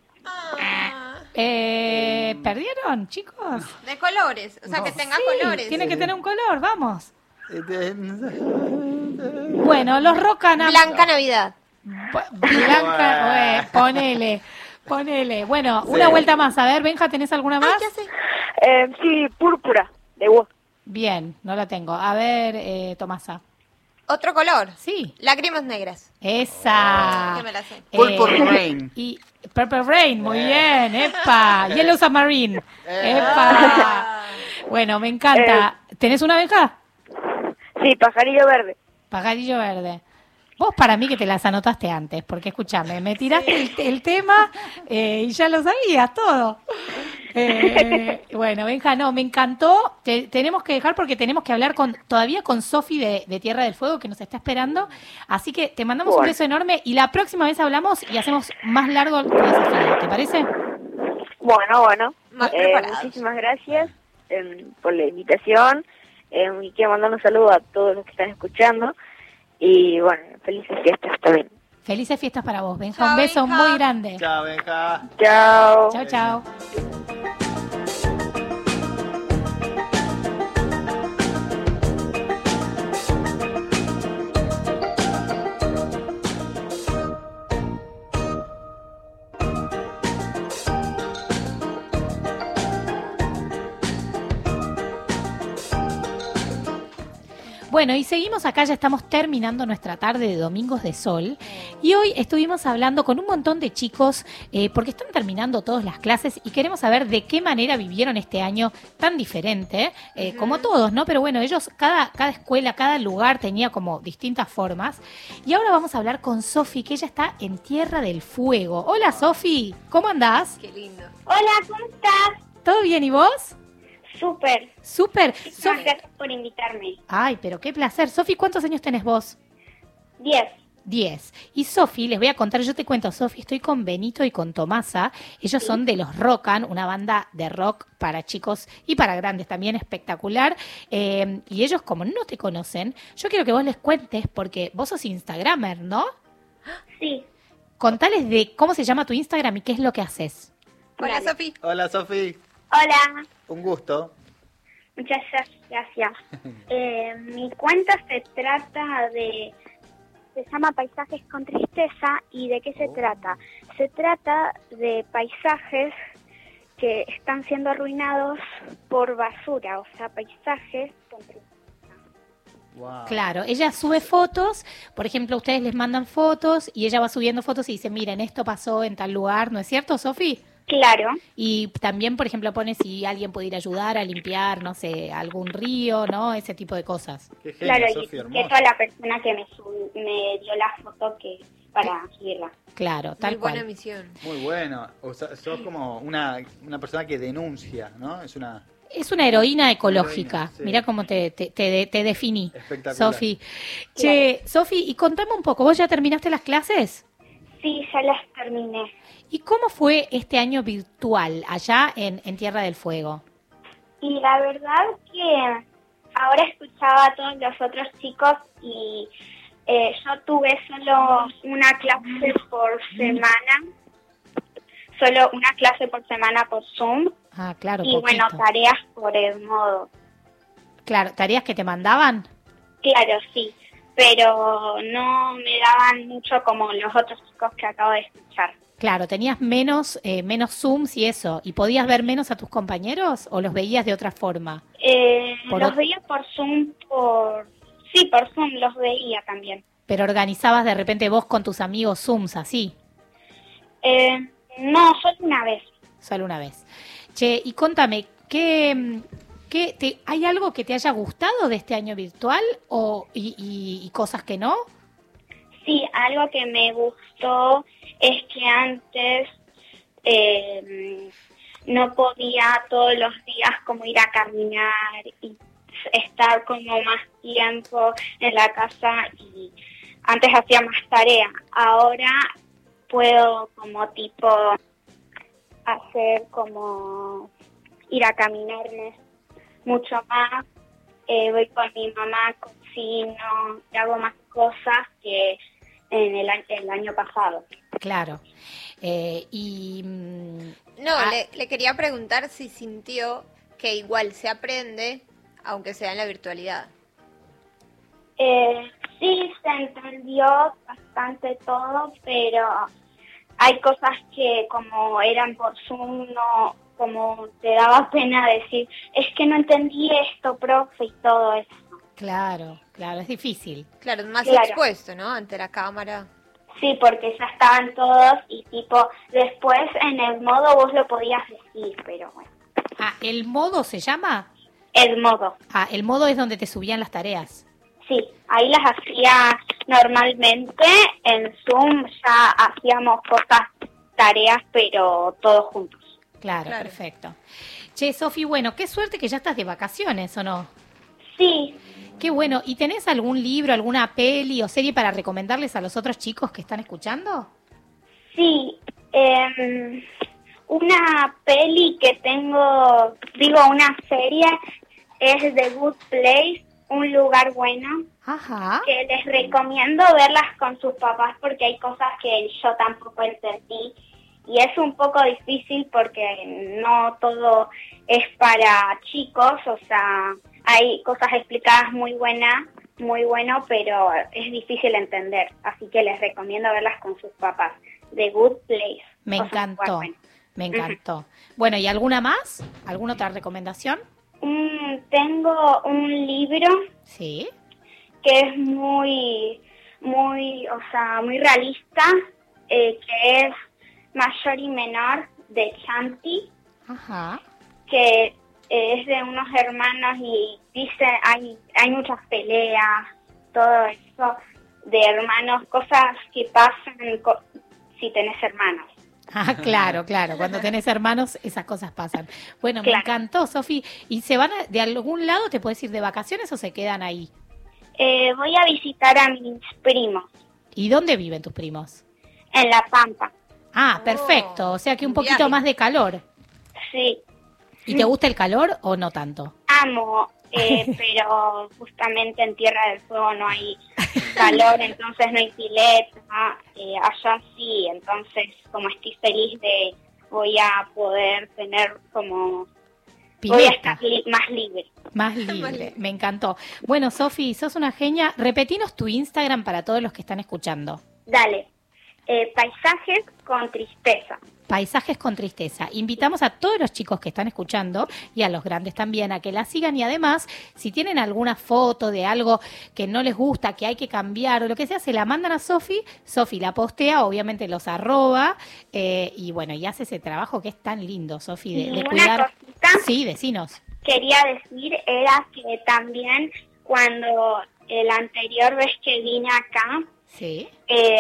Eh, ¿Perdieron, chicos? De colores, o sea, que tenga Sí, colores. tiene que tener un color, vamos. Este, Bueno, los Rocan. Blanca Navidad. Blanca, eh, ponele, ponele. Bueno, una vuelta más. A ver, Benja, ¿tenés alguna más? Eh, sí, púrpura, de vos. Bien, no la tengo. A ver, eh, Tomasa. Otro color. Sí. Lágrimas negras. Esa. Que me la sé. Purple Eh, Rain. Y Purple Rain, muy bien. Epa. Yellow Submarine. Epa. Bueno, me encanta. ¿Tenés una, Benja? Sí, pajarillo verde. Pajarillo verde. Vos para mí que te las anotaste antes, porque escúchame, me tiraste el, el tema eh, y ya lo sabías todo. Eh, bueno, Benja, no, me encantó. Te, tenemos que dejar porque tenemos que hablar con todavía con Sofi de, de Tierra del Fuego, que nos está esperando. Así que te mandamos un Bueno. beso enorme y la próxima vez hablamos y hacemos más largo tu desafío. ¿Te parece? Bueno, bueno. Más Eh, preparados. muchísimas gracias eh, por la invitación. Eh, y quiero mandar un saludo a todos los que están escuchando. Y bueno, felices fiestas también. Felices fiestas para vos, Benja. Chao, Un beso Benja. muy grande. Chao, Benja. Chao. Chao, chao. Bueno, y seguimos acá, ya estamos terminando nuestra tarde de Domingos de Sol. Y hoy estuvimos hablando con un montón de chicos, eh, porque están terminando todas las clases y queremos saber de qué manera vivieron este año tan diferente, eh, como todos, ¿no? Pero bueno, ellos, cada, cada escuela, cada lugar tenía como distintas formas. Y ahora vamos a hablar con Sofi, que ella está en Tierra del Fuego. Hola, Sofi, ¿cómo andás? Qué lindo. Hola, ¿cómo estás? ¿Todo bien y vos? Súper. Súper. Muchas Sofi- gracias por invitarme. Ay, pero qué placer. Sofi, ¿cuántos años tenés vos? Diez. Diez. Y Sofi, les voy a contar, yo te cuento, Sofi, estoy con Benito y con Tomasa. Ellos son de los Rocan, una banda de rock para chicos y para grandes también, espectacular. Eh, y ellos, como no te conocen, yo quiero que vos les cuentes, porque vos sos Instagramer, ¿no? Sí. Contales de cómo se llama tu Instagram y qué es lo que haces. Hola, Sofi. Hola, Sofi. Hola. Un gusto. Muchas gracias. Eh, mi cuenta se trata de... Se llama Paisajes con Tristeza. ¿Y de qué se trata? Se trata de paisajes que están siendo arruinados por basura. O sea, paisajes con tristeza. Wow. Claro, ella sube fotos, por ejemplo, ustedes les mandan fotos y ella va subiendo fotos y dice, miren, esto pasó en tal lugar, ¿no es cierto, Sofi? Claro. Y también, por ejemplo, pone si alguien pudiera ayudar a limpiar, no sé, algún río, ¿no? Ese tipo de cosas. Qué genio, Claro, y Sofi, que hermoso. fue la persona que me, sub- me dio la foto que para subirla. Claro, tal Muy buena cual. misión. Muy bueno. O sea, sos como una, una persona que denuncia, ¿no? Es una... Es una heroína ecológica. Heroína, sí. Mirá cómo te, te, te, te definí, Espectacular. Sofi. Che, Sofi, y contame un poco, ¿vos ya terminaste las clases? Sí, ya las terminé. ¿Y cómo fue este año virtual allá en, en Tierra del Fuego? Y la verdad que ahora escuchaba a todos los otros chicos y Eh, yo tuve solo una clase por semana, solo una clase por semana por Zoom. Ah, claro, y poquito. bueno, tareas por el modo. Claro, ¿tareas que te mandaban? Claro, sí, pero no me daban mucho como los otros chicos que acabo de escuchar. Claro, tenías menos eh, menos Zooms y eso. ¿Y podías ver menos a tus compañeros o los veías de otra forma? Eh, Por los ot- veía por Zoom, por... Sí, por Zoom los veía también. Pero organizabas de repente vos con tus amigos Zooms así, Eh, no, solo una vez. solo una vez. Che, y contame, ¿qué, mm, qué te, ¿hay algo que te haya gustado de este año virtual o y, y- y cosas que no? Sí, algo que me gustó es que antes eh, no podía todos los días como ir a caminar y estar como más tiempo en la casa y antes hacía más tarea. Ahora puedo como tipo hacer como ir a caminarme mucho más. Eh, voy con mi mamá, cocino, y hago más cosas que en el, a- el año pasado. Claro. Eh, y mm, No, ah, le, le quería preguntar si sintió que igual se aprende, aunque sea en la virtualidad. Eh, sí, se entendió bastante todo, pero hay cosas que como eran por Zoom, no, como te daba pena decir, es que no entendí esto, profe, y todo eso. claro, claro, es difícil. Claro, más Claro. expuesto, ¿no? Ante la cámara. Sí, porque ya estaban todos y tipo, después en el modo vos lo podías decir, pero bueno. Ah, ¿el modo se llama? El modo. Ah, el modo es donde te subían las tareas. Sí, ahí las hacía normalmente, en Zoom ya hacíamos cosas, tareas, pero todos juntos. Claro, perfecto. Che, Sofi, bueno, qué suerte que ya estás de vacaciones, ¿o no? Sí. Qué bueno. ¿Y tenés algún libro, alguna peli o serie para recomendarles a los otros chicos que están escuchando? Sí, em, una peli que tengo, digo una serie, es The Good Place, Un Lugar Bueno. Ajá. Que les recomiendo verlas con sus papás porque hay cosas que yo tampoco entendí. Y es un poco difícil porque no todo es para chicos, o sea, hay cosas explicadas muy buenas, muy bueno, pero es difícil entender. Así que les recomiendo verlas con sus papás. The Good Place. Me o sea, encantó, bueno. me encantó. Bueno, ¿y alguna más? ¿Alguna otra recomendación? Mm, tengo un libro Sí. que es muy, muy, o sea, muy realista, eh, que es Mayor y Menor de Chanti, Ajá. que eh, es de unos hermanos y dice, hay, hay muchas peleas, todo eso de hermanos, cosas que pasan co- si tenés hermanos. Ah, claro, claro. Cuando tenés hermanos, esas cosas pasan. Bueno, me Claro. encantó, Sofi. ¿Y se van a- de algún lado, te puedes ir de vacaciones o se quedan ahí? Eh, voy a visitar a mis primos ¿Y dónde viven tus primos? en La Pampa. Ah, perfecto. O sea que un un poquito viaje. más de calor. Sí, ¿Y te gusta el calor o no tanto? amo, eh, pero justamente en Tierra del Fuego no hay calor, entonces no hay pileta, eh, allá sí, entonces como estoy feliz de voy a poder tener como, voy a Pileta. estar li- más libre. Más libre, me encantó. Bueno, Sofi, sos una genia. Repetinos tu Instagram para todos los que están escuchando. Dale, eh, paisajes con tristeza. Paisajes con tristeza. Invitamos a todos los chicos que están escuchando y a los grandes también a que la sigan y además, si tienen alguna foto de algo que no les gusta, que hay que cambiar o lo que sea, se la mandan a Sofi, Sofi la postea, obviamente los arroba eh, y bueno, y hace ese trabajo que es tan lindo, Sofi, de, Y de una cuidar. cosita. Sí, decinos. Quería decir era que también cuando el anterior vez que vine acá, Sí. eh,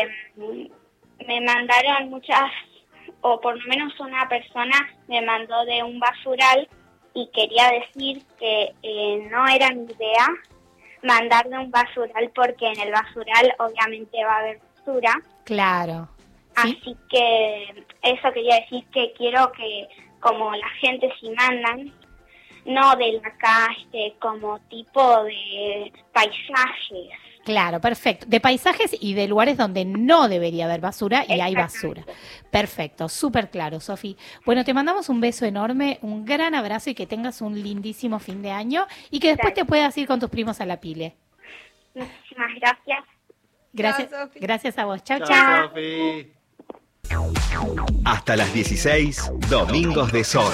me mandaron muchas, o por lo menos una persona me mandó de un basural y quería decir que eh, no era mi idea mandar de un basural porque en el basural obviamente va a haber basura. Claro. Así que eso quería decir que quiero que como la gente si mandan, no de la calle, como tipo de paisajes, Claro, perfecto. De paisajes y de lugares donde no debería haber basura y hay basura. Perfecto, súper claro, Sofi. Bueno, te mandamos un beso enorme, un gran abrazo y que tengas un lindísimo fin de año y que después te puedas ir con tus primos a la pile. Muchísimas gracias. Gracias, Chao, Sofi. gracias a vos. Chau, Chao, chau. Sofi. Hasta las dieciséis, Domingos de Sol.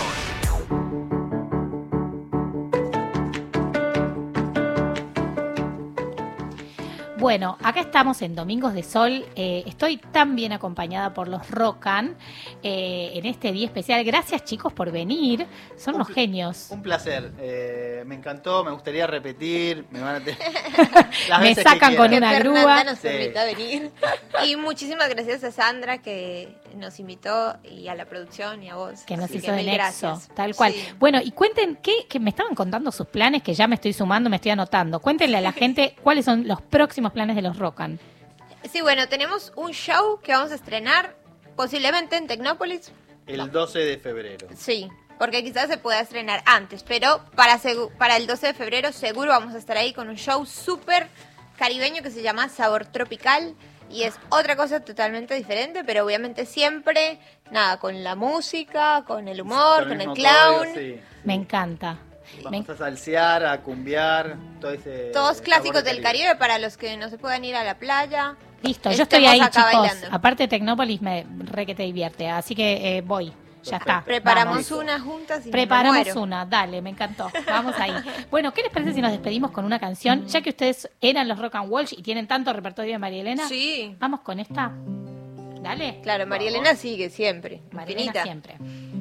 Bueno, acá estamos en Domingos de Sol. Eh, estoy tan bien acompañada por los Rockan eh, en este día especial. Gracias, chicos, por venir. Son unos genios. Un placer. Eh, me encantó, me gustaría repetir. Me van a tener... Las Me veces que sacan con quieran. una Que grúa. Fernanda nos Sí. invitó a venir. Y muchísimas gracias a Sandra que nos invitó y a la producción y a vos. Que nos Así hizo de mil nexo, gracias. tal cual. Sí. Bueno, y cuenten, ¿qué, que me estaban contando sus planes, que ya me estoy sumando, me estoy anotando. Cuéntenle a la gente cuáles son los próximos planes de los Rockan. Sí, bueno, tenemos un show que vamos a estrenar posiblemente en Tecnópolis. El doce de febrero. Sí, porque quizás se pueda estrenar antes, pero para, segu- para el doce de febrero seguro vamos a estar ahí con un show súper caribeño que se llama Sabor Tropical y es otra cosa totalmente diferente, pero obviamente siempre, nada, con la música, con el humor, con el mismo clown. código, sí. Me encanta. Vamos a salsear, a cumbiar, todo ese... Todos sabor clásicos de del Caribe para los que no se puedan ir a la playa. Listo, yo estoy ahí, Estemos acá chicos. bailando. Aparte, Tecnópolis me re que te divierte, así que eh, voy. Ya está. Preparamos Vamos. una juntas y me Preparamos muero. una, dale, me encantó. Vamos ahí. Bueno, ¿qué les parece si nos despedimos con una canción? Ya que ustedes eran los Rock and Walsh y tienen tanto repertorio de María Elena. Sí. Vamos con esta. Dale. Claro, María Elena sigue siempre. María Infinita. Elena siempre.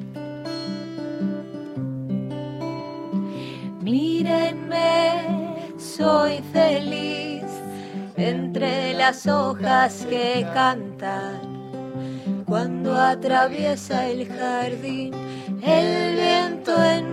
Mírenme, soy feliz entre las hojas que cantan. Cuando atraviesa el jardín el viento en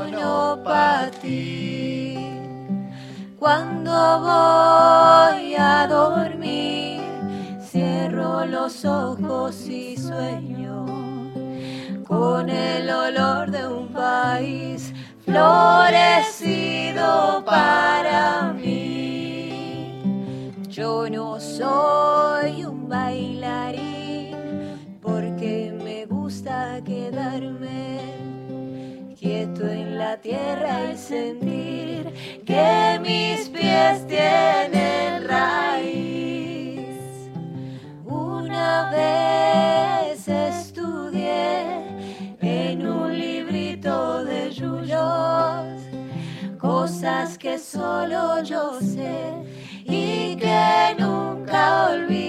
monopatín. Cuando voy a dormir cierro los ojos y sueño con el olor de un país florecido para mí. Yo no soy un bailarín porque me gusta quedarme quieto en la tierra y sentir que mis pies tienen raíz. Una vez estudié en un librito de yuyos cosas que solo yo sé y que nunca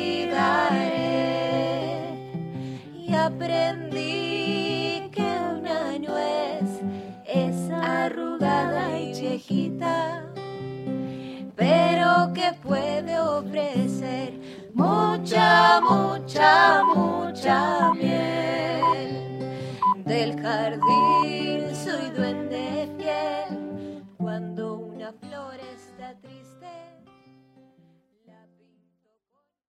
olvidaré. Y aprendí que una nuez es arrugada y viejita, pero que puede ofrecer mucha, mucha, mucha miel. Del jardín soy duende fiel